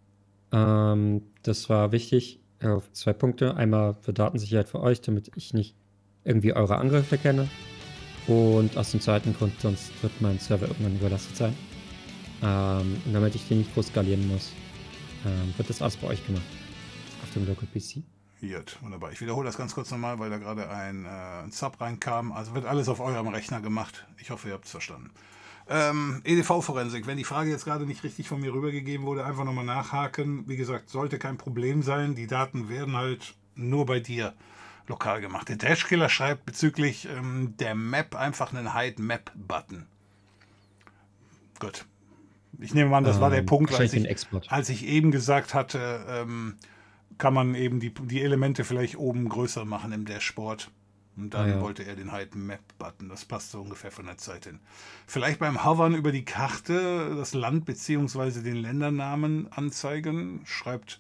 Das war wichtig auf 2 Punkte. Einmal für Datensicherheit für euch, damit ich nicht irgendwie eure Angriffe kenne. Und aus dem zweiten Grund, sonst wird mein Server irgendwann überlastet sein. Und damit ich den nicht groß skalieren muss, wird das alles bei euch gemacht. Auf dem Local PC. Gut, wunderbar. Ich wiederhole das ganz kurz nochmal, weil da gerade ein Sub reinkam. Also wird alles auf eurem Rechner gemacht. Ich hoffe, ihr habt es verstanden. EDV-Forensik, wenn die Frage jetzt gerade nicht richtig von mir rübergegeben wurde, einfach nochmal nachhaken. Wie gesagt, sollte kein Problem sein. Die Daten werden halt nur bei dir lokal gemacht. Der Dashkiller schreibt bezüglich der Map einfach einen Hide-Map-Button. Gut. Ich nehme an, das war der Punkt, als ich eben gesagt hatte, kann man eben die Elemente vielleicht oben größer machen im Dashboard. Und dann wollte er den Hide-Map-Button. Das passt so ungefähr von der Zeit hin. Vielleicht beim Hovern über die Karte das Land bzw. den Ländernamen anzeigen, schreibt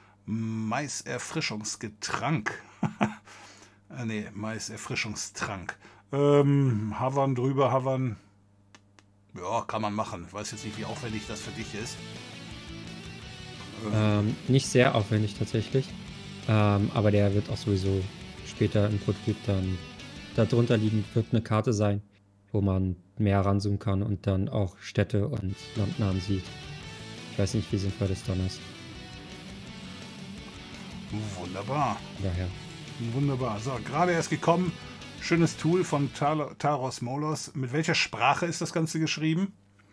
Maiserfrischungsgetränk. Maiserfrischungstrank. Hovern drüber, hovern. Ja, kann man machen. Ich weiß jetzt nicht, wie aufwendig das für dich ist. Nicht sehr aufwendig tatsächlich, aber der wird auch sowieso später im Prototyp dann darunter liegend wird eine Karte sein, wo man mehr ranzoomen kann und dann auch Städte und Landnamen sieht. Ich weiß nicht, wie sinnvoll das dann ist. Wunderbar. Daher. Wunderbar. So, gerade erst gekommen. Schönes Tool von Taros Molos. Mit welcher Sprache ist das Ganze geschrieben?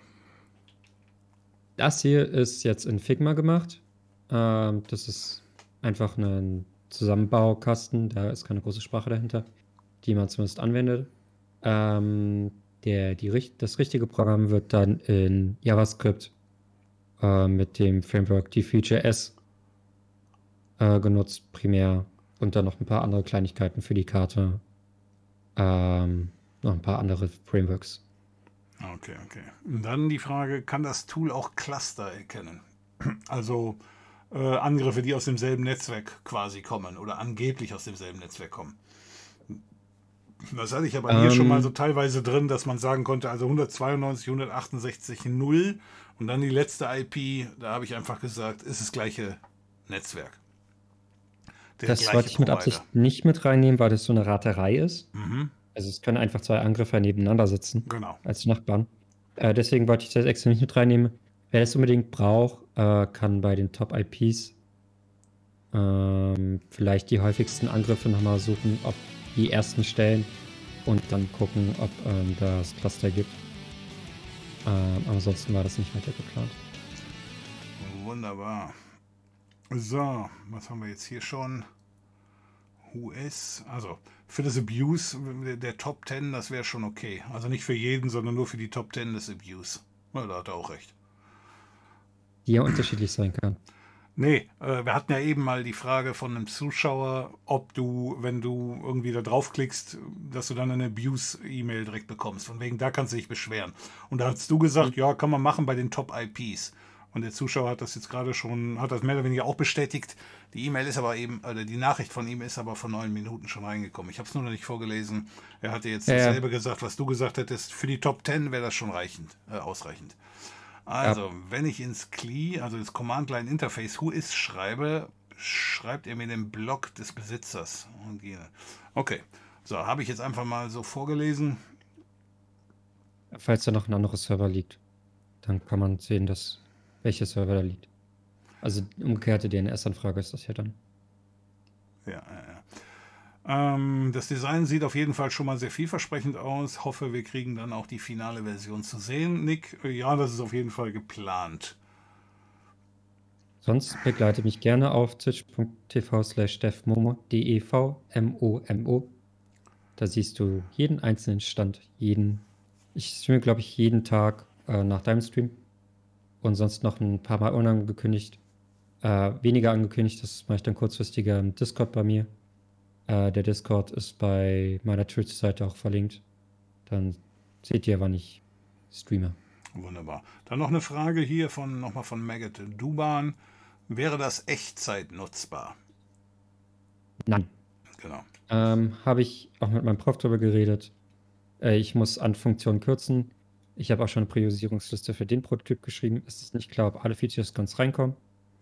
Das hier ist jetzt in Figma gemacht. Das ist einfach ein Zusammenbaukasten. Da ist keine große Sprache dahinter, die man zumindest anwendet. Das richtige Programm wird dann in JavaScript mit dem Framework D3JS genutzt, primär. Und dann noch ein paar andere Kleinigkeiten für die Karte. Noch ein paar andere Frameworks. Okay. Und dann die Frage, kann das Tool auch Cluster erkennen? Also Angriffe, die aus demselben Netzwerk quasi kommen oder angeblich aus demselben Netzwerk kommen. Das hatte ich ja bei mir schon mal so teilweise drin, dass man sagen konnte, also 192, 168, 0 und dann die letzte IP, da habe ich einfach gesagt, ist das gleiche Netzwerk. Das wollte ich mit Absicht nicht mit reinnehmen, weil das so eine Raterei ist. Also es können einfach zwei Angreifer nebeneinander sitzen. Genau. Als Nachbarn. Deswegen wollte ich das extra nicht mit reinnehmen. Wer das unbedingt braucht, kann bei den Top-IPs vielleicht die häufigsten Angriffe nochmal suchen, ob die ersten Stellen und dann gucken, ob da das Cluster gibt. Ansonsten war das nicht weiter geplant. Wunderbar. So, was haben wir jetzt hier schon? US, also für das Abuse der Top 10, das wäre schon okay. Also nicht für jeden, sondern nur für die Top 10 des Abuse. Ja, da hat er auch recht. Die ja unterschiedlich sein kann. Nee, wir hatten ja eben mal die Frage von einem Zuschauer, ob du, wenn du irgendwie da draufklickst, dass du dann eine Abuse-E-Mail direkt bekommst. Von wegen, da kannst du dich beschweren. Und da hast du gesagt, ja, kann man machen bei den Top-IPs. Und der Zuschauer hat das jetzt gerade schon, hat das mehr oder weniger auch bestätigt. Die E-Mail ist aber eben, oder die Nachricht von ihm ist aber vor 9 Minuten schon reingekommen. Ich habe es nur noch nicht vorgelesen. Er hatte jetzt dasselbe gesagt, was du gesagt hättest. Für die Top 10 wäre das schon ausreichend. Also, wenn ich ins CLI, also das Command-Line-Interface Whois schreibe, schreibt er mir den Block des Besitzers. Okay, so, habe ich jetzt einfach mal so vorgelesen. Falls da noch ein anderes Server liegt, dann kann man sehen, welcher Server da liegt. Also umgekehrte DNS-Anfrage ist das ja dann. Ja. Das Design sieht auf jeden Fall schon mal sehr vielversprechend aus. Hoffe, wir kriegen dann auch die finale Version zu sehen. Nick, ja, das ist auf jeden Fall geplant. Sonst begleite mich gerne auf twitch.tv/devmomo, DEVMOMO. Da siehst du jeden einzelnen Stand, ich streame, glaube ich, jeden Tag nach deinem Stream. Und sonst noch ein paar Mal unangekündigt. Weniger angekündigt, das mache ich dann kurzfristiger im Discord bei mir. Der Discord ist bei meiner Twitch-Seite auch verlinkt. Dann seht ihr, wann ich streame. Wunderbar. Dann noch eine Frage hier nochmal von Maggot Duban. Wäre das Echtzeit nutzbar? Nein. Genau. Habe ich auch mit meinem Prof darüber geredet. Ich muss an Funktionen kürzen. Ich habe auch schon eine Priorisierungsliste für den Prototyp geschrieben. Es ist nicht klar, ob alle Features ganz reinkommen.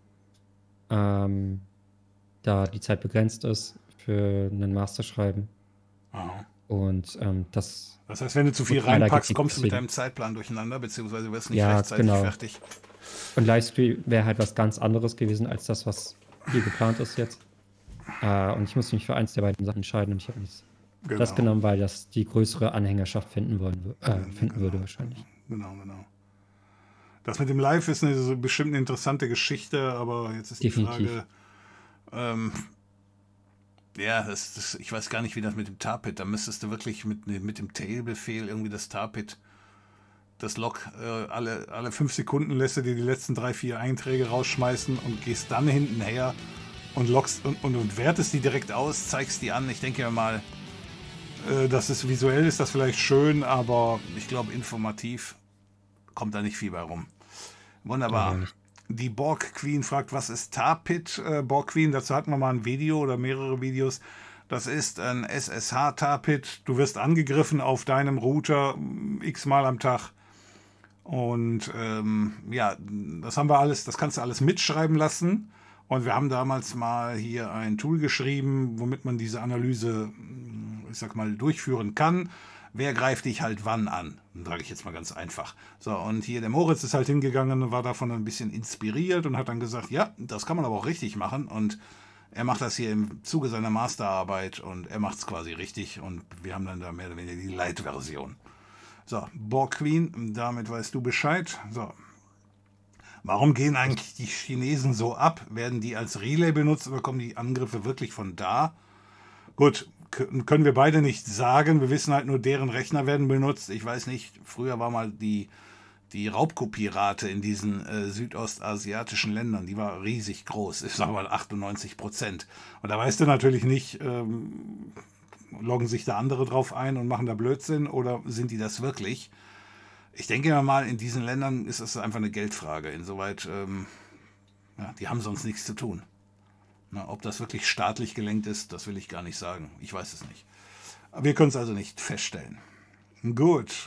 Da die Zeit begrenzt ist für einen Masterschreiben. Aha. Und das heißt, wenn du zu viel reinpackst, kommst du mit deinem Zeitplan durcheinander, beziehungsweise wirst nicht rechtzeitig fertig. Und Livestream wäre halt was ganz anderes gewesen als das, was hier geplant ist jetzt. Und ich muss mich für eins der beiden Sachen entscheiden und ich habe das genommen, weil das die größere Anhängerschaft finden würde wahrscheinlich. Genau. Das mit dem Live ist bestimmt eine interessante Geschichte, aber jetzt ist Definitiv. Die Frage, ich weiß gar nicht, wie das mit dem Tarpit, da müsstest du wirklich mit dem Tail-Befehl irgendwie das Tarpit, das Log, alle 5 Sekunden lässt du dir die letzten 3, 4 Einträge rausschmeißen und gehst dann hinten her und loggst und wertest die direkt aus, zeigst die an. Ich denke mal, das ist visuell ist das vielleicht schön, aber ich glaube, informativ kommt da nicht viel bei rum. Wunderbar. Die Borg Queen fragt, was ist Tarpit? Borg Queen, dazu hatten wir mal ein Video oder mehrere Videos. Das ist ein SSH-Tarpit. Du wirst angegriffen auf deinem Router x-mal am Tag Und ja, das haben wir alles, das kannst du alles mitschreiben lassen. Und wir haben damals mal hier ein Tool geschrieben, womit man diese Analyse, ich sag mal, durchführen kann. Wer greift dich halt wann an? Sage ich jetzt mal ganz einfach. So, und hier der Moritz ist halt hingegangen und war davon ein bisschen inspiriert und hat dann gesagt, ja, das kann man aber auch richtig machen. Und er macht das hier im Zuge seiner Masterarbeit und er macht es quasi richtig. Und wir haben dann da mehr oder weniger die Light-Version. So, Borg Queen, damit weißt du Bescheid. So, warum gehen eigentlich die Chinesen so ab? Werden die als Relay benutzt oder kommen die Angriffe wirklich von da? Gut, können wir beide nicht sagen. Wir wissen halt nur, deren Rechner werden benutzt. Ich weiß nicht, früher war mal die Raubkopierate in diesen südostasiatischen Ländern, die war riesig groß. Ich sage mal 98%. Und da weißt du natürlich nicht, loggen sich da andere drauf ein und machen da Blödsinn oder sind die das wirklich? Ich denke mal, in diesen Ländern ist es einfach eine Geldfrage. Insoweit, ja, die haben sonst nichts zu tun. Na, ob das wirklich staatlich gelenkt ist, das will ich gar nicht sagen. Ich weiß es nicht. Aber wir können es also nicht feststellen. Gut.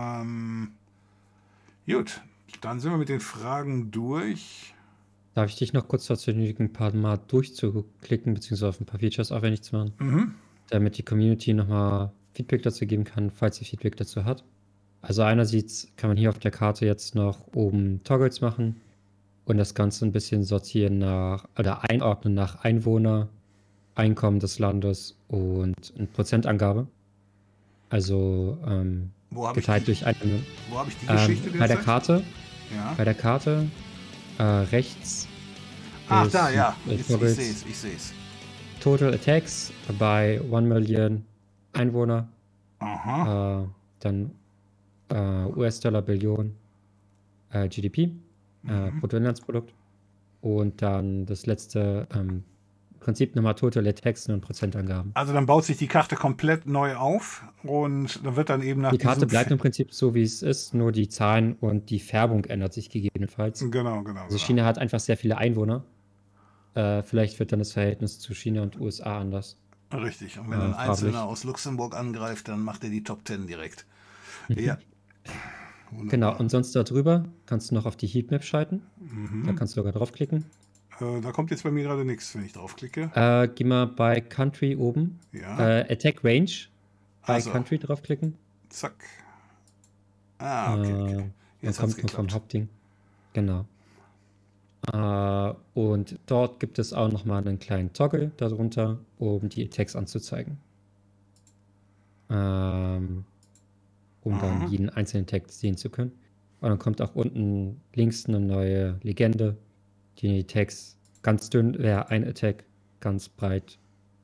Gut, dann sind wir mit den Fragen durch. Darf ich dich noch kurz dazu nötigen, ein paar Mal durchzuklicken, beziehungsweise auf ein paar Features aufwendig zu machen, damit die Community nochmal Feedback dazu geben kann, falls sie Feedback dazu hat. Also einerseits kann man hier auf der Karte jetzt noch oben Toggles machen und das Ganze ein bisschen sortieren oder einordnen nach Einwohner, Einkommen des Landes und eine Prozentangabe. Also geteilt durch eine. Wo habe ich die Geschichte bei der Karte. Ja. Bei der Karte rechts. Ach, da, ja. Ich sehe es. Total Attacks bei 1 Million Einwohner. Aha. Dann US-Dollar Billion GDP, Bruttoinlandsprodukt. Und dann das letzte Prinzip nochmal Total Attacks und Prozentangaben. Also dann baut sich die Karte komplett neu auf und dann wird dann eben nach die Karte bleibt im Prinzip so, wie es ist, nur die Zahlen und die Färbung ändert sich gegebenenfalls. Genau. Also China hat einfach sehr viele Einwohner. Vielleicht wird dann das Verhältnis zu China und USA anders. Richtig. Und wenn ein Einzelner aus Luxemburg angreift, dann macht er die Top 10 direkt. Ja. Wunderbar. Genau, und sonst darüber kannst du noch auf die Heatmap schalten. Da kannst du sogar draufklicken. Da kommt jetzt bei mir gerade nichts, wenn ich draufklicke. Geh mal bei Country oben. Ja. Attack Range. Bei Country draufklicken. Zack. Okay. Jetzt kommt noch vom Hauptding. Genau. Und dort gibt es auch nochmal einen kleinen Toggle darunter, um die Attacks anzuzeigen. Um dann jeden einzelnen Attack sehen zu können. Und dann kommt auch unten links eine neue Legende. Die Attacks ganz dünn wäre ein Attack, ganz breit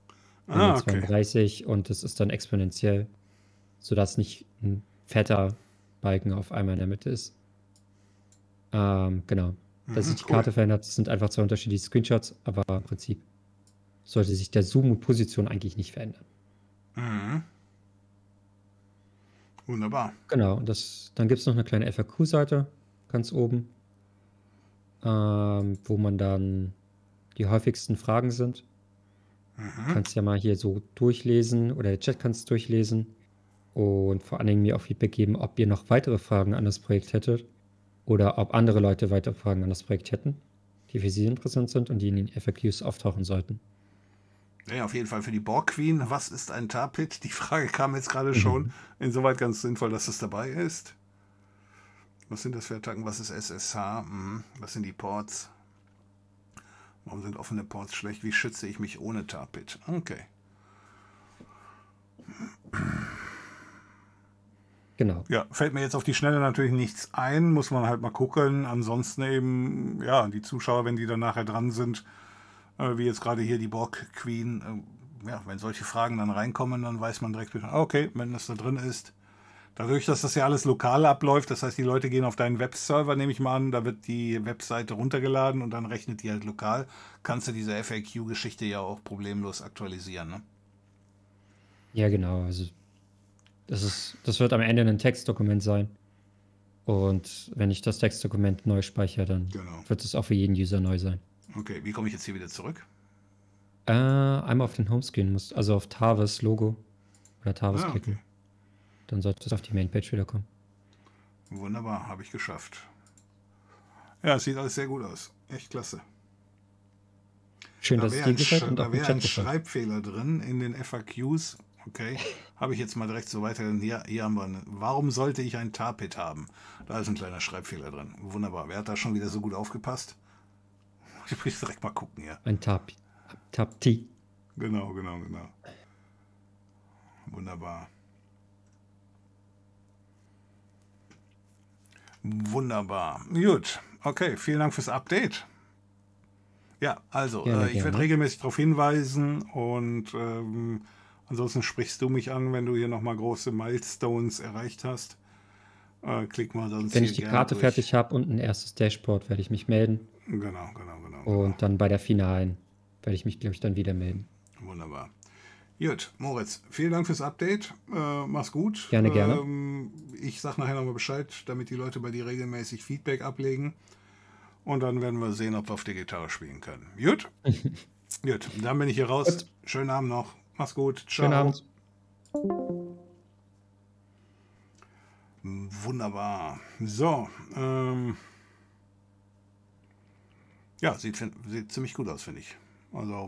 32 und das ist dann exponentiell, sodass nicht ein fetter Balken auf einmal in der Mitte ist. Genau. Dass sich die Karte verändert, das sind einfach zwei unterschiedliche Screenshots, aber im Prinzip sollte sich der Zoom und Position eigentlich nicht verändern. Wunderbar. Genau, dann gibt es noch eine kleine FAQ-Seite ganz oben, wo man dann die häufigsten Fragen sind. Du kannst ja mal hier so durchlesen oder der Chat kannst durchlesen und vor allen Dingen mir auch Feedback geben, ob ihr noch weitere Fragen an das Projekt hättet oder ob andere Leute weitere Fragen an das Projekt hätten, die für sie interessant sind und die in den FAQs auftauchen sollten. Ja, auf jeden Fall für die Borg Queen. Was ist ein Tar-Pit? Die Frage kam jetzt gerade schon. Insoweit ganz sinnvoll, dass es dabei ist. Was sind das für Attacken? Was ist SSH? Was sind die Ports? Warum sind offene Ports schlecht? Wie schütze ich mich ohne Tar-Pit? Okay. Genau. Ja, fällt mir jetzt auf die Schnelle natürlich nichts ein. Muss man halt mal gucken. Ansonsten eben, ja, die Zuschauer, wenn die dann nachher dran sind, wie jetzt gerade hier die Borg Queen, ja, wenn solche Fragen dann reinkommen, dann weiß man direkt, okay, wenn das da drin ist. Dadurch, dass das ja alles lokal abläuft, das heißt, die Leute gehen auf deinen Webserver, nehme ich mal an, da wird die Webseite runtergeladen und dann rechnet die halt lokal, kannst du diese FAQ-Geschichte ja auch problemlos aktualisieren, ne? Ja, genau. Also das wird am Ende ein Textdokument sein. Und wenn ich das Textdokument neu speichere, dann wird es auch für jeden User neu sein. Okay, wie komme ich jetzt hier wieder zurück? Einmal auf den Homescreen, also auf Tavis Logo oder Tavis klicken. Okay. Dann sollte es auf die Mainpage wiederkommen. Wunderbar, habe ich geschafft. Ja, es sieht alles sehr gut aus. Echt klasse. Schön, dass es dir gefällt und auch Da im wäre Chat ein gefällt. Schreibfehler drin in den FAQs. Okay, habe ich jetzt mal direkt so weiter. Hier haben wir eine. Warum sollte ich ein Tar-Pit haben? Da ist ein kleiner Schreibfehler drin. Wunderbar. Wer hat da schon wieder so gut aufgepasst? Ich muss direkt mal gucken hier. Ein Tap-T. Genau. Wunderbar. Wunderbar. Gut. Okay, vielen Dank fürs Update. Ja, also, ich werde regelmäßig darauf hinweisen und ansonsten sprichst du mich an, wenn du hier nochmal große Milestones erreicht hast. Klick mal sonst Wenn hier ich die gerne Karte durch. fertig habe und ein erstes Dashboard, werde ich mich melden. Genau. Und dann bei der Finalen werde ich mich, glaube ich, dann wieder melden. Wunderbar. Gut, Moritz, vielen Dank fürs Update. Mach's gut. Gerne. Ich sag nachher nochmal Bescheid, damit die Leute bei dir regelmäßig Feedback ablegen. Und dann werden wir sehen, ob wir auf der Gitarre spielen können. Gut? Gut, dann bin ich hier raus. Gut. Schönen Abend noch. Mach's gut. Ciao. Schönen Abend. Wunderbar. So. Ja, sieht ziemlich gut aus, finde ich. Also.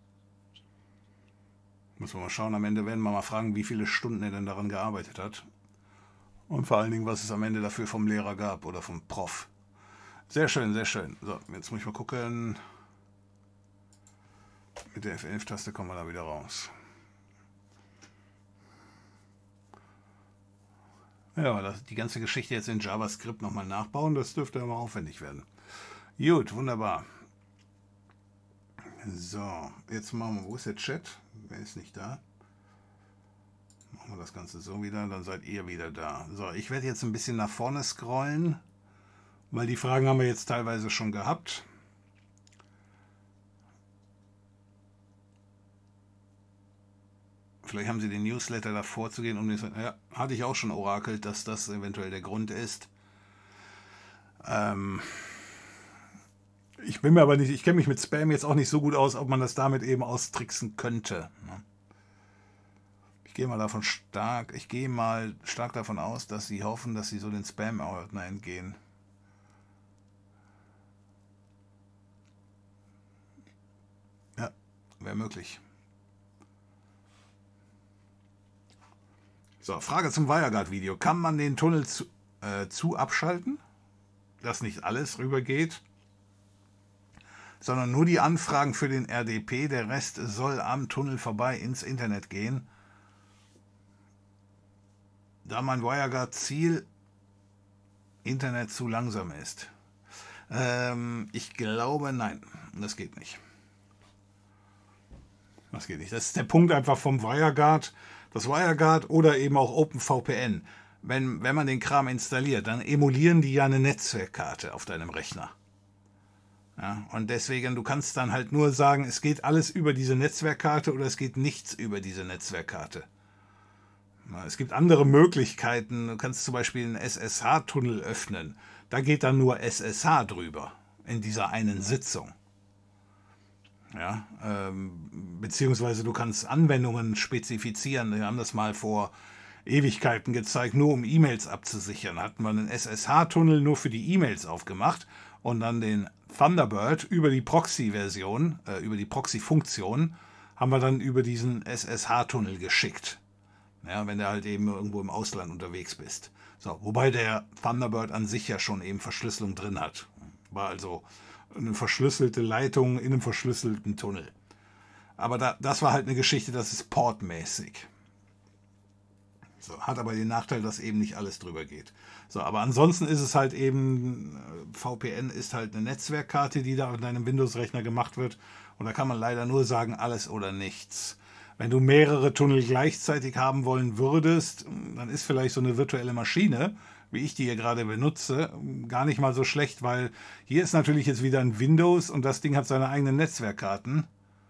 Müssen wir mal schauen. Am Ende werden wir mal fragen, wie viele Stunden er denn daran gearbeitet hat. Und vor allen Dingen, was es am Ende dafür vom Lehrer gab oder vom Prof. Sehr schön, sehr schön. So, jetzt muss ich mal gucken. Mit der F11-Taste kommen wir da wieder raus. Ja, die ganze Geschichte jetzt in JavaScript nochmal nachbauen, das dürfte aber aufwendig werden. Gut, wunderbar. So, jetzt machen wir, wo ist der Chat? Wer ist nicht da? Machen wir das Ganze so wieder, dann seid ihr wieder da. So, ich werde jetzt ein bisschen nach vorne scrollen, weil die Fragen haben wir jetzt teilweise schon gehabt. Vielleicht haben Sie den Newsletter davor zu gehen, ja, hatte ich auch schon orakelt, dass das eventuell der Grund ist. Ich bin mir aber nicht, ich kenne mich mit Spam jetzt auch nicht so gut aus, ob man das damit eben austricksen könnte. Ich gehe mal stark davon aus, dass Sie hoffen, dass Sie so den Spam-Ordner entgehen. Ja, wäre möglich. So, Frage zum WireGuard-Video. Kann man den Tunnel zu abschalten, dass nicht alles rübergeht, sondern nur die Anfragen für den RDP, der Rest soll am Tunnel vorbei ins Internet gehen? Da mein WireGuard-Ziel Internet zu langsam ist. Ich glaube, nein, das geht nicht. Das geht nicht. Das ist der Punkt einfach vom WireGuard. Das WireGuard oder eben auch OpenVPN. Wenn man den Kram installiert, dann emulieren die ja eine Netzwerkkarte auf deinem Rechner. Ja, und deswegen, du kannst dann halt nur sagen, es geht alles über diese Netzwerkkarte oder es geht nichts über diese Netzwerkkarte. Es gibt andere Möglichkeiten. Du kannst zum Beispiel einen SSH-Tunnel öffnen. Da geht dann nur SSH drüber in dieser einen Sitzung. Ja, beziehungsweise du kannst Anwendungen spezifizieren. Wir haben das mal vor Ewigkeiten gezeigt, nur um E-Mails abzusichern. Hatten wir einen SSH-Tunnel nur für die E-Mails aufgemacht und dann den Thunderbird über die Proxy-Version, über die Proxy-Funktion, haben wir dann über diesen SSH-Tunnel geschickt. Ja, wenn du halt eben irgendwo im Ausland unterwegs bist. So, wobei der Thunderbird an sich ja schon eben Verschlüsselung drin hat. War also eine verschlüsselte Leitung in einem verschlüsselten Tunnel. Aber das war halt eine Geschichte, das ist portmäßig. So, hat aber den Nachteil, dass eben nicht alles drüber geht. So, aber ansonsten ist es halt eben, VPN ist halt eine Netzwerkkarte, die da auf deinem Windows-Rechner gemacht wird. Und da kann man leider nur sagen, alles oder nichts. Wenn du mehrere Tunnel gleichzeitig haben wollen würdest, dann ist vielleicht so eine virtuelle Maschine, wie ich die hier gerade benutze, gar nicht mal so schlecht, weil hier ist natürlich jetzt wieder ein Windows und das Ding hat seine eigenen Netzwerkkarten.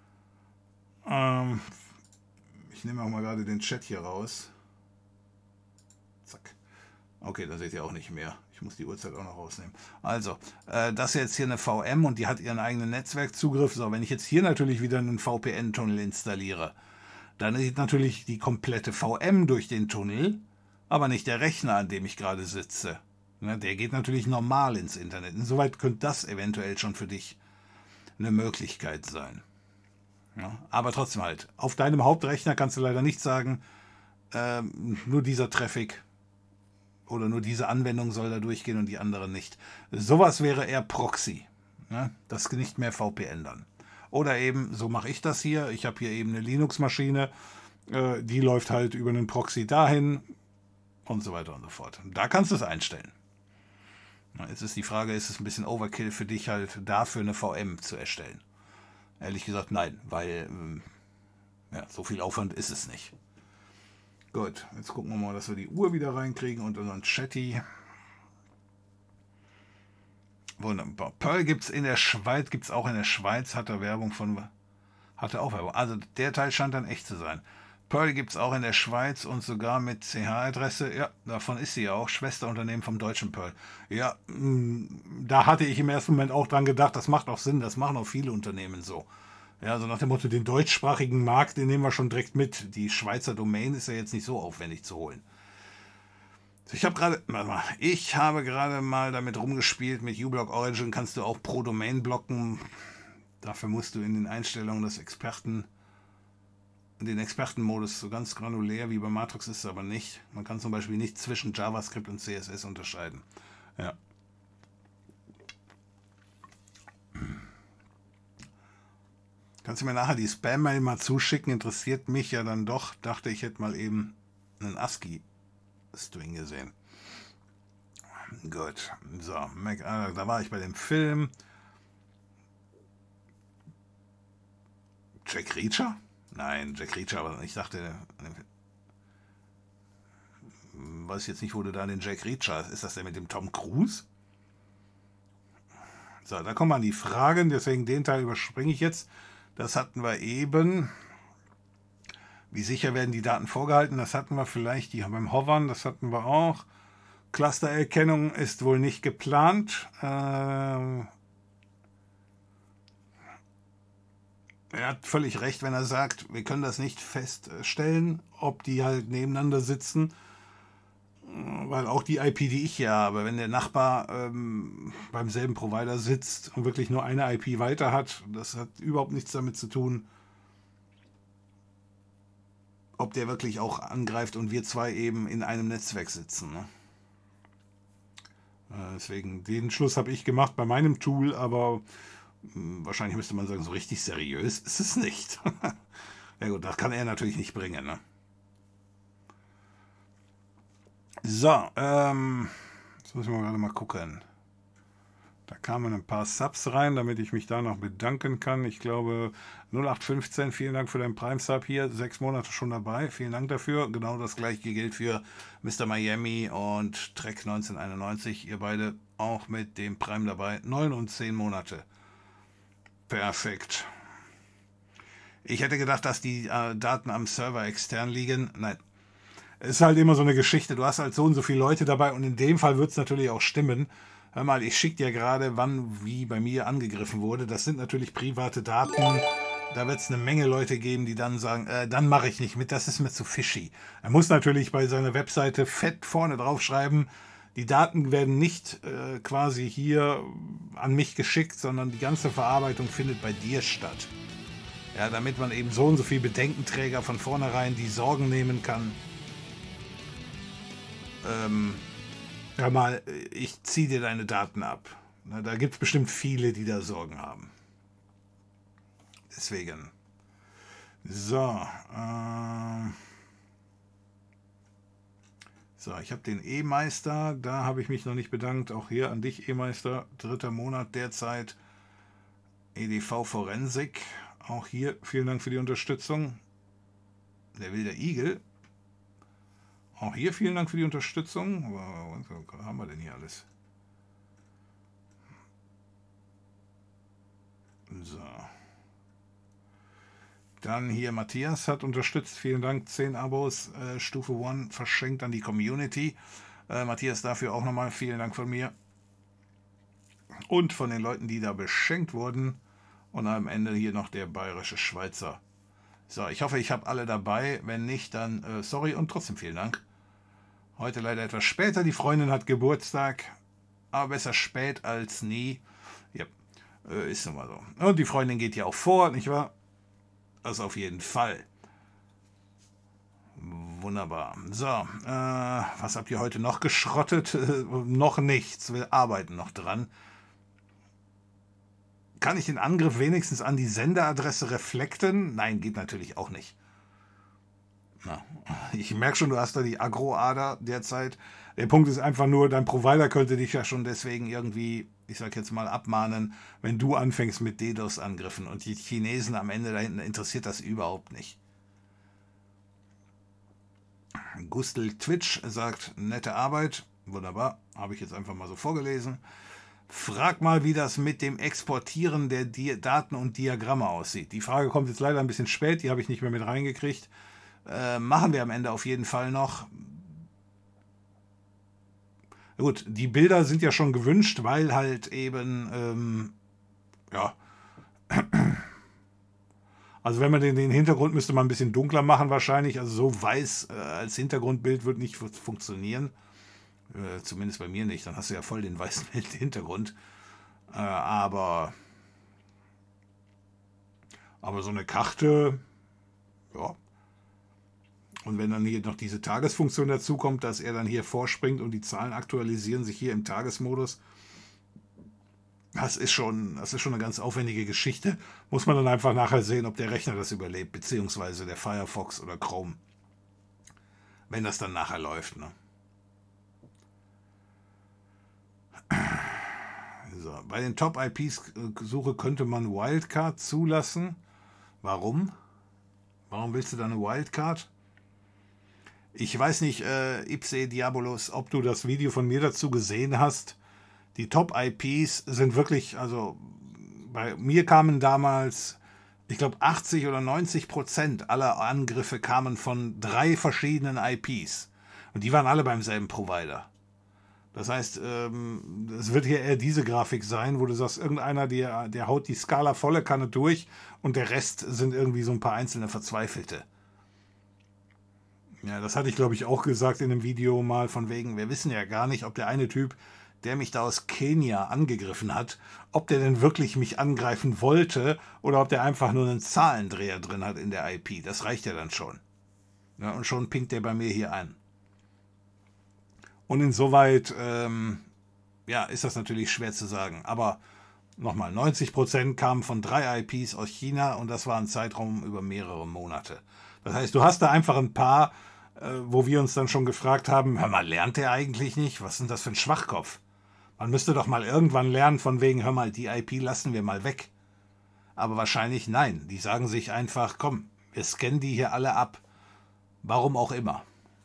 Ich nehme auch mal gerade den Chat hier raus. Zack. Okay, da seht ihr auch nicht mehr. Ich muss die Uhrzeit auch noch rausnehmen. Also, das ist jetzt hier eine VM und die hat ihren eigenen Netzwerkzugriff. So, wenn ich jetzt hier natürlich wieder einen VPN-Tunnel installiere, dann ist natürlich die komplette VM durch den Tunnel, aber nicht der Rechner, an dem ich gerade sitze. Ne, der geht natürlich normal ins Internet. Insoweit könnte das eventuell schon für dich eine Möglichkeit sein. Ja, aber trotzdem halt, auf deinem Hauptrechner kannst du leider nicht sagen, nur dieser Traffic oder nur diese Anwendung soll da durchgehen und die andere nicht. Sowas wäre eher Proxy. Ne? Das nicht mehr VPN dann. Oder eben, so mache ich das hier. Ich habe hier eben eine Linux-Maschine, die läuft halt über einen Proxy dahin und so weiter und so fort. Da kannst du es einstellen. Na, jetzt ist die Frage, ist es ein bisschen Overkill für dich halt dafür eine VM zu erstellen? Ehrlich gesagt nein, weil ja, so viel Aufwand ist es nicht. Gut, jetzt gucken wir mal, dass wir die Uhr wieder reinkriegen und unseren Chatty. Wunderbar. Perl gibt es in der Schweiz, gibt es auch in der Schweiz, hat er Werbung von, hat er auch Werbung. Also der Teil scheint dann echt zu sein. Perl gibt es auch in der Schweiz und sogar mit CH-Adresse. Ja, davon ist sie ja auch. Schwesterunternehmen vom deutschen Perl. Ja, da hatte ich im ersten Moment auch dran gedacht, das macht auch Sinn, das machen auch viele Unternehmen so. Ja, so nach dem Motto, den deutschsprachigen Markt, den nehmen wir schon direkt mit. Die Schweizer Domain ist ja jetzt nicht so aufwendig zu holen. Ich habe gerade mal damit rumgespielt, mit uBlock Origin kannst du auch pro Domain blocken. Dafür musst du in den Einstellungen den Expertenmodus so ganz granulär wie bei Matrix ist es aber nicht. Man kann zum Beispiel nicht zwischen JavaScript und CSS unterscheiden. Ja. Kannst du mir nachher die Spam-Mail mal zuschicken? Interessiert mich ja dann doch. Dachte, ich hätte mal eben einen ASCII-String gesehen. Gut. So, da war ich bei dem Film. Jack Reacher? Nein, Jack Reacher, aber ich dachte, weiß jetzt nicht, wo du da den Jack Reacher hast. Ist das der mit dem Tom Cruise? So, da kommen wir an die Fragen, deswegen den Teil überspringe ich jetzt. Das hatten wir eben. Wie sicher werden die Daten vorgehalten? Das hatten wir vielleicht beim Hovern, das hatten wir auch. Clustererkennung ist wohl nicht geplant. Er hat völlig recht, wenn er sagt, wir können das nicht feststellen, ob die halt nebeneinander sitzen. Weil auch die IP, die ich hier habe, wenn der Nachbar beim selben Provider sitzt und wirklich nur eine IP weiter hat, das hat überhaupt nichts damit zu tun, ob der wirklich auch angreift und wir zwei eben in einem Netzwerk sitzen. Ne? Deswegen, den Schluss habe ich gemacht bei meinem Tool, aber wahrscheinlich müsste man sagen, so richtig seriös ist es nicht. Ja gut, das kann er natürlich nicht bringen. Ne? So, jetzt müssen wir gerade mal gucken. Da kamen ein paar Subs rein, damit ich mich da noch bedanken kann. Ich glaube 0815, vielen Dank für deinen Prime-Sub hier. 6 Monate schon dabei, vielen Dank dafür. Genau das gleiche gilt für Mr. Miami und Trek 1991. Ihr beide auch mit dem Prime dabei. 9 und 10 Monate. Perfekt. Ich hätte gedacht, dass die Daten am Server extern liegen. Nein. Es ist halt immer so eine Geschichte. Du hast halt so und so viele Leute dabei und in dem Fall wird es natürlich auch stimmen. Hör mal, ich schicke dir gerade, wann wie bei mir angegriffen wurde. Das sind natürlich private Daten. Da wird es eine Menge Leute geben, die dann sagen, dann mache ich nicht mit, das ist mir zu fishy. Er muss natürlich bei seiner Webseite fett vorne draufschreiben, die Daten werden nicht quasi hier an mich geschickt, sondern die ganze Verarbeitung findet bei dir statt. Ja, damit man eben so und so viel Bedenkenträger von vornherein die Sorgen nehmen kann. Hör mal, ich ziehe dir deine Daten ab. Na, da gibt es bestimmt viele, die da Sorgen haben. Deswegen. So. So, ich habe den E-Meister. Da habe ich mich noch nicht bedankt. Auch hier an dich, E-Meister. 3. Monat derzeit. EDV Forensik. Auch hier vielen Dank für die Unterstützung. Der wilde Igel. Auch hier vielen Dank für die Unterstützung. Was haben wir denn hier alles? So. Dann hier Matthias hat unterstützt. Vielen Dank. 10 Abos. Stufe 1 verschenkt an die Community. Matthias, dafür auch nochmal vielen Dank von mir. Und von den Leuten, die da beschenkt wurden. Und am Ende hier noch der bayerische Schweizer. So, ich hoffe, ich habe alle dabei. Wenn nicht, dann sorry und trotzdem vielen Dank. Heute leider etwas später. Die Freundin hat Geburtstag. Aber besser spät als nie. Ja, ist nun mal so. Und die Freundin geht ja auch vor, nicht wahr? Das auf jeden Fall. Wunderbar. So, was habt ihr heute noch geschrottet? Noch nichts. Wir arbeiten noch dran. Kann ich den Angriff wenigstens an die Senderadresse reflekten? Nein, geht natürlich auch nicht. Na, ich merke schon, du hast da die Agroader derzeit. Der Punkt ist einfach nur, dein Provider könnte dich ja schon deswegen irgendwie, ich sag jetzt mal, abmahnen, wenn du anfängst mit DDoS-Angriffen. Und die Chinesen am Ende da hinten interessiert das überhaupt nicht. Gustl Twitch sagt, nette Arbeit. Wunderbar, habe ich jetzt einfach mal so vorgelesen. Frag mal, wie das mit dem Exportieren der Daten und Diagramme aussieht. Die Frage kommt jetzt leider ein bisschen spät, die habe ich nicht mehr mit reingekriegt. Machen wir am Ende auf jeden Fall noch. Gut, die Bilder sind ja schon gewünscht, weil halt eben, ja, also wenn man den Hintergrund müsste man ein bisschen dunkler machen wahrscheinlich, also so weiß als Hintergrundbild wird nicht funktionieren. Zumindest bei mir nicht, dann hast du ja voll den weißen Hintergrund. Aber so eine Karte, ja. Und wenn dann hier noch diese Tagesfunktion dazu kommt, dass er dann hier vorspringt und die Zahlen aktualisieren sich hier im Tagesmodus, das ist schon eine ganz aufwendige Geschichte. Muss man dann einfach nachher sehen, ob der Rechner das überlebt, beziehungsweise der Firefox oder Chrome. Wenn das dann nachher läuft, ne? So, bei den Top-IPs-Suche könnte man Wildcard zulassen. Warum? Warum willst du da eine Wildcard? Ich weiß nicht, Ipse Diabolos, ob du das Video von mir dazu gesehen hast. Die Top-IPs sind wirklich, also bei mir kamen damals, ich glaube 80 oder 90% aller Angriffe kamen von 3 verschiedenen IPs. Und die waren alle beim selben Provider. Das heißt, es wird hier eher diese Grafik sein, wo du sagst, irgendeiner, der haut die Skala volle Kanne durch und der Rest sind irgendwie so ein paar einzelne Verzweifelte. Ja, das hatte ich, glaube ich, auch gesagt in einem Video mal von wegen, wir wissen ja gar nicht, ob der eine Typ, der mich da aus Kenia angegriffen hat, ob der denn wirklich mich angreifen wollte oder ob der einfach nur einen Zahlendreher drin hat in der IP. Das reicht ja dann schon. Ja, und schon pinkt der bei mir hier ein. Und insoweit, ja, ist das natürlich schwer zu sagen. Aber nochmal, 90% kamen von 3 IPs aus China und das war ein Zeitraum über mehrere Monate. Das heißt, du hast da einfach ein paar, wo wir uns dann schon gefragt haben, hör mal, lernt der eigentlich nicht? Was ist denn das für ein Schwachkopf? Man müsste doch mal irgendwann lernen von wegen, hör mal, die IP lassen wir mal weg. Aber wahrscheinlich nein. Die sagen sich einfach, komm, wir scannen die hier alle ab. Warum auch immer.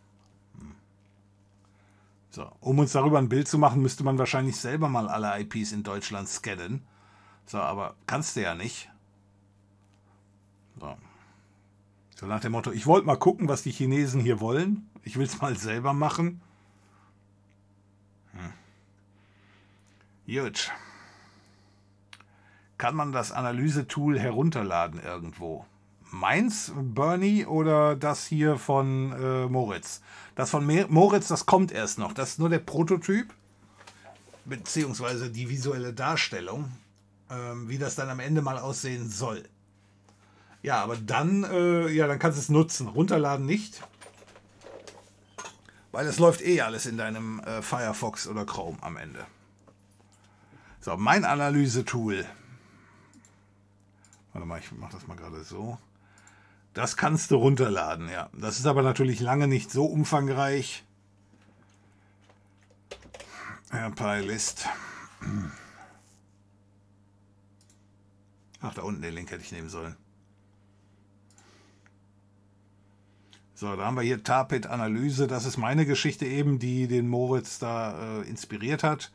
So, um uns darüber ein Bild zu machen, müsste man wahrscheinlich selber mal alle IPs in Deutschland scannen. So, aber kannst du ja nicht. So nach dem Motto, ich wollte mal gucken, was die Chinesen hier wollen. Ich will es mal selber machen. Gut. Kann man das Analysetool herunterladen irgendwo? Meins, Bernie, oder das hier von Moritz? Das von Moritz, das kommt erst noch. Das ist nur der Prototyp, beziehungsweise die visuelle Darstellung, wie das dann am Ende mal aussehen soll. Ja, aber dann, dann kannst du es nutzen. Runterladen nicht, weil es läuft eh alles in deinem Firefox oder Chrome am Ende. So, mein Analysetool. Warte mal, ich mache das mal gerade so. Das kannst du runterladen, ja. Das ist aber natürlich lange nicht so umfangreich. List. Ach, da unten den Link hätte ich nehmen sollen. So, da haben wir hier Tarpit-Analyse. Das ist meine Geschichte eben, die den Moritz da inspiriert hat.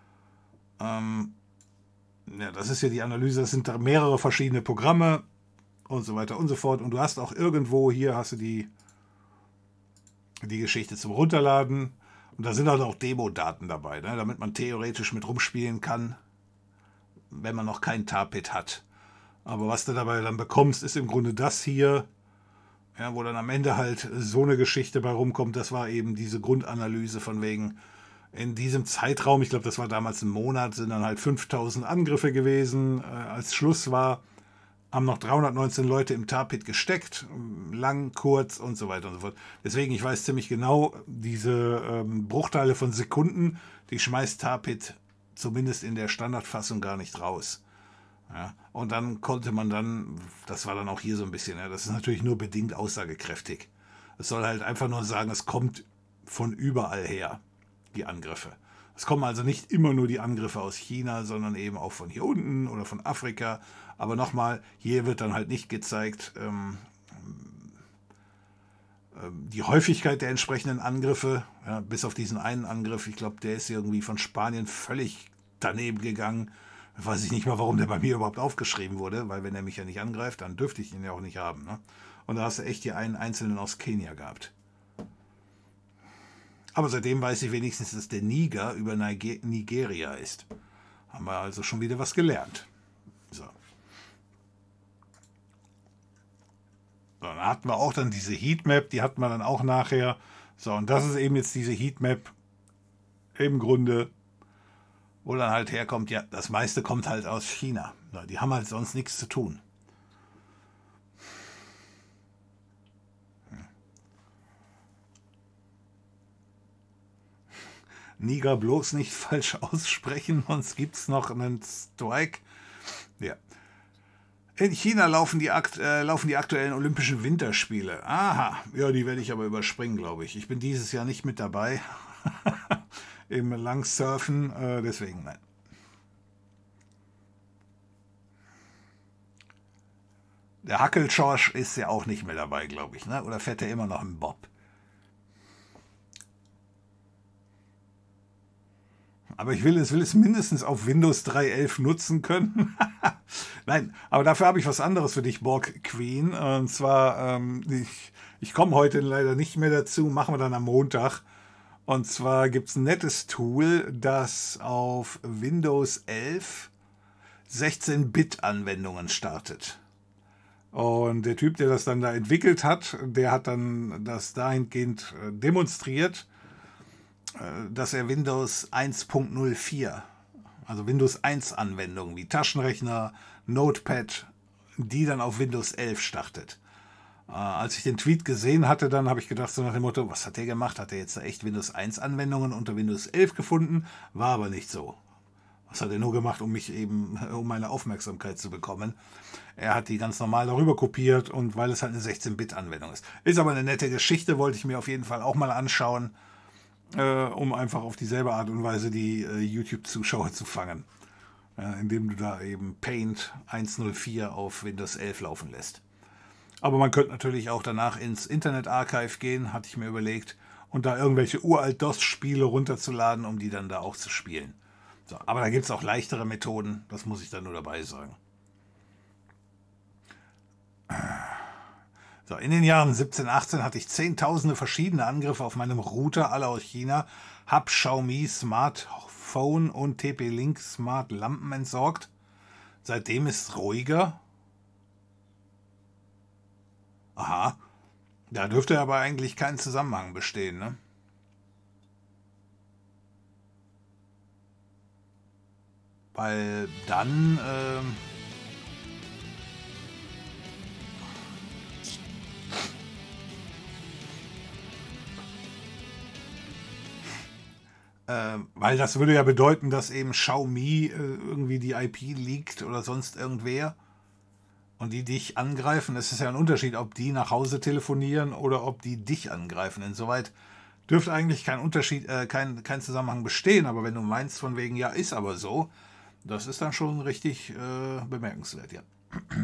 Ja, das ist ja die Analyse. Das sind da mehrere verschiedene Programme und so weiter und so fort. Und du hast auch irgendwo hier hast du die Geschichte zum Runterladen. Und da sind auch Demo-Daten dabei, ne, damit man theoretisch mit rumspielen kann, wenn man noch kein Tarpit hat. Aber was du dabei dann bekommst, ist im Grunde das hier. Ja, wo dann am Ende halt so eine Geschichte bei rumkommt, das war eben diese Grundanalyse von wegen, in diesem Zeitraum, ich glaube, das war damals ein Monat, sind dann halt 5000 Angriffe gewesen. Als Schluss war, haben noch 319 Leute im Tar-Pit gesteckt, lang, kurz und so weiter und so fort. Deswegen, ich weiß ziemlich genau, diese Bruchteile von Sekunden, die schmeißt Tar-Pit zumindest in der Standardfassung gar nicht raus. Ja, und dann konnte man dann, das war dann auch hier so ein bisschen, ja, das ist natürlich nur bedingt aussagekräftig. Es soll halt einfach nur sagen, es kommt von überall her, die Angriffe. Es kommen also nicht immer nur die Angriffe aus China, sondern eben auch von hier unten oder von Afrika. Aber nochmal, hier wird dann halt nicht gezeigt, die Häufigkeit der entsprechenden Angriffe, ja, bis auf diesen einen Angriff, ich glaube, der ist irgendwie von Spanien völlig daneben gegangen. Weiß ich nicht mal, warum der bei mir überhaupt aufgeschrieben wurde, weil wenn er mich ja nicht angreift, dann dürfte ich ihn ja auch nicht haben. Ne? Und da hast du echt hier einen Einzelnen aus Kenia gehabt. Aber seitdem weiß ich wenigstens, dass der Niger über Nigeria ist. Haben wir also schon wieder was gelernt. So. Dann hatten wir auch dann diese Heatmap, die hatten wir dann auch nachher. So, und das ist eben jetzt diese Heatmap im Grunde, wo dann halt herkommt, ja, das meiste kommt halt aus China. Ja, die haben halt sonst nichts zu tun. Niger bloß nicht falsch aussprechen, sonst gibt es noch einen Strike. Ja. In China laufen die aktuellen Olympischen Winterspiele. Aha, ja, die werde ich aber überspringen, glaube ich. Ich bin dieses Jahr nicht mit dabei im Langsurfen, deswegen nein. Der Hackel-Schorsch ist ja auch nicht mehr dabei, glaube ich, ne? Oder fährt er immer noch im Bob? Aber ich will es mindestens auf Windows 3.11 nutzen können. Nein, aber dafür habe ich was anderes für dich, Borg Queen. Und zwar, ich komme heute leider nicht mehr dazu, machen wir dann am Montag. Und zwar gibt es ein nettes Tool, das auf Windows 11 16-Bit-Anwendungen startet. Und der Typ, der das dann da entwickelt hat, der hat dann das dahingehend demonstriert, dass er Windows 1.04, also Windows 1 Anwendungen wie Taschenrechner, Notepad, die dann auf Windows 11 startet. Als ich den Tweet gesehen hatte, dann habe ich gedacht so nach dem Motto, was hat der gemacht? Hat er jetzt echt Windows 1 Anwendungen unter Windows 11 gefunden? War aber nicht so. Was hat er nur gemacht, um meine Aufmerksamkeit zu bekommen? Er hat die ganz normal darüber kopiert und weil es halt eine 16-Bit-Anwendung ist. Ist aber eine nette Geschichte, wollte ich mir auf jeden Fall auch mal anschauen, um einfach auf dieselbe Art und Weise die YouTube-Zuschauer zu fangen. Indem du da eben Paint 1.04 auf Windows 11 laufen lässt. Aber man könnte natürlich auch danach ins Internet Archive gehen, hatte ich mir überlegt, und da irgendwelche uralt DOS-Spiele runterzuladen, um die dann da auch zu spielen. So, aber da gibt es auch leichtere Methoden, das muss ich dann nur dabei sagen. So, in den Jahren 17, 18 hatte ich zehntausende verschiedene Angriffe auf meinem Router, alle aus China, hab Xiaomi Smartphone und TP-Link Smart Lampen entsorgt. Seitdem ist es ruhiger. Aha, da dürfte aber eigentlich kein Zusammenhang bestehen, ne? Weil dann weil das würde ja bedeuten, dass eben Xiaomi irgendwie die IP leakt oder sonst irgendwer und die dich angreifen. Es ist ja ein Unterschied, ob die nach Hause telefonieren oder ob die dich angreifen. Insoweit dürfte eigentlich kein Unterschied, kein Zusammenhang bestehen. Aber wenn du meinst von wegen, ja, ist aber so, das ist dann schon richtig bemerkenswert, ja.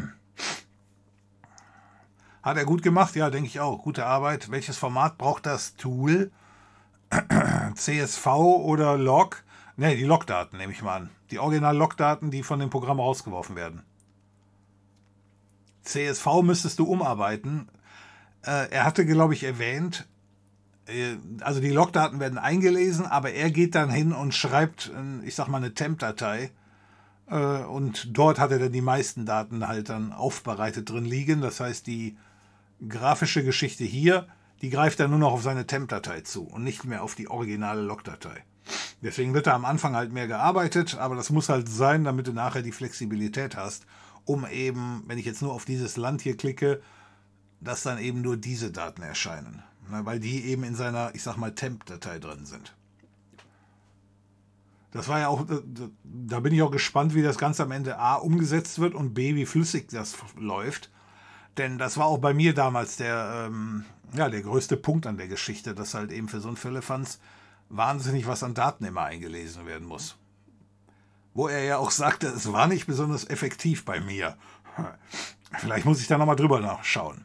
Hat er gut gemacht? Ja, denke ich auch. Gute Arbeit. Welches Format braucht das Tool? CSV oder Log? Ne, die Logdaten nehme ich mal an. Die Original-Logdaten, die von dem Programm rausgeworfen werden. CSV müsstest du umarbeiten. Er hatte, glaube ich, erwähnt, also die Logdaten werden eingelesen, aber er geht dann hin und schreibt, ich sag mal, eine Temp-Datei. Und dort hat er dann die meisten Daten halt dann aufbereitet drin liegen. Das heißt, die grafische Geschichte hier, die greift dann nur noch auf seine Temp-Datei zu und nicht mehr auf die originale Log-Datei. Deswegen wird da am Anfang halt mehr gearbeitet, aber das muss halt sein, damit du nachher die Flexibilität hast, um eben, wenn ich jetzt nur auf dieses Land hier klicke, dass dann eben nur diese Daten erscheinen, weil die eben in seiner, ich sag mal, Temp-Datei drin sind. Das war ja auch, da bin ich auch gespannt, wie das Ganze am Ende A umgesetzt wird und B, wie flüssig das läuft. Denn das war auch bei mir damals der größte Punkt an der Geschichte, dass halt eben für so einen Firlefanz wahnsinnig was an Daten immer eingelesen werden muss. Wo er ja auch sagte, es war nicht besonders effektiv bei mir. Vielleicht muss ich da nochmal drüber nachschauen.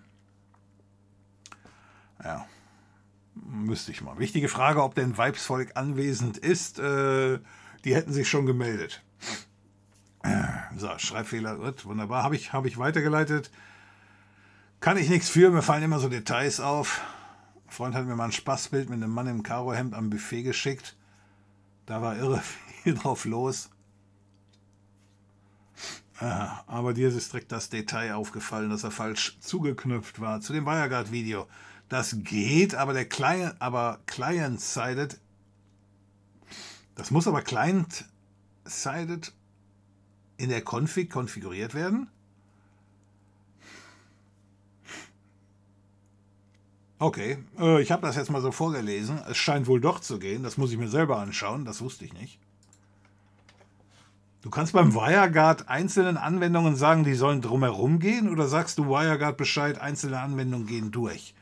Ja, müsste ich mal. Wichtige Frage, ob denn Vibesvolk anwesend ist. Die hätten sich schon gemeldet. So, Schreibfehler, gut, wunderbar. Habe ich weitergeleitet. Kann ich nichts für, mir fallen immer so Details auf. Ein Freund hat mir mal ein Spaßbild mit einem Mann im Karohemd am Buffet geschickt. Da war irre viel drauf los. Aber dir ist direkt das Detail aufgefallen, dass er falsch zugeknüpft war. Zu dem Wirecard-Video. Das geht, aber Client-Sided. Das muss aber Client-Sided in der Config konfiguriert werden. Okay, ich habe das jetzt mal so vorgelesen. Es scheint wohl doch zu gehen. Das muss ich mir selber anschauen. Das wusste ich nicht. Du kannst beim WireGuard einzelnen Anwendungen sagen, die sollen drumherum gehen, oder sagst du WireGuard Bescheid, einzelne Anwendungen gehen durch?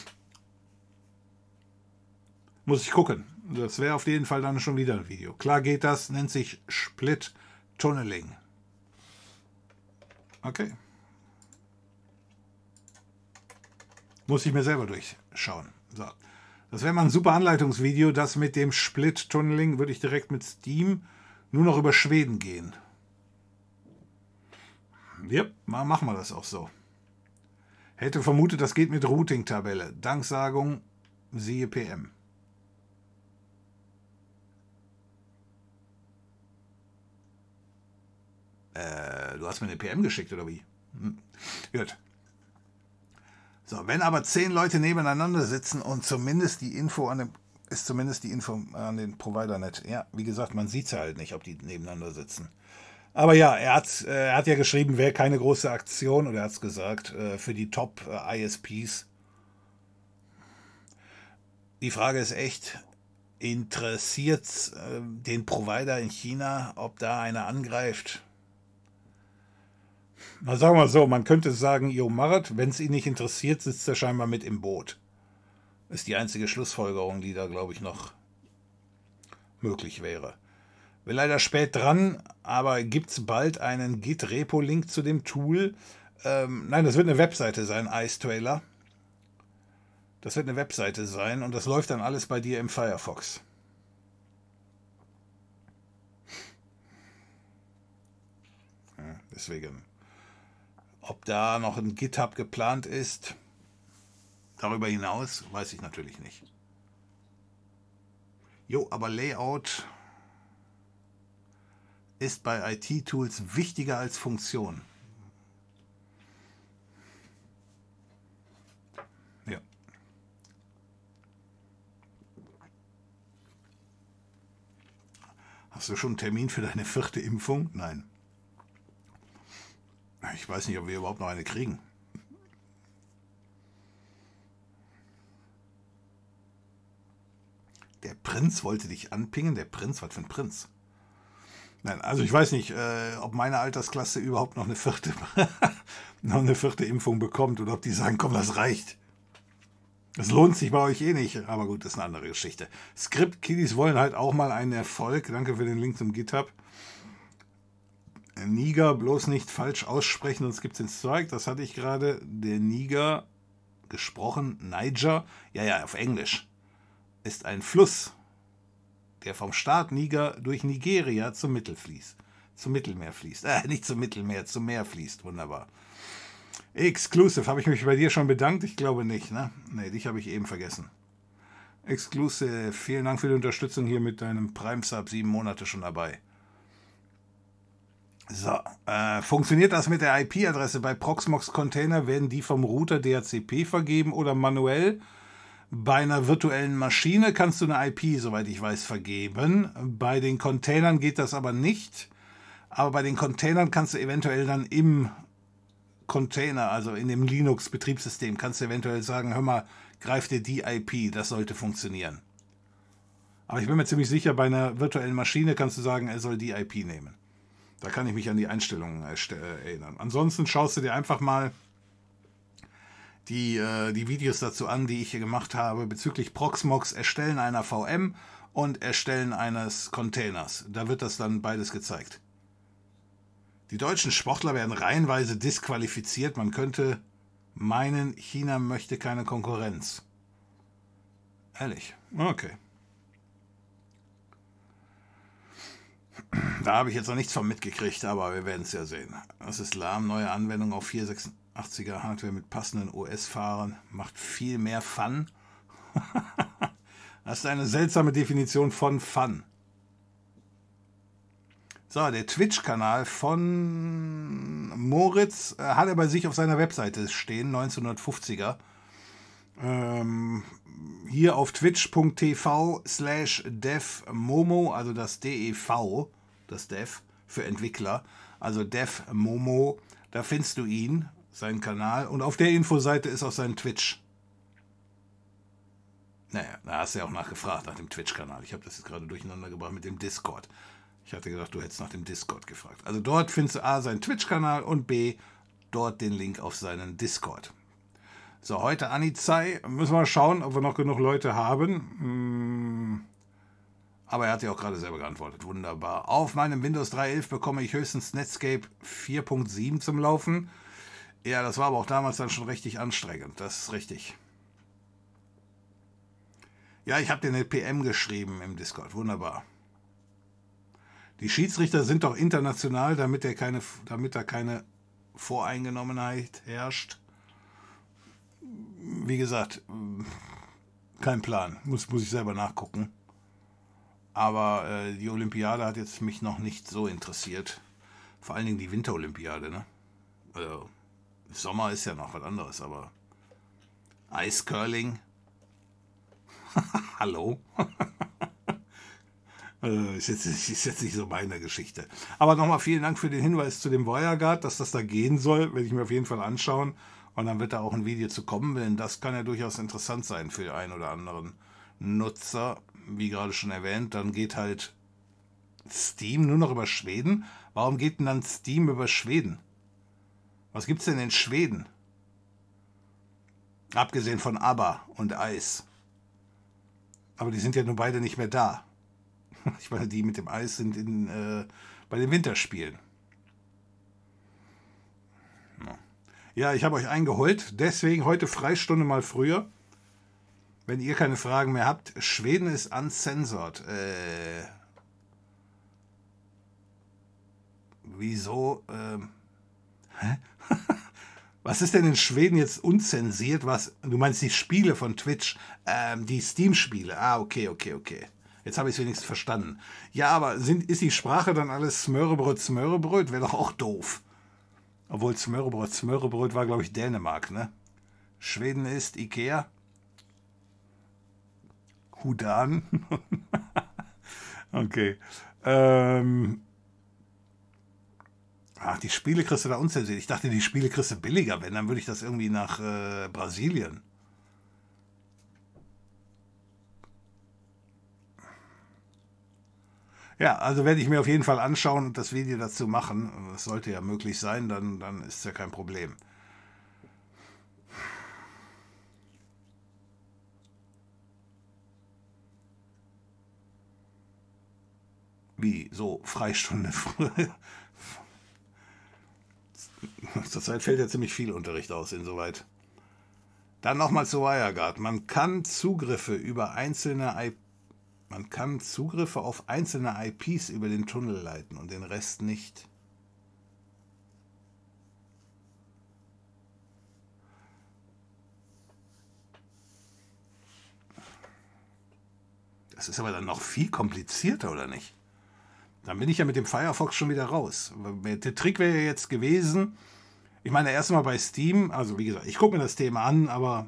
Muss ich gucken. Das wäre auf jeden Fall dann schon wieder ein Video. Klar geht das, nennt sich Split Tunneling. Okay. Muss ich mir selber durchschauen. So. Das wäre mal ein super Anleitungsvideo. Das mit dem Split Tunneling würde ich direkt mit Steam nur noch über Schweden gehen. Ja, machen wir das auch so. Hätte vermutet, das geht mit Routing-Tabelle. Danksagung, siehe PM. Du hast mir eine PM geschickt, oder wie? Gut. So, wenn aber 10 Leute nebeneinander sitzen und zumindest die Info an den Provider nicht. Ja, wie gesagt, man sieht es ja halt nicht, ob die nebeneinander sitzen. Aber ja, er hat ja geschrieben, wäre keine große Aktion, oder er hat es gesagt, für die Top-ISPs. Die Frage ist echt, interessiert es den Provider in China, ob da einer angreift? Na, sagen wir so, man könnte sagen, Jo Marat, wenn es ihn nicht interessiert, sitzt er scheinbar mit im Boot. Ist die einzige Schlussfolgerung, die da, glaube ich, noch möglich wäre. Bin leider spät dran, aber gibt es bald einen Git-Repo-Link zu dem Tool? Nein, das wird eine Webseite sein, Ice-Trailer. Das wird eine Webseite sein und das läuft dann alles bei dir im Firefox. Ja, deswegen, ob da noch ein GitHub geplant ist, darüber hinaus, weiß ich natürlich nicht. Jo, aber Layout ist bei IT-Tools wichtiger als Funktion. Ja. Hast du schon einen Termin für deine 4. Impfung? Nein. Ich weiß nicht, ob wir überhaupt noch eine kriegen. Der Prinz wollte dich anpingen. Der Prinz? Was für ein Prinz? Nein, also ich weiß nicht, ob meine Altersklasse überhaupt noch eine 4. Impfung bekommt oder ob die sagen, komm, das reicht. Das lohnt sich bei euch eh nicht, aber gut, das ist eine andere Geschichte. Script-Kiddies wollen halt auch mal einen Erfolg. Danke für den Link zum GitHub. Niger bloß nicht falsch aussprechen, sonst gibt es den Strike. Das hatte ich gerade. Der Niger, gesprochen, Niger, ja, auf Englisch, ist ein Fluss, der vom Staat Niger durch Nigeria zum Mittelmeer fließt. Nicht zum Mittelmeer, zum Meer fließt. Wunderbar. Exclusive, habe ich mich bei dir schon bedankt? Ich glaube nicht, ne? Ne, dich habe ich eben vergessen. Exclusive, vielen Dank für die Unterstützung hier mit deinem Prime-Sub, 7 Monate schon dabei. So, funktioniert das mit der IP-Adresse bei Proxmox-Container? Werden die vom Router DHCP vergeben oder manuell? Bei einer virtuellen Maschine kannst du eine IP, soweit ich weiß, vergeben. Bei den Containern geht das aber nicht. Aber bei den Containern kannst du eventuell dann im Container, also in dem Linux-Betriebssystem, kannst du eventuell sagen, hör mal, greif dir die IP, das sollte funktionieren. Aber ich bin mir ziemlich sicher, bei einer virtuellen Maschine kannst du sagen, er soll die IP nehmen. Da kann ich mich an die Einstellungen erinnern. Ansonsten schaust du dir einfach mal die Videos dazu an, die ich hier gemacht habe, bezüglich Proxmox, Erstellen einer VM und Erstellen eines Containers. Da wird das dann beides gezeigt. Die deutschen Sportler werden reihenweise disqualifiziert. Man könnte meinen, China möchte keine Konkurrenz. Ehrlich? Okay. Da habe ich jetzt noch nichts von mitgekriegt, aber wir werden es ja sehen. Das ist lahm. Neue Anwendung auf 486er Hardware mit passenden OS-Fahrern. Macht viel mehr Fun. Das ist eine seltsame Definition von Fun. So, der Twitch-Kanal von Moritz hat er bei sich auf seiner Webseite stehen, 1950er. Hier auf twitch.tv/devmomo, also das DEV, das Dev für Entwickler, also devmomo, da findest du ihn, seinen Kanal, und auf der Infoseite ist auch sein Twitch. Naja, da hast du ja auch nachgefragt nach dem Twitch-Kanal. Ich habe das jetzt gerade durcheinander gebracht mit dem Discord. Ich hatte gedacht, du hättest nach dem Discord gefragt. Also dort findest du A, seinen Twitch-Kanal und B, dort den Link auf seinen Discord. So, heute Anizai. Müssen wir mal schauen, ob wir noch genug Leute haben. Aber er hat ja auch gerade selber geantwortet. Wunderbar. Auf meinem Windows 3.11 bekomme ich höchstens Netscape 4.7 zum Laufen. Ja, das war aber auch damals dann schon richtig anstrengend. Das ist richtig. Ja, ich habe dir eine PM geschrieben im Discord. Wunderbar. Die Schiedsrichter sind doch international, damit da keine Voreingenommenheit herrscht. Wie gesagt, kein Plan. Muss ich selber nachgucken. Aber die Olympiade hat jetzt mich noch nicht so interessiert. Vor allen Dingen die Winterolympiade, ne? Also, Sommer ist ja noch was anderes, aber Eiscurling? Hallo? Ist jetzt nicht so meine Geschichte. Aber nochmal vielen Dank für den Hinweis zu dem WireGuard, dass das da gehen soll. Werde ich mir auf jeden Fall anschauen. Und dann wird da auch ein Video zu kommen, denn das kann ja durchaus interessant sein für den einen oder anderen Nutzer. Wie gerade schon erwähnt, dann geht halt Steam nur noch über Schweden. Warum geht denn dann Steam über Schweden? Was gibt's denn in Schweden? Abgesehen von ABBA und Eis. Aber die sind ja nun beide nicht mehr da. Ich meine, die mit dem Eis sind bei den Winterspielen. Ja, ich habe euch eingeholt. Deswegen heute Freistunde mal früher. Wenn ihr keine Fragen mehr habt. Schweden ist uncensored. Wieso? Hä? Was ist denn in Schweden jetzt unzensiert? Was? Du meinst die Spiele von Twitch? Die Steam-Spiele. Ah, okay. Jetzt habe ich es wenigstens verstanden. Ja, aber ist die Sprache dann alles Smørrebrød? Wäre doch auch doof. Obwohl Smørrebrød war, glaube ich, Dänemark, ne? Schweden ist Ikea. Hudan. Okay. Die Spiele kriegst du da unzensiert. Ich dachte, die Spiele kriegst du billiger. Wenn, dann würde ich das irgendwie nach Brasilien. Ja, also werde ich mir auf jeden Fall anschauen und das Video dazu machen. Das sollte ja möglich sein, dann ist es ja kein Problem. Wie, so Freistunde? Zurzeit fällt ja ziemlich viel Unterricht aus, insoweit. Dann nochmal zu WireGuard. Man kann Zugriffe auf einzelne IPs über den Tunnel leiten und den Rest nicht. Das ist aber dann noch viel komplizierter, oder nicht? Dann bin ich ja mit dem Firefox schon wieder raus. Der Trick wäre ja jetzt gewesen, ich meine, erstmal bei Steam, also wie gesagt, ich gucke mir das Thema an, aber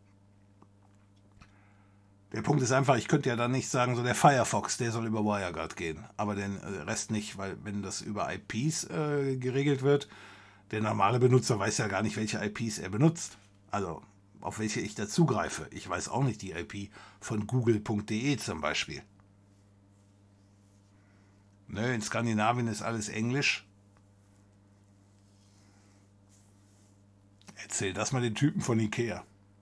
der Punkt ist einfach, ich könnte ja dann nicht sagen, so der Firefox, der soll über WireGuard gehen, aber den Rest nicht, weil wenn das über IPs geregelt wird, der normale Benutzer weiß ja gar nicht, welche IPs er benutzt. Also auf welche ich da zugreife. Ich weiß auch nicht die IP von google.de zum Beispiel. Ne, in Skandinavien ist alles Englisch. Erzähl das mal den Typen von Ikea.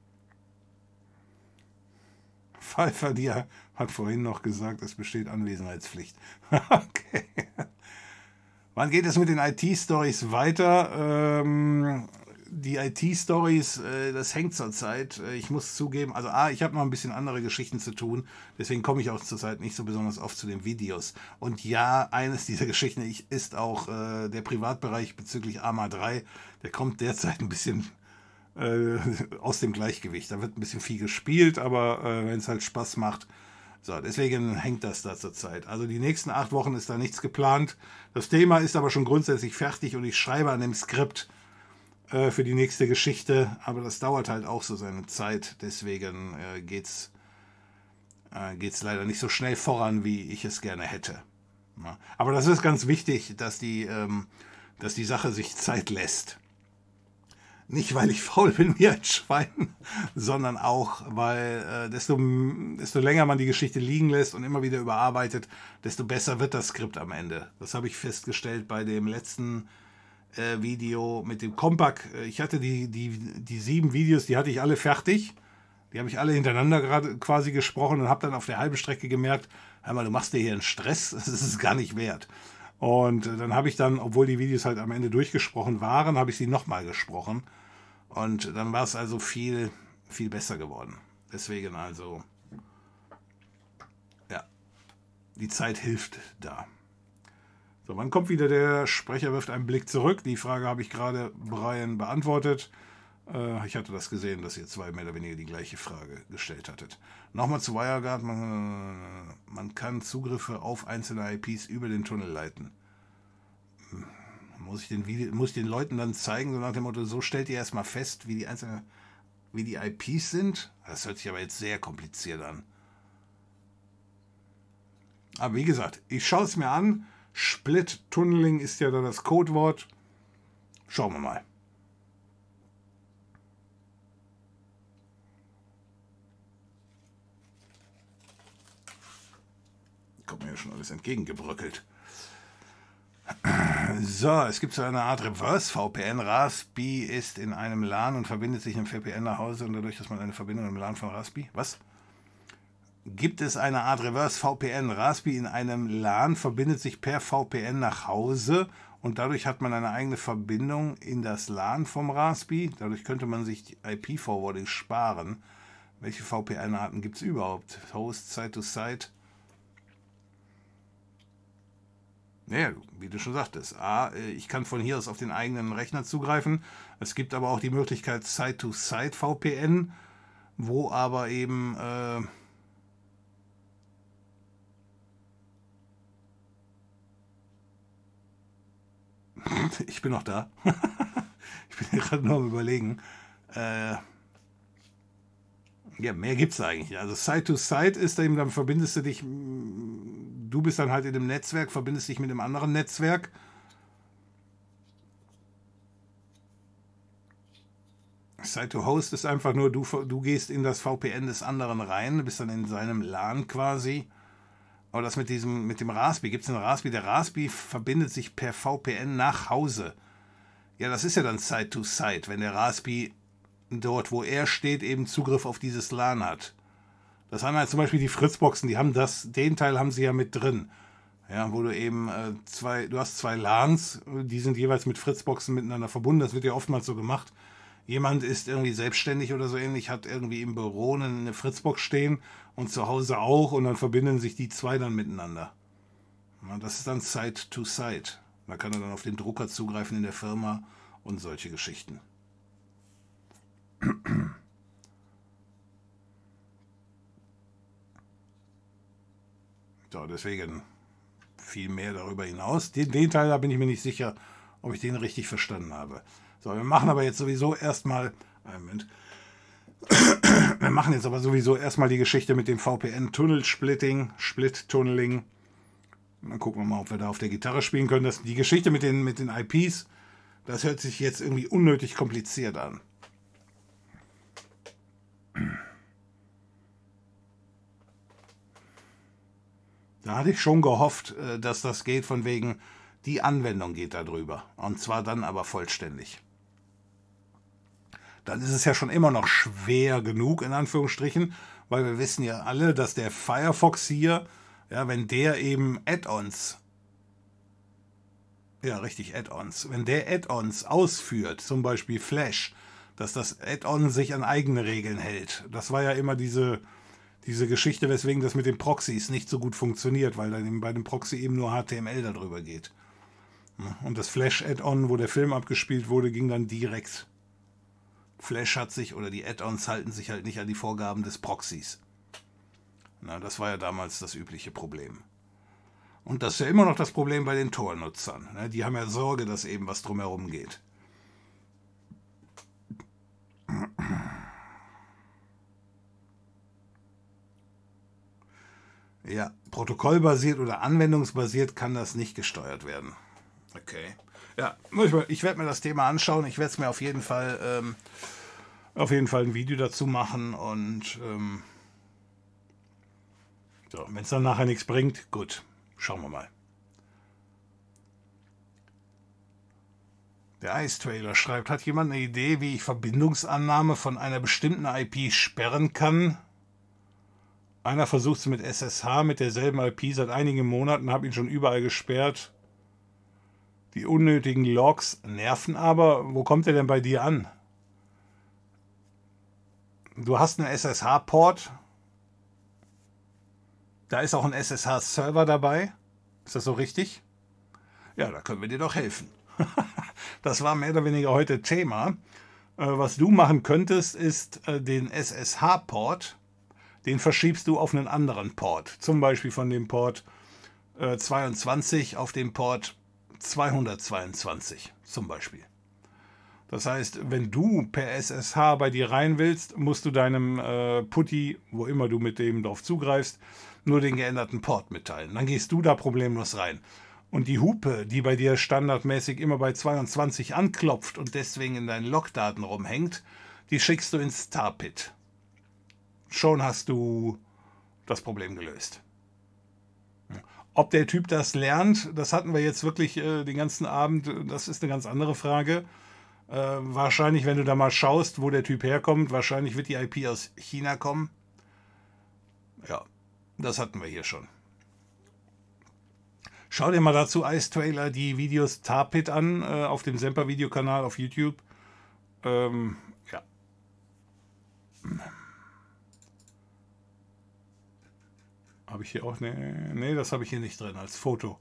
Pfeiffer, die hat vorhin noch gesagt, es besteht Anwesenheitspflicht. Okay. Wann geht es mit den IT-Stories weiter? Die IT-Stories, das hängt zurzeit. Ich muss zugeben, also ich habe noch ein bisschen andere Geschichten zu tun, deswegen komme ich auch zurzeit nicht so besonders oft zu den Videos. Und ja, eines dieser Geschichten ist auch der Privatbereich bezüglich AMA 3, der kommt derzeit ein bisschen aus dem Gleichgewicht. Da wird ein bisschen viel gespielt, aber wenn es halt Spaß macht, so, deswegen hängt das da zurzeit. Also die nächsten 8 Wochen ist da nichts geplant. Das Thema ist aber schon grundsätzlich fertig und ich schreibe an dem Skript für die nächste Geschichte, aber das dauert halt auch so seine Zeit, deswegen geht's leider nicht so schnell voran, wie ich es gerne hätte. Ja. Aber das ist ganz wichtig, dass die Sache sich Zeit lässt. Nicht, weil ich faul bin wie ein Schwein, sondern auch, weil desto länger man die Geschichte liegen lässt und immer wieder überarbeitet, desto besser wird das Skript am Ende. Das habe ich festgestellt bei dem letzten Video mit dem Compact. Ich hatte die 7 Videos, die hatte ich alle fertig. Die habe ich alle hintereinander gerade quasi gesprochen und habe dann auf der halben Strecke gemerkt, hör mal, du machst dir hier einen Stress, das ist es gar nicht wert. Und dann habe ich dann, obwohl die Videos halt am Ende durchgesprochen waren, habe ich sie nochmal gesprochen. Und dann war es also viel, viel besser geworden. Deswegen also, ja, die Zeit hilft da. So, wann kommt wieder der Sprecher, wirft einen Blick zurück? Die Frage habe ich gerade Brian beantwortet. Ich hatte das gesehen, dass ihr 2 mehr oder weniger die gleiche Frage gestellt hattet. Nochmal zu WireGuard. Man kann Zugriffe auf einzelne IPs über den Tunnel leiten. Muss ich den Leuten dann zeigen, so nach dem Motto, so stellt ihr erstmal fest, wie die IPs sind? Das hört sich aber jetzt sehr kompliziert an. Aber wie gesagt, ich schaue es mir an. Split Tunneling ist ja da das Codewort. Schauen wir mal. Kommt mir ja schon alles entgegengebröckelt. So, es gibt so eine Art Reverse-VPN. Raspi ist in einem LAN und verbindet sich im VPN nach Hause und dadurch, dass man eine Verbindung im LAN von Raspi. Was? Gibt es eine Art Reverse-VPN? Raspi in einem LAN verbindet sich per VPN nach Hause und dadurch hat man eine eigene Verbindung in das LAN vom Raspi. Dadurch könnte man sich IP-Forwarding sparen. Welche VPN-Arten gibt es überhaupt? Host, Site-to-Site? Naja, wie du schon sagtest. Ich kann von hier aus auf den eigenen Rechner zugreifen. Es gibt aber auch die Möglichkeit Site-to-Site-VPN, wo aber eben ich bin noch da. Ich bin gerade nur am Überlegen. Ja, mehr gibt es eigentlich nicht. Also Site-to-Site ist eben, dann verbindest du dich, du bist dann halt in dem Netzwerk, verbindest dich mit dem anderen Netzwerk. Site-to-Host ist einfach nur, du gehst in das VPN des anderen rein, bist dann in seinem LAN quasi. Aber das mit dem Raspi, gibt es einen Raspi? Der Raspi verbindet sich per VPN nach Hause. Ja, das ist ja dann Site-to-Site, wenn der Raspi dort, wo er steht, eben Zugriff auf dieses LAN hat. Das haben halt zum Beispiel die Fritzboxen, die haben den Teil haben sie ja mit drin. Ja, wo du eben du hast 2 LANs, die sind jeweils mit Fritzboxen miteinander verbunden. Das wird ja oftmals so gemacht. Jemand ist irgendwie selbstständig oder so ähnlich, hat irgendwie im Büro eine Fritzbox stehen und zu Hause auch und dann verbinden sich die 2 dann miteinander. Ja, das ist dann Site-to-Site. Da kann er dann auf den Drucker zugreifen in der Firma und solche Geschichten. So, deswegen viel mehr darüber hinaus. Den Teil, da bin ich mir nicht sicher, ob ich den richtig verstanden habe. So, wir machen aber jetzt sowieso erstmal, wir machen jetzt aber sowieso erstmal die Geschichte mit dem VPN-Tunnel-Splitting, Split-Tunneling. Und dann gucken wir mal, ob wir da auf der Gitarre spielen können. Die Geschichte mit den IPs, das hört sich jetzt irgendwie unnötig kompliziert an. Da hatte ich schon gehofft, dass das geht, von wegen, die Anwendung geht da drüber. Und zwar dann aber vollständig. Dann ist es ja schon immer noch schwer genug, in Anführungsstrichen, weil wir wissen ja alle, dass der Firefox hier, ja, wenn der eben Add-ons, ja richtig, Add-ons, wenn der Add-ons ausführt, zum Beispiel Flash, dass das Add-on sich an eigene Regeln hält. Das war ja immer diese Geschichte, weswegen das mit den Proxys nicht so gut funktioniert, weil dann eben bei dem Proxy eben nur HTML darüber geht. Und das Flash-Add-on, wo der Film abgespielt wurde, ging dann direkt. Flash hat sich, oder die Add-ons halten sich halt nicht an die Vorgaben des Proxys. Na, das war ja damals das übliche Problem. Und das ist ja immer noch das Problem bei den Tor-Nutzern. Die haben ja Sorge, dass eben was drumherum geht. Ja, protokollbasiert oder anwendungsbasiert kann das nicht gesteuert werden. Okay. Ja, ich werde mir das Thema anschauen. Ich werde es mir auf jeden Fall ein Video dazu machen. Und so, wenn es dann nachher nichts bringt, gut, schauen wir mal. Der Ice-Trailer schreibt, hat jemand eine Idee, wie ich Verbindungsannahme von einer bestimmten IP sperren kann? Einer versucht es mit SSH, mit derselben IP seit einigen Monaten, habe ihn schon überall gesperrt. Die unnötigen Logs nerven aber. Wo kommt der denn bei dir an? Du hast einen SSH-Port. Da ist auch ein SSH-Server dabei. Ist das so richtig? Ja, da können wir dir doch helfen. Das war mehr oder weniger heute Thema. Was du machen könntest, ist den SSH-Port, den verschiebst du auf einen anderen Port. Zum Beispiel von dem Port 22 auf den Port 222 zum Beispiel. Das heißt, wenn du per SSH bei dir rein willst, musst du deinem Putty, wo immer du mit dem drauf zugreifst, nur den geänderten Port mitteilen. Dann gehst du da problemlos rein. Und die Hupe, die bei dir standardmäßig immer bei 22 anklopft und deswegen in deinen Logdaten rumhängt, die schickst du ins Tar-Pit. Schon hast du das Problem gelöst. Ob der Typ das lernt, das hatten wir jetzt wirklich den ganzen Abend, das ist eine ganz andere Frage. Wahrscheinlich, wenn du da mal schaust, wo der Typ herkommt, wahrscheinlich wird die IP aus China kommen. Ja, das hatten wir hier schon. Schau dir mal dazu, Ice-Trailer, die Videos Tar-Pit an, auf dem Semper-Videokanal auf YouTube. Ja. Habe ich hier auch? Nee, das habe ich hier nicht drin als Foto.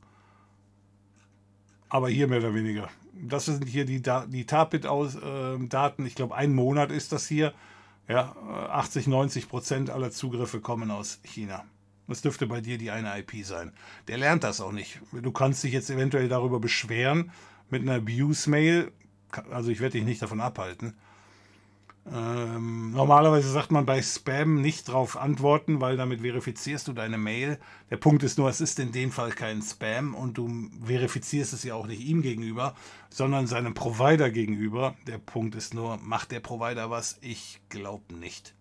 Aber hier mehr oder weniger. Das sind hier die Tar-Pit-Daten. Ich glaube, 1 Monat ist das hier. Ja, 80-90% aller Zugriffe kommen aus China. Das dürfte bei dir die eine IP sein. Der lernt das auch nicht. Du kannst dich jetzt eventuell darüber beschweren mit einer Abuse-Mail. Also ich werde dich nicht davon abhalten. Normalerweise sagt man bei Spam nicht drauf antworten, weil damit verifizierst du deine Mail. Der Punkt ist nur, es ist in dem Fall kein Spam und du verifizierst es ja auch nicht ihm gegenüber, sondern seinem Provider gegenüber. Der Punkt ist nur, macht der Provider was? Ich glaube nicht.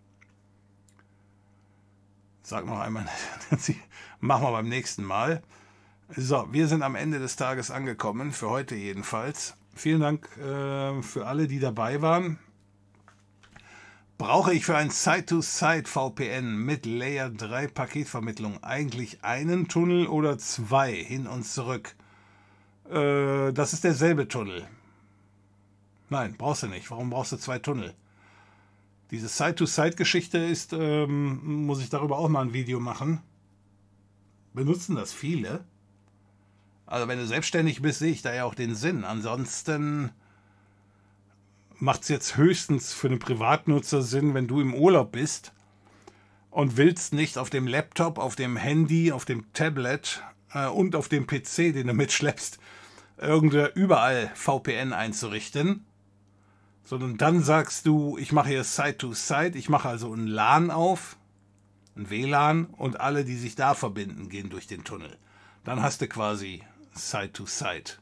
Sag noch einmal, machen wir beim nächsten Mal. So, wir sind am Ende des Tages angekommen, für heute jedenfalls. Vielen Dank für alle, die dabei waren. Brauche ich für ein Side-to-Side-VPN mit Layer 3 Paketvermittlung eigentlich einen Tunnel oder 2 hin und zurück? Das ist derselbe Tunnel. Nein, brauchst du nicht. Warum brauchst du 2 Tunnel? Diese Side-to-Side-Geschichte ist, muss ich darüber auch mal ein Video machen. Benutzen das viele? Also wenn du selbstständig bist, sehe ich da ja auch den Sinn. Ansonsten macht es jetzt höchstens für einen Privatnutzer Sinn, wenn du im Urlaub bist und willst nicht auf dem Laptop, auf dem Handy, auf dem Tablet und auf dem PC, den du mitschleppst, überall VPN einzurichten, sondern dann sagst du, ich mache hier Side-to-Side, ich mache also ein LAN auf, ein WLAN, und alle, die sich da verbinden, gehen durch den Tunnel. Dann hast du quasi Side-to-Side.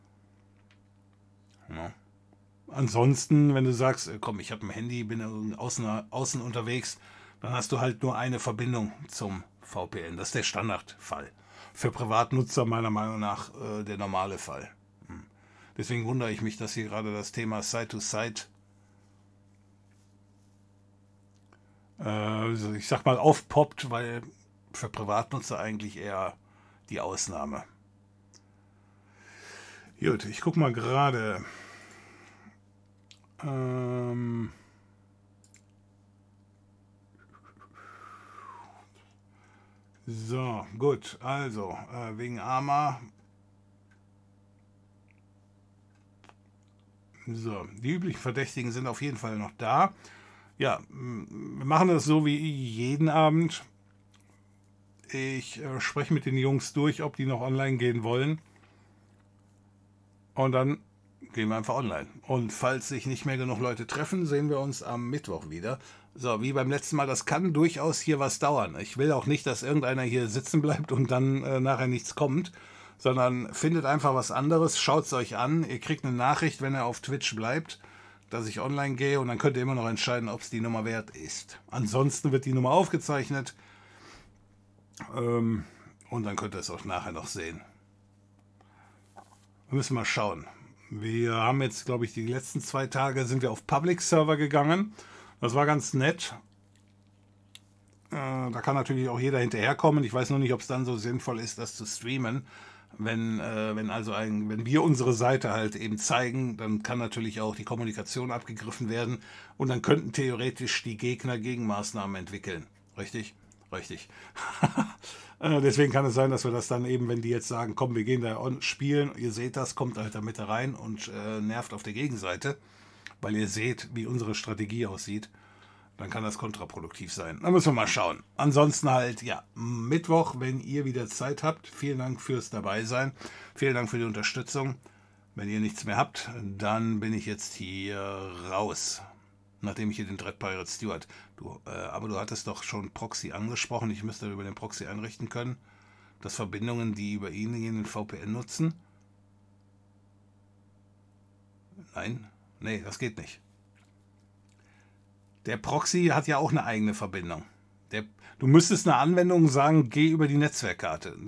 Ja. Ansonsten, wenn du sagst, komm, ich habe ein Handy, bin außen unterwegs, dann hast du halt nur eine Verbindung zum VPN. Das ist der Standardfall. Für Privatnutzer meiner Meinung nach der normale Fall. Deswegen wundere ich mich, dass hier gerade das Thema Side-to-Side ich sag mal aufpoppt, weil für Privatnutzer eigentlich eher die Ausnahme. Gut, ich guck mal gerade. So, gut, also wegen AMA. So, die üblichen Verdächtigen sind auf jeden Fall noch da. Ja, wir machen das so wie jeden Abend. Ich spreche mit den Jungs durch, ob die noch online gehen wollen. Und dann gehen wir einfach online. Und falls sich nicht mehr genug Leute treffen, sehen wir uns am Mittwoch wieder. So, wie beim letzten Mal, das kann durchaus hier was dauern. Ich will auch nicht, dass irgendeiner hier sitzen bleibt und dann nachher nichts kommt, sondern findet einfach was anderes, schaut es euch an. Ihr kriegt eine Nachricht, wenn er auf Twitch bleibt, dass ich online gehe, und dann könnt ihr immer noch entscheiden, ob es die Nummer wert ist. Ansonsten wird die Nummer aufgezeichnet und dann könnt ihr es auch nachher noch sehen. Wir müssen mal schauen. Wir haben jetzt, glaube ich, die letzten 2 Tage sind wir auf Public Server gegangen. Das war ganz nett. Da kann natürlich auch jeder hinterherkommen. Ich weiß nur nicht, ob es dann so sinnvoll ist, das zu streamen. Wenn wir unsere Seite halt eben zeigen, dann kann natürlich auch die Kommunikation abgegriffen werden und dann könnten theoretisch die Gegner Gegenmaßnahmen entwickeln. Richtig? Richtig. Deswegen kann es sein, dass wir das dann eben, wenn die jetzt sagen, komm, wir gehen da spielen, ihr seht das, kommt halt da mit rein und nervt auf der Gegenseite, weil ihr seht, wie unsere Strategie aussieht, dann kann das kontraproduktiv sein. Da müssen wir mal schauen. Ansonsten halt, ja, Mittwoch, wenn ihr wieder Zeit habt. Vielen Dank fürs Dabeisein. Vielen Dank für die Unterstützung. Wenn ihr nichts mehr habt, dann bin ich jetzt hier raus. Nachdem ich hier den Dread Pirate Steward. Aber du hattest doch schon Proxy angesprochen. Ich müsste über den Proxy einrichten können, dass Verbindungen, die über ihn gehen, den VPN nutzen. Nein? Nee, das geht nicht. Der Proxy hat ja auch eine eigene Verbindung. Du müsstest eine Anwendung sagen, geh über die Netzwerkkarte.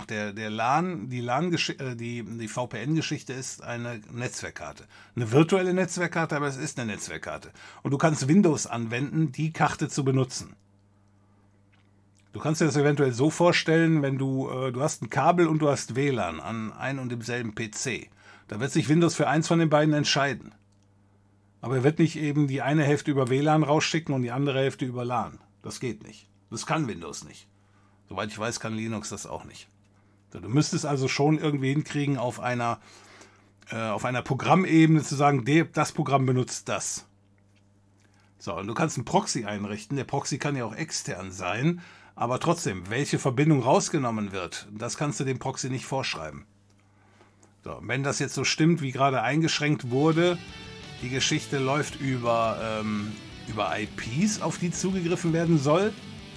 Die VPN-Geschichte ist eine Netzwerkkarte. Eine virtuelle Netzwerkkarte, aber es ist eine Netzwerkkarte. Und du kannst Windows anwenden, die Karte zu benutzen. Du kannst dir das eventuell so vorstellen, wenn du hast ein Kabel und du hast WLAN an einem und demselben PC. Da wird sich Windows für eins von den beiden entscheiden. Aber er wird nicht eben die eine Hälfte über WLAN rausschicken und die andere Hälfte über LAN. Das geht nicht. Das kann Windows nicht. Soweit ich weiß, kann Linux das auch nicht. Du müsstest also schon irgendwie hinkriegen, auf einer Programmebene zu sagen, das Programm benutzt das. So, und du kannst einen Proxy einrichten. Der Proxy kann ja auch extern sein. Aber trotzdem, welche Verbindung rausgenommen wird, das kannst du dem Proxy nicht vorschreiben. So, wenn das jetzt so stimmt, wie gerade eingeschränkt wurde, die Geschichte läuft über IPs, auf die zugegriffen werden soll,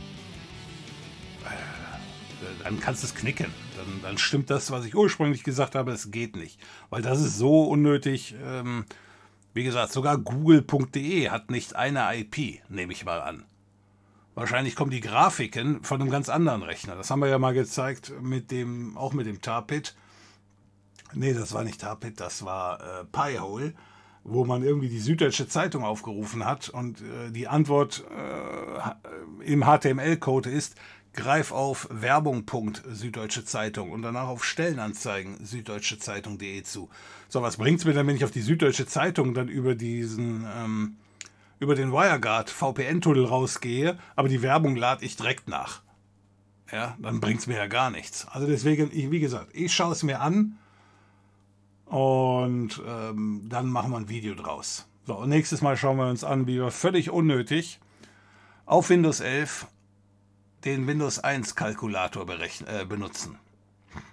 dann kannst du es knicken. Dann stimmt das, was ich ursprünglich gesagt habe, es geht nicht. Weil das ist so unnötig. Wie gesagt, sogar google.de hat nicht eine IP, nehme ich mal an. Wahrscheinlich kommen die Grafiken von einem ganz anderen Rechner. Das haben wir ja mal gezeigt, auch mit dem Tar-Pit. Nee, das war nicht Tar-Pit, das war Pi-Hole, wo man irgendwie die Süddeutsche Zeitung aufgerufen hat und die Antwort im HTML-Code ist, greif auf Werbung. Süddeutsche Zeitung und danach auf Stellenanzeigen süddeutschezeitung.de zu. So, was bringt es mir dann, wenn ich auf die Süddeutsche Zeitung dann über den WireGuard VPN-Tunnel rausgehe, aber die Werbung lade ich direkt nach. Ja, dann bringt es mir ja gar nichts. Also deswegen, wie gesagt, ich schaue es mir an und dann machen wir ein Video draus. So, und nächstes Mal schauen wir uns an, wie wir völlig unnötig auf Windows 11 den Windows 1 Kalkulator benutzen.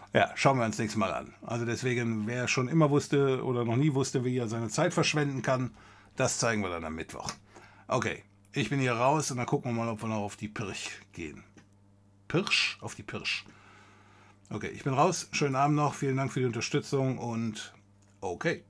Ja, schauen wir uns nächstes Mal an. Also deswegen, wer schon immer wusste oder noch nie wusste, wie er seine Zeit verschwenden kann, das zeigen wir dann am Mittwoch. Okay, ich bin hier raus und dann gucken wir mal, ob wir noch auf die Pirsch gehen. Pirsch? Auf die Pirsch. Okay, ich bin raus. Schönen Abend noch. Vielen Dank für die Unterstützung und okay.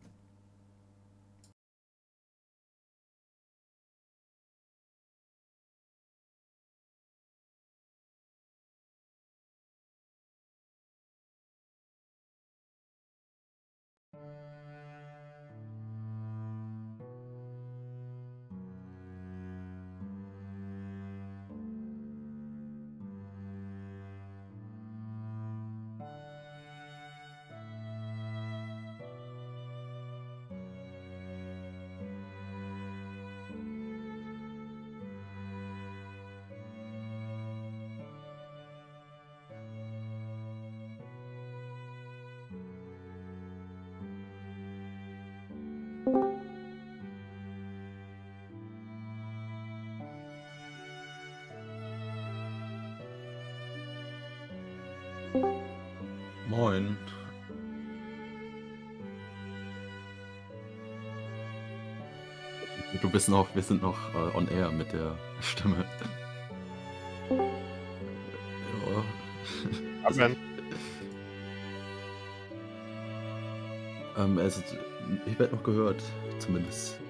Moin. Wir sind noch on air mit der Stimme. Ja. Amen. Ich werde noch gehört, zumindest.